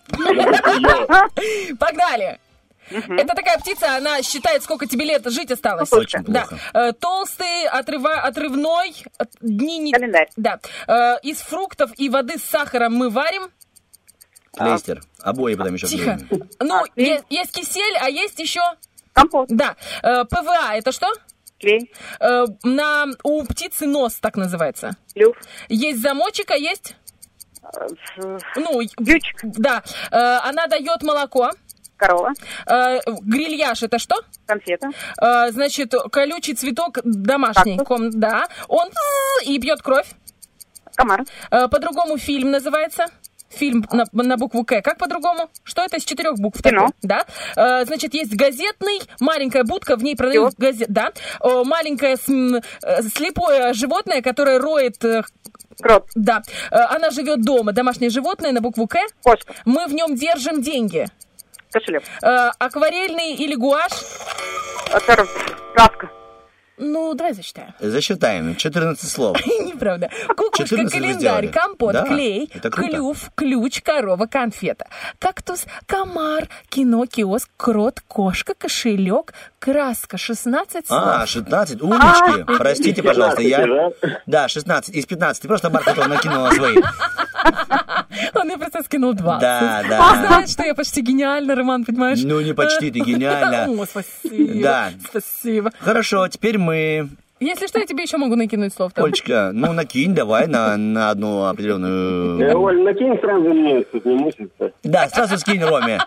Погнали. Это такая птица, она считает, сколько тебе лет жить осталось. Очень плохо. Да. Толстый, отрывной, дни не... Календарь. Да. Из фруктов и воды с сахаром мы варим. Клейстер. Обои потом еще. Тихо. Ну, есть кисель, а есть еще... Компот. Да. ПВА, это что? Клей. У птицы нос, так называется. Клюв. Есть замочек, а есть... Ну, ключик. Да. Она дает молоко. Корова. Грильяж это что? Конфета. Значит, колючий цветок домашний. Да. Он и пьет кровь. Комар. По-другому фильм называется. Фильм на букву К. Как по-другому? Что это из 4 букв? Кино. Да. Значит, есть газетный, маленькая будка, в ней продают газет. Да. Маленькое слепое животное, которое роет... Крот. Да. Она живет дома. Домашнее животное на букву К. Кошка. Мы в нем держим деньги. Кошелек. Акварельный или гуашь? Краска. Ну, давай засчитаем. Засчитаем. 14 слов. Неправда. Кукушка, календарь, компот, да, клей, клюв, ключ, корова, конфета. Кактус, комар, кино, киоск, крот, кошка, кошелек, краска. 16 слов. 16. Умнички. Простите, пожалуйста. Да, 16. Из 15. Ты просто Бархатова накинула свои. Он мне просто скинул 20. Да. Знаешь, что я почти гениальна, Роман, понимаешь? Ну, не почти, ты гениальна. О, спасибо. Да. Спасибо. Хорошо, теперь мы... Если что, я тебе еще могу накинуть слов. Олечка, ну накинь давай на одну определенную... Оль, накинь сразу мне, тут не мучиться. Да, сразу скинь Роме.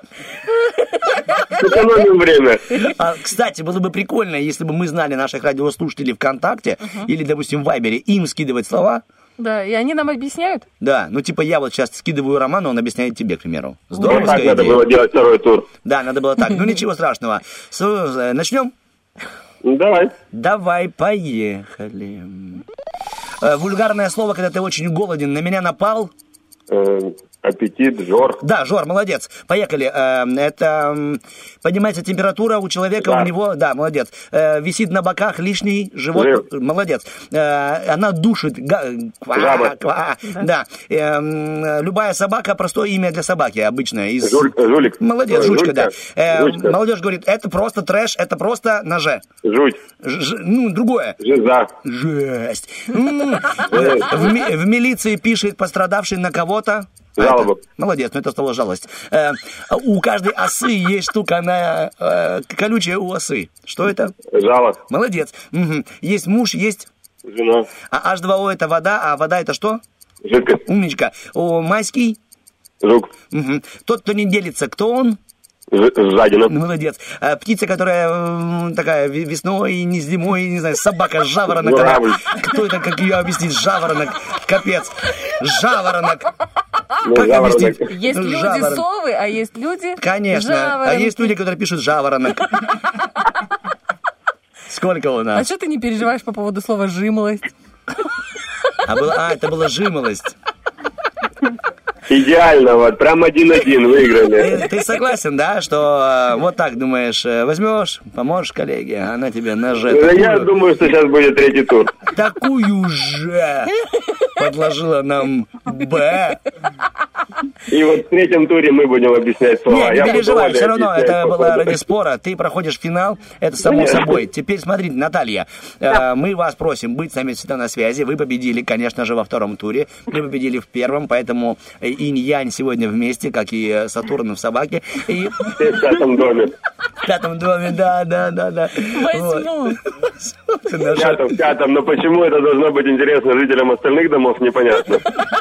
Сэкономим время. Кстати, было бы прикольно, если бы мы знали наших радиослушателей ВКонтакте или, допустим, в Вайбере, им скидывать слова. Да, и они нам объясняют? Да, ну типа я вот сейчас скидываю Роману, он объясняет тебе, к примеру. Здорово. Вот так надо было делать второй тур. Да, надо было так. Ну ничего страшного. Начнем? Давай. Давай, поехали. Вульгарное слово, когда ты очень голоден, на меня напал... Аппетит, жор. Да, жор, молодец. Поехали. Это поднимается температура у человека, у него, да, молодец. Висит на боках лишний живот, молодец. Она душит. Жаба. Да. Любая собака, простое имя для собаки обычное. Жулик. Молодец, жучка, да. Жучка. Молодежь говорит, это просто трэш, это просто ноже. Жуть. Ну, другое. Жиза. Жесть. В милиции пишет пострадавший на кого-то. Жалоба. Молодец, но это стало жалость. У каждой осы есть штука, она колючая у осы. Что это? Жало. Молодец. Есть муж, есть... Жена. А H2O это вода, а вода это что? Жидкость. Умничка. Майский? Жук. Тот, кто не делится, кто он? Жадина. Молодец. Птица, которая такая весной, не зимой, не знаю, собака, жаворонок. Кто это, как ее объяснить? Жаворонок. Капец. Жаворонок. Как объяснить? Есть люди совы, а есть люди Конечно. жаворонки. А есть люди, которые пишут жаворонок. Сколько у нас? А что ты не переживаешь по поводу слова жимолость? Это была жимолость. Идеально, вот, прям 1-1 выиграли. Ты согласен, да, что вот так думаешь, возьмешь, поможешь коллеге, а она тебе ноже. Я думаю, что сейчас будет третий тур. Такую же подложила нам Б. И вот в третьем туре мы будем объяснять слова. Нет, не переживай, все равно объяснять это по было ходу. ради спора. Ты проходишь финал, это само Конечно. собой. Теперь смотрите, Наталья, мы вас просим быть с нами всегда на связи. Вы победили, конечно же, во втором туре. Мы победили в первом, поэтому инь-янь сегодня вместе, как и Сатурн в собаке. И... В пятом доме. В пятом доме, да. Возьму. В пятом, но почему это должно быть интересно жителям остальных домов, непонятно.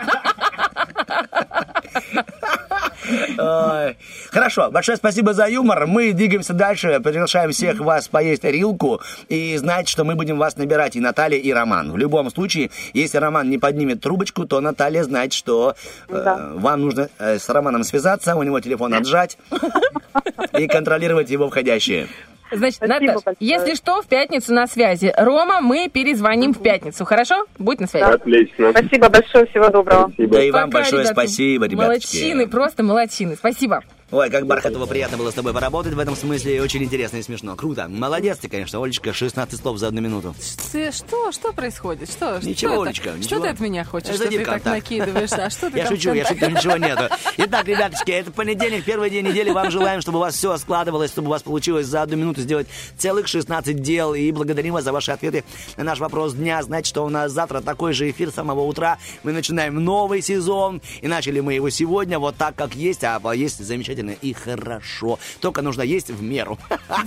Ой. Хорошо, большое спасибо за юмор. Мы двигаемся дальше, приглашаем всех вас поесть рилку. И знайте, что мы будем вас набирать, и Наталья, и Роман. В любом случае, если Роман не поднимет трубочку, то Наталья знает, что вам нужно с Романом связаться, у него телефон отжать и контролировать его входящие. Значит, Наташ, если что, в пятницу на связи. Рома, мы перезвоним в пятницу, хорошо? Будь на связи. Отлично. Спасибо большое, всего доброго. Да и вам Пока, большое ребятки. спасибо, ребятки. Молодчины, просто молодчины. Спасибо. Ой, как Бархатова, приятно было с тобой поработать в этом смысле. Очень интересно и смешно. Круто. Молодец ты, конечно, Олечка, 16 слов за 1 минуту. Что происходит? Что Ничего, это? Олечка, Что ничего. ты от меня хочешь, Это что ты так контакт. накидываешь? А что ты Я там шучу, ничего нету. Итак, ребяточки, это понедельник, первый день недели. Вам желаем, чтобы у вас все складывалось, чтобы у вас получилось за 1 минуту сделать целых 16 дел. И благодарим вас за ваши ответы на наш вопрос дня. Знаете, что у нас завтра такой же эфир с самого утра. Мы начинаем новый сезон. И начали мы его сегодня вот так, как есть. А есть замечательно и хорошо. Только нужно есть в меру.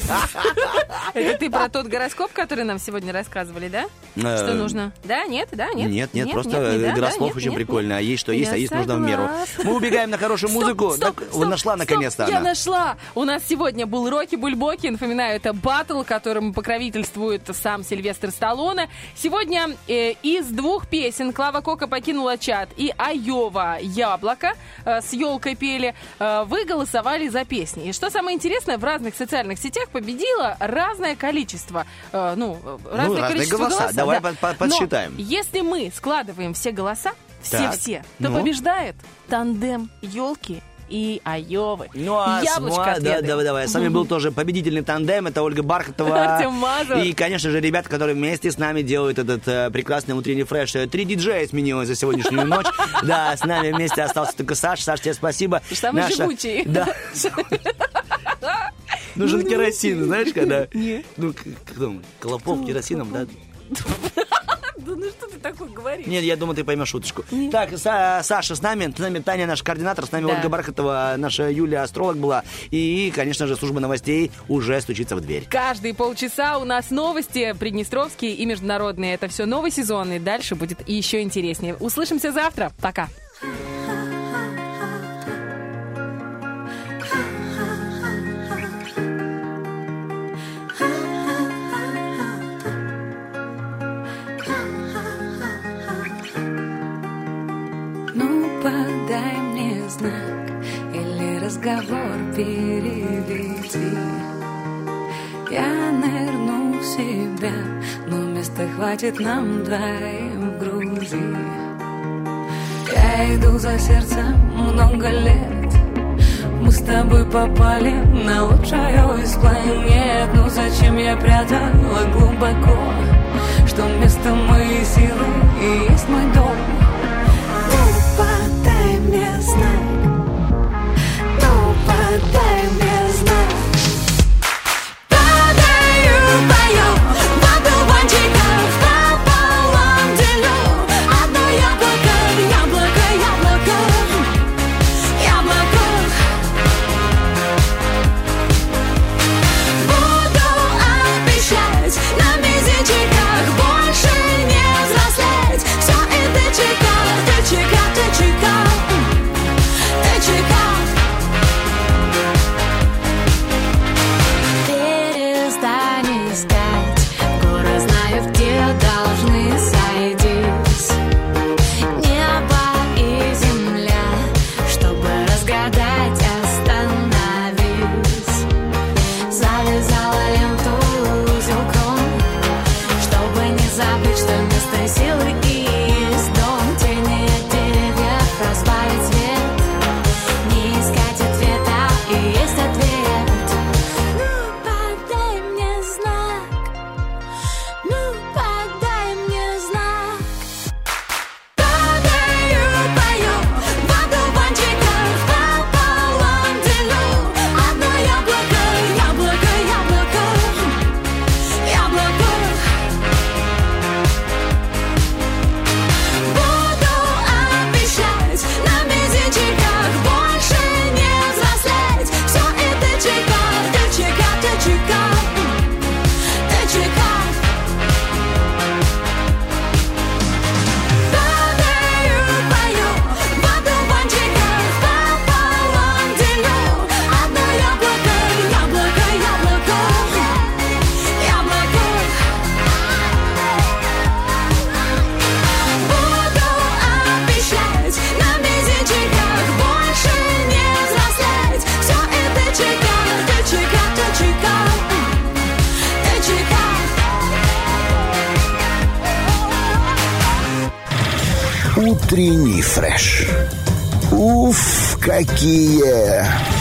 Это ты про тот гороскоп, который нам сегодня рассказывали, да? Что нужно? Да, нет, да, нет? Нет, просто игра слов очень прикольная. А есть что есть, а есть нужно в меру. Мы убегаем на хорошую музыку. Нашла наконец-то Я она. нашла! У нас сегодня был Рокки Бульбоки. Напоминаю, это баттл, которым покровительствует сам Сильвестр Сталлоне. Сегодня из 2 песен Клава Кока покинула чат и Айова «Яблоко» с елкой пели. Вы голосовали за песни. И что самое интересное, в разных социальных сетях победило разное количество, разное количество голоса. Давай подсчитаем. Но если мы складываем все голоса, Так, все, то ну? побеждает тандем елки и Айовы. Яблочко давай. С вами был тоже победительный тандем. Это Ольга Бархатова. Артем Мазур. И, конечно же, ребята, которые вместе с нами делают этот прекрасный утренний фреш. 3 диджея сменилось за сегодняшнюю ночь. Да, с нами вместе остался только Саш. Саш, тебе спасибо. Самый живучий. Да. Нужен керосин, знаешь, когда... Нет. Как там, Колобков керосином, да? Да ну что ты такое говоришь? Нет, я думаю, ты поймешь шуточку. Так, Саша с нами Таня наш координатор, с нами Ольга Бархатова, наша Юлия астролог была. И, конечно же, служба новостей уже стучится в дверь. Каждые полчаса у нас новости приднестровские и международные. Это все новый сезон, и дальше будет еще интереснее. Услышимся завтра. Пока. Ну, подай мне знак или разговор переведи. Я нырну в себя, но места хватит нам двоим в груди. Я иду за сердцем много лет. Мы с тобой попали на лучшую из планет. Ну зачем я прятала глубоко, что вместо моей силы и есть мой дом. Ну, подай мне знак. Ну, подай мне знак. Падаю, пою в одуванчиках, пополам делю одно яблоко, яблоко, яблоко, яблоко. Буду обещать на мизинчиках больше не взрослеть. Все это чека, ты чека, ты чека, ты чека. Перестань искать, горы знаю, где должны сойтись. Небо и земля, чтобы разгадать, остановись. Завязала ленту узелком, чтобы не забыть, что вместо силы есть дом. Тени от деревьев разбавить свет, не искать ответа, и есть ответ. Ну, подай мне знак, ну, подай. утренний фреш. Уф, какие